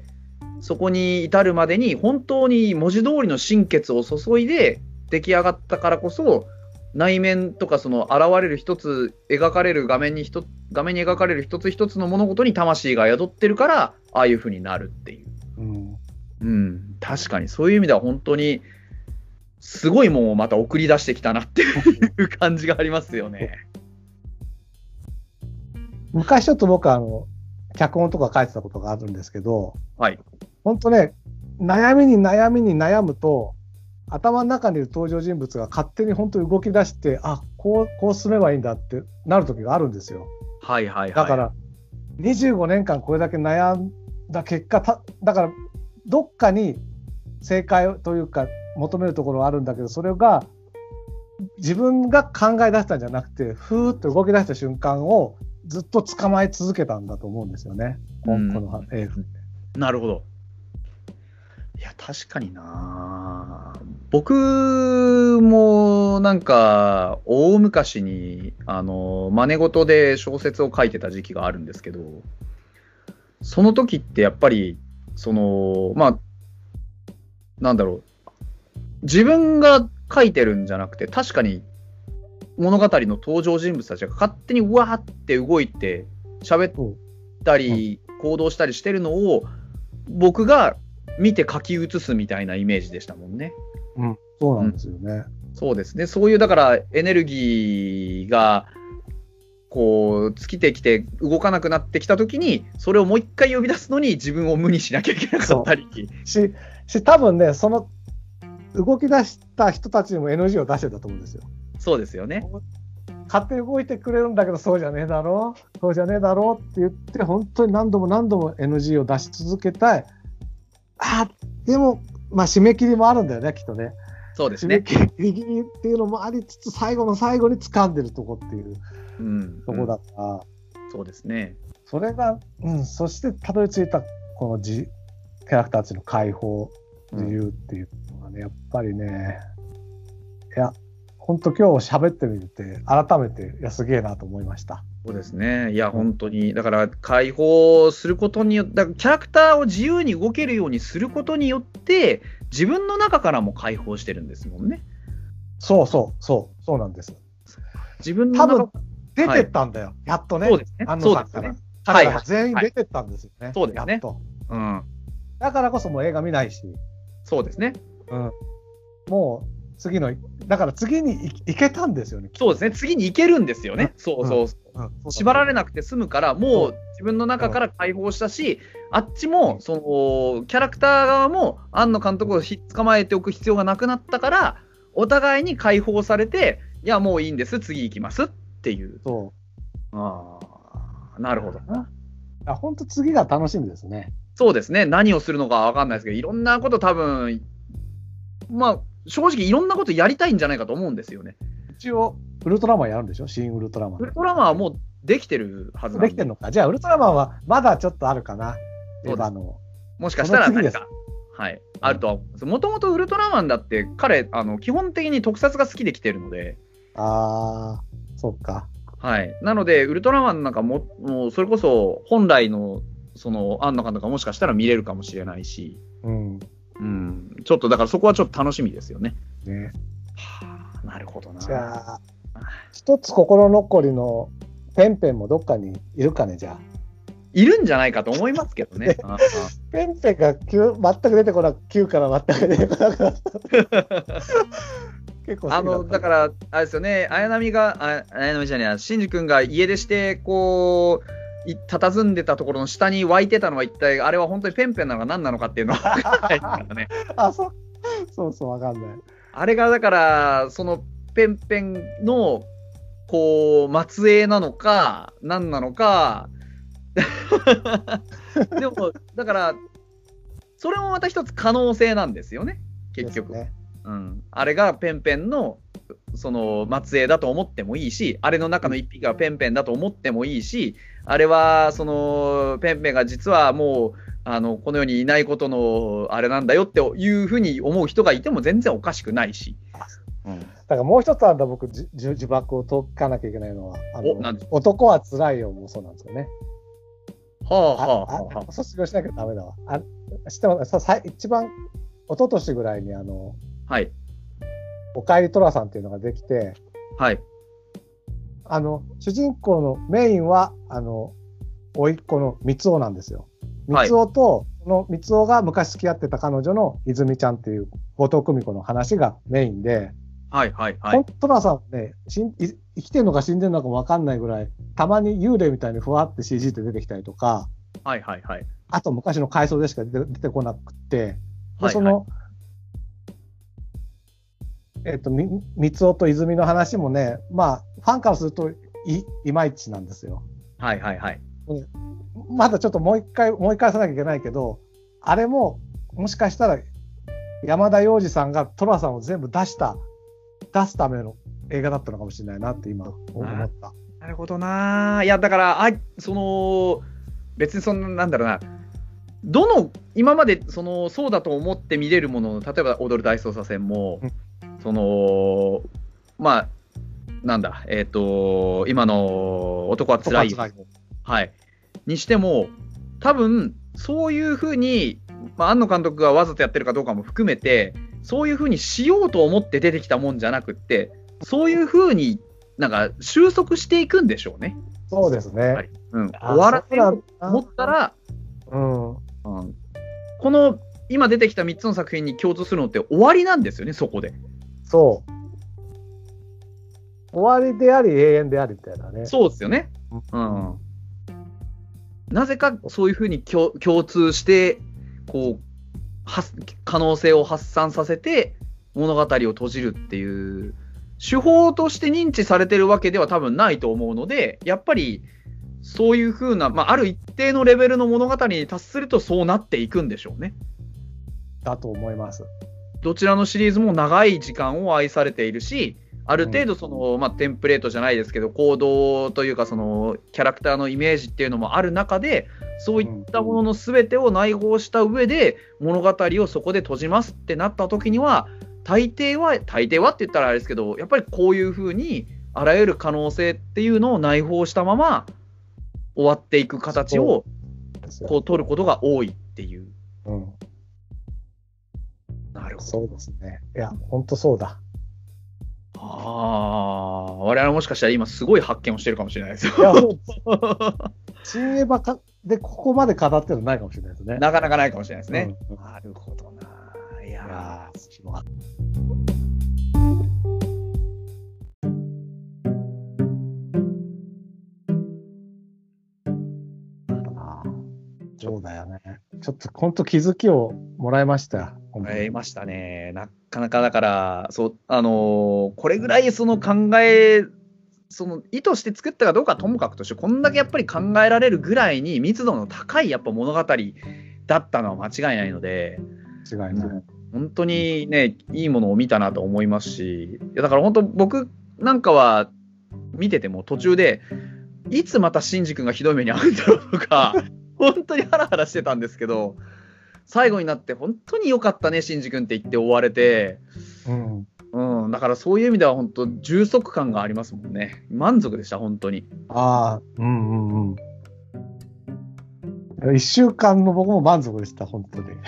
[SPEAKER 1] そこに至るまでに本当に文字通りの心血を注いで出来上がったからこそ、 内面とかその現れる一つ描かれる画面に描かれる一つ一つの物事に魂が宿ってるからああいう風になるっていう、確かにそういう意味では本当にすごいもんをまた送り出してきたなっていう感じがありますよね。
[SPEAKER 2] 昔ちょっと僕脚本とか書いてたことがあるんですけど、
[SPEAKER 1] はい、
[SPEAKER 2] 本当ね、悩みに悩むと頭の中にいる登場人物が勝手に本当に動き出して、こうすればいいんだってなる時があるんですよ。
[SPEAKER 1] はいはいはい。
[SPEAKER 2] だから25年間これだけ悩んだ結果だからどっかに正解というか求めるところはあるんだけど、それが自分が考え出したんじゃなくて、ふーっと動き出した瞬間をずっと捕まえ続けたんだと思うんですよね、この映画。
[SPEAKER 1] なるほど。いや確かにな。僕もなんか大昔に真似事で小説を書いてた時期があるんですけど、その時ってやっぱりなんだろう、自分が書いてるんじゃなくて、確かに物語の登場人物たちが勝手にうわーって動いて喋ったり行動したりしてるのを僕が見て書き写すみたいなイメージでしたもんね。
[SPEAKER 2] そうなんですよね。
[SPEAKER 1] そうですね。そういうだからエネルギーがこう尽きてきて動かなくなってきた時にそれをもう一回呼び出すのに自分を無にしなきゃいけなかったり
[SPEAKER 2] 多分ね、その動き出した人たちにも NG を出してたと思うんですよ。
[SPEAKER 1] そうですよね。
[SPEAKER 2] 勝手に動いてくれるんだけどそうじゃねえだろうって言って本当に何度も NG を出し続けたい。でも締め切りもあるんだよね、きっとね。
[SPEAKER 1] そうですね。
[SPEAKER 2] 締め切りっていうのもありつつ最後の最後に掴んでるとこっていうとこだから、
[SPEAKER 1] そうですね。
[SPEAKER 2] それが、そしてたどり着いたこのキャラクターたちの解放自由っていうのがね、やっぱりね、いや本当今日喋ってみて改めてすげえなと思いました。
[SPEAKER 1] そうですね。いや本当にだから解放することによってキャラクターを自由に動けるようにすることによって自分の中からも解放してるんですもんね。
[SPEAKER 2] そうなんです。
[SPEAKER 1] 自分の
[SPEAKER 2] 多分出てったんだよ、やっとね。
[SPEAKER 1] そうですね。
[SPEAKER 2] 安野さんから。彼ら全員出てったんですよね。
[SPEAKER 1] そうですね。
[SPEAKER 2] やっと。だからこそもう映画見ないし。
[SPEAKER 1] そうですね。
[SPEAKER 2] もうだから次に行けたんですよね。
[SPEAKER 1] そうですね。次に行けるんですよね。縛られなくて済むから、もう自分の中から解放したし、あっちもそのキャラクター側も庵野監督を捕まえておく必要がなくなったから、お互いに解放されて、いやもういいんです、次行きますっていう。なるほどな。
[SPEAKER 2] 本当次が楽しみですね。
[SPEAKER 1] そうですね。何をするのか分かんないですけど、いろんなこと多分正直いろんなことやりたいんじゃないかと思うんですよね。
[SPEAKER 2] 一応ウルトラマンやるんでしょ、新ウルトラマン。
[SPEAKER 1] ウルトラマンはもうできてるはずなんで。
[SPEAKER 2] できてるのか。じゃあウルトラマンはまだちょっとあるかな。エヴァの
[SPEAKER 1] もしかしたら何かあるとは思います。もともとウルトラマンだって彼基本的に特撮が好きで来てるので。
[SPEAKER 2] そうか。
[SPEAKER 1] なのでウルトラマンなんかもうそれこそ本来のその庵野監督がもしかしたら見れるかもしれないし。ちょっとだからそこはちょっと楽しみですよね。なるほどな。
[SPEAKER 2] じゃあ一つ心残りのペンペンもどっかにいるかね。じゃあ
[SPEAKER 1] いるんじゃないかと思いますけどね。
[SPEAKER 2] ペンペンが全く出てこなく9から全く出てこなくなった結構
[SPEAKER 1] だからあれですよね、綾波じゃねえ、真司君が家出してこう佇んでたところの下に湧いてたのは一体あれは本当にペンペンなのか何なのかっていうのは分からないですからね。
[SPEAKER 2] そう分かんない。
[SPEAKER 1] あれがだからそのペンペンのこう末裔なのか何なのかでもだからそれもまた一つ可能性なんですよね結局。あれがペンペンのその末裔だと思ってもいいし、あれの中の一匹がペンペンだと思ってもいいし、あれはそのペンペンが実はもうこの世にいないことのあれなんだよっていうふうに思う人がいても全然おかしくないし。
[SPEAKER 2] だからもう一つあるんだ、僕呪縛を解かなきゃいけないのは男はつらいよもそうなんですよね。卒業しなきゃダメだわ。知ってます？一番一昨年ぐらいにおかえりトラさんっていうのができて、
[SPEAKER 1] はい。
[SPEAKER 2] 主人公のメインは、甥っ子の三尾なんですよ。三尾と、その三尾が昔付き合ってた彼女の泉ちゃんっていう後藤久美子の話がメインで、
[SPEAKER 1] はいはいはい。
[SPEAKER 2] トラさんはね、生きてるのか死んでるのかもわかんないぐらい、たまに幽霊みたいにふわって CG って出てきたりとか、
[SPEAKER 1] はいはいはい。
[SPEAKER 2] あと昔の回想でしか出てこなくて、で、
[SPEAKER 1] はいはい。
[SPEAKER 2] 三尾と泉の話もね、まあ、ファンからするといまいちなんですよ。
[SPEAKER 1] はいはいはい。
[SPEAKER 2] まだちょっともう一回思い返さなきゃいけないけど、あれも、もしかしたら、山田洋次さんが寅さんを全部出すための映画だったのかもしれないなって今思った。
[SPEAKER 1] なるほどな。いや、だから、別になんだろうな。今までそうだと思って見れるもの、例えば踊る大捜査線も、まあ、なんだ、今の男はつらい。はい。にしても、多分、そういうふうに、庵野監督がわざとやってるかどうかも含めて、そういうふうにしようと思って出てきたもんじゃなくって、そういうふうになんか収束していくんでしょうね。
[SPEAKER 2] そうですね。
[SPEAKER 1] 終わらせようと思ったら、この今出てきた3つの作品に共通するのって終わりなんですよね、そこで。
[SPEAKER 2] そう。終わりであり永遠でありみたいなね。
[SPEAKER 1] そうですよね。なぜかそういうふうに共通してこう可能性を発散させて物語を閉じるっていう手法として認知されてるわけでは多分ないと思うので、やっぱりそういうふうな、ある一定のレベルの物語に達するとそうなっていくんでしょうね。
[SPEAKER 2] だと思います。
[SPEAKER 1] どちらのシリーズも長い時間を愛されているし、ある程度テンプレートじゃないですけど行動というかキャラクターのイメージっていうのもある中で、そういったものの全てを内包した上で物語をそこで閉じますってなった時には、大抵はって言ったらあれですけど、やっぱりこういうふうにあらゆる可能性っていうのを内包したまま終わっていく形をこう取ることが多いっていう。なるほど。
[SPEAKER 2] そうですね。いや、本当そうだ。
[SPEAKER 1] 我々もしかしたら今すごい発見をしてるかもしれないですよ。
[SPEAKER 2] いや、そうです。新エヴァでここまで語ってるのないかもしれないですね。
[SPEAKER 1] なかなかないかもしれないですね。なるほどな。いやー、すごい。
[SPEAKER 2] そうだよね。ちょっと本当気づきをもらいましたよ。
[SPEAKER 1] もらいましたね。なかなかだからこれぐらい意図して作ったかどうかともかくとして、こんだけやっぱり考えられるぐらいに密度の高いやっぱ物語だったのは間違いないので、本当にね、いいものを見たなと思いますし、だから本当僕なんかは見てても途中でいつまたシンジ君がひどい目に遭うんだろうとか本当にハラハラしてたんですけど、最後になって本当に良かったねシンジ君って言って終われて、だからそういう意味では本当充足感がありますもんね。満足でした本当に。
[SPEAKER 2] 1週間の僕も満足でした本当に。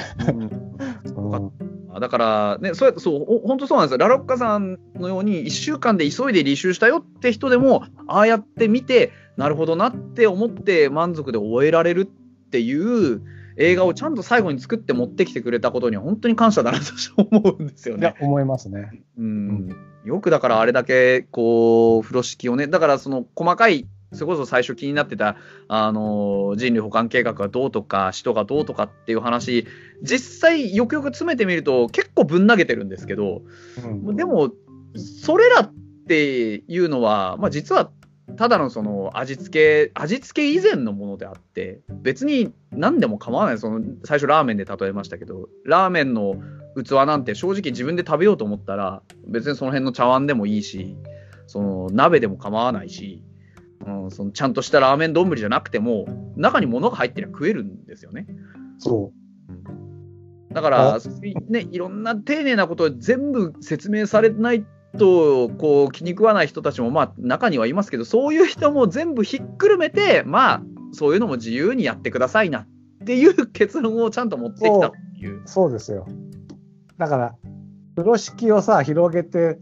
[SPEAKER 1] だからね、そう本当そうなんですよ。ラロッカさんのように1週間で急いで履修したよって人でも、ああやって見てなるほどなって思って満足で終えられるっていう映画をちゃんと最後に作って持ってきてくれたことには本当に感謝だなと思うんですよね。
[SPEAKER 2] いや、思いますね。
[SPEAKER 1] よくだからあれだけこう風呂敷をね、だから細かい、それこそ最初気になってた人類補完計画がどうとか使徒がどうとかっていう話、実際よくよく詰めてみると結構ぶん投げてるんですけど、でもそれらっていうのは、実はただの味付け以前のものであって、別に何でも構わない。最初ラーメンで例えましたけど、ラーメンの器なんて正直自分で食べようと思ったら別にその辺の茶碗でもいいし、鍋でも構わないし、ちゃんとしたラーメン丼じゃなくても中に物が入ってりゃ食えるんですよね。だからね、いろんな丁寧なことを全部説明されないとこう気に食わない人たちも中にはいますけど、そういう人も全部ひっくるめてそういうのも自由にやってくださいなっていう結論をちゃんと持ってきたっていう。
[SPEAKER 2] そうですよ。だから風呂敷をさ広げて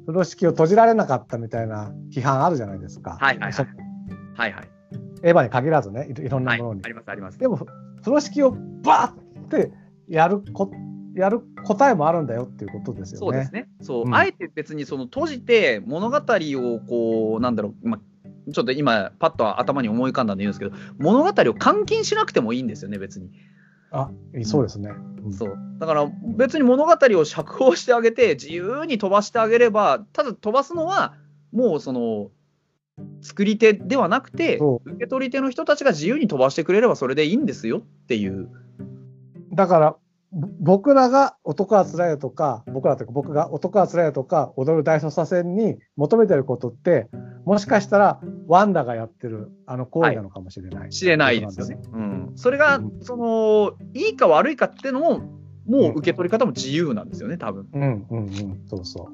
[SPEAKER 2] 風呂敷を閉じられなかったみたいな批判あるじゃないですか。
[SPEAKER 1] はいはいはい。はいはい。
[SPEAKER 2] エヴァに限らずね、いろんなものに。
[SPEAKER 1] ありますあります。
[SPEAKER 2] でも、風呂敷をバーってやる答えもあるんだよっていうことですよね。
[SPEAKER 1] そうですね。そう、あえて別にその閉じて物語をこう、なんだろう、ちょっと今、パッと頭に思い浮かんだんで言うんですけど、物語を監禁しなくてもいいんですよね、別に。
[SPEAKER 2] そうですね。
[SPEAKER 1] そうだから別に物語を釈放してあげて自由に飛ばしてあげれば、ただ飛ばすのはもうその作り手ではなくて受け取り手の人たちが自由に飛ばしてくれればそれでいいんですよっていう。
[SPEAKER 2] だから僕らが男はつらいよとか、僕が男はつらいよとか踊る大捜査線に求めてることって、もしかしたらワンダがやってる行為なのかもしれない、
[SPEAKER 1] はい、知れないですよね。それがそのいいか悪いかっていうのももう受け取り方も自由なんですよね、多分。
[SPEAKER 2] そうそう。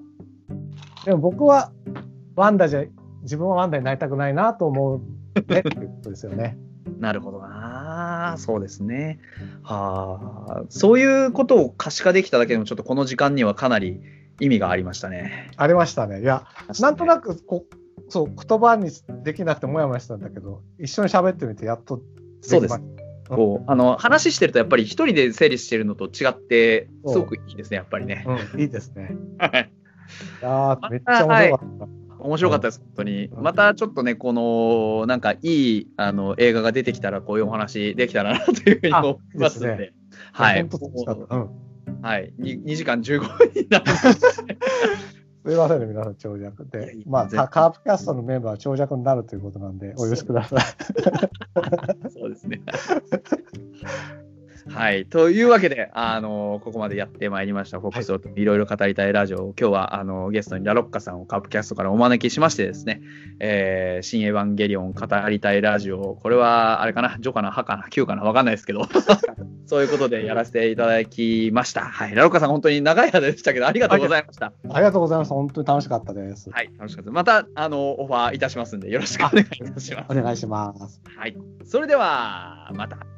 [SPEAKER 2] でも僕は自分はワンダになりたくないなと思うねっていうことですよね。
[SPEAKER 1] なるほどな、そうですね。そういうことを可視化できただけでもちょっとこの時間にはかなり意味がありましたね。
[SPEAKER 2] ありましたね。いや、なんとなくそう言葉にできなくてもやもやしたんだけど、一緒に喋ってみてやっとできました。
[SPEAKER 1] そうです。こう話してるとやっぱり一人で整理してるのと違ってすごくいいですね、やっぱりね。
[SPEAKER 2] いいですね。めっちゃ面白かった。
[SPEAKER 1] 面白かったです、本当に。またちょっとね、このなんかいい映画が出てきたらこういうお話できたらなというふうに思いますので、はい。はい、2時間15分になりました。す
[SPEAKER 2] いませんね、皆さん長尺で。カープキャストのメンバーは長尺になるということなんで、お許しください。
[SPEAKER 1] そうですね。はい。というわけで、ここまでやってまいりました、フォックストロットいろいろ語りたいラジオ。今日はゲストにラロッカさんをカープキャストからお招きしましてですね、新エヴァンゲリオン語りたいラジオ、これはあれかな、ジョかな、ハかな、キューかな、わかんないですけど、そういうことでやらせていただきました。はい。ラロッカさん、本当に長い間でしたけど、ありがとうございました。
[SPEAKER 2] ありがとうございました。本当に楽しかったです。
[SPEAKER 1] はい、楽しかったです。また、オファーいたしますんで、よろしくお願いいたします。
[SPEAKER 2] お願いします。
[SPEAKER 1] はい。それでは、また。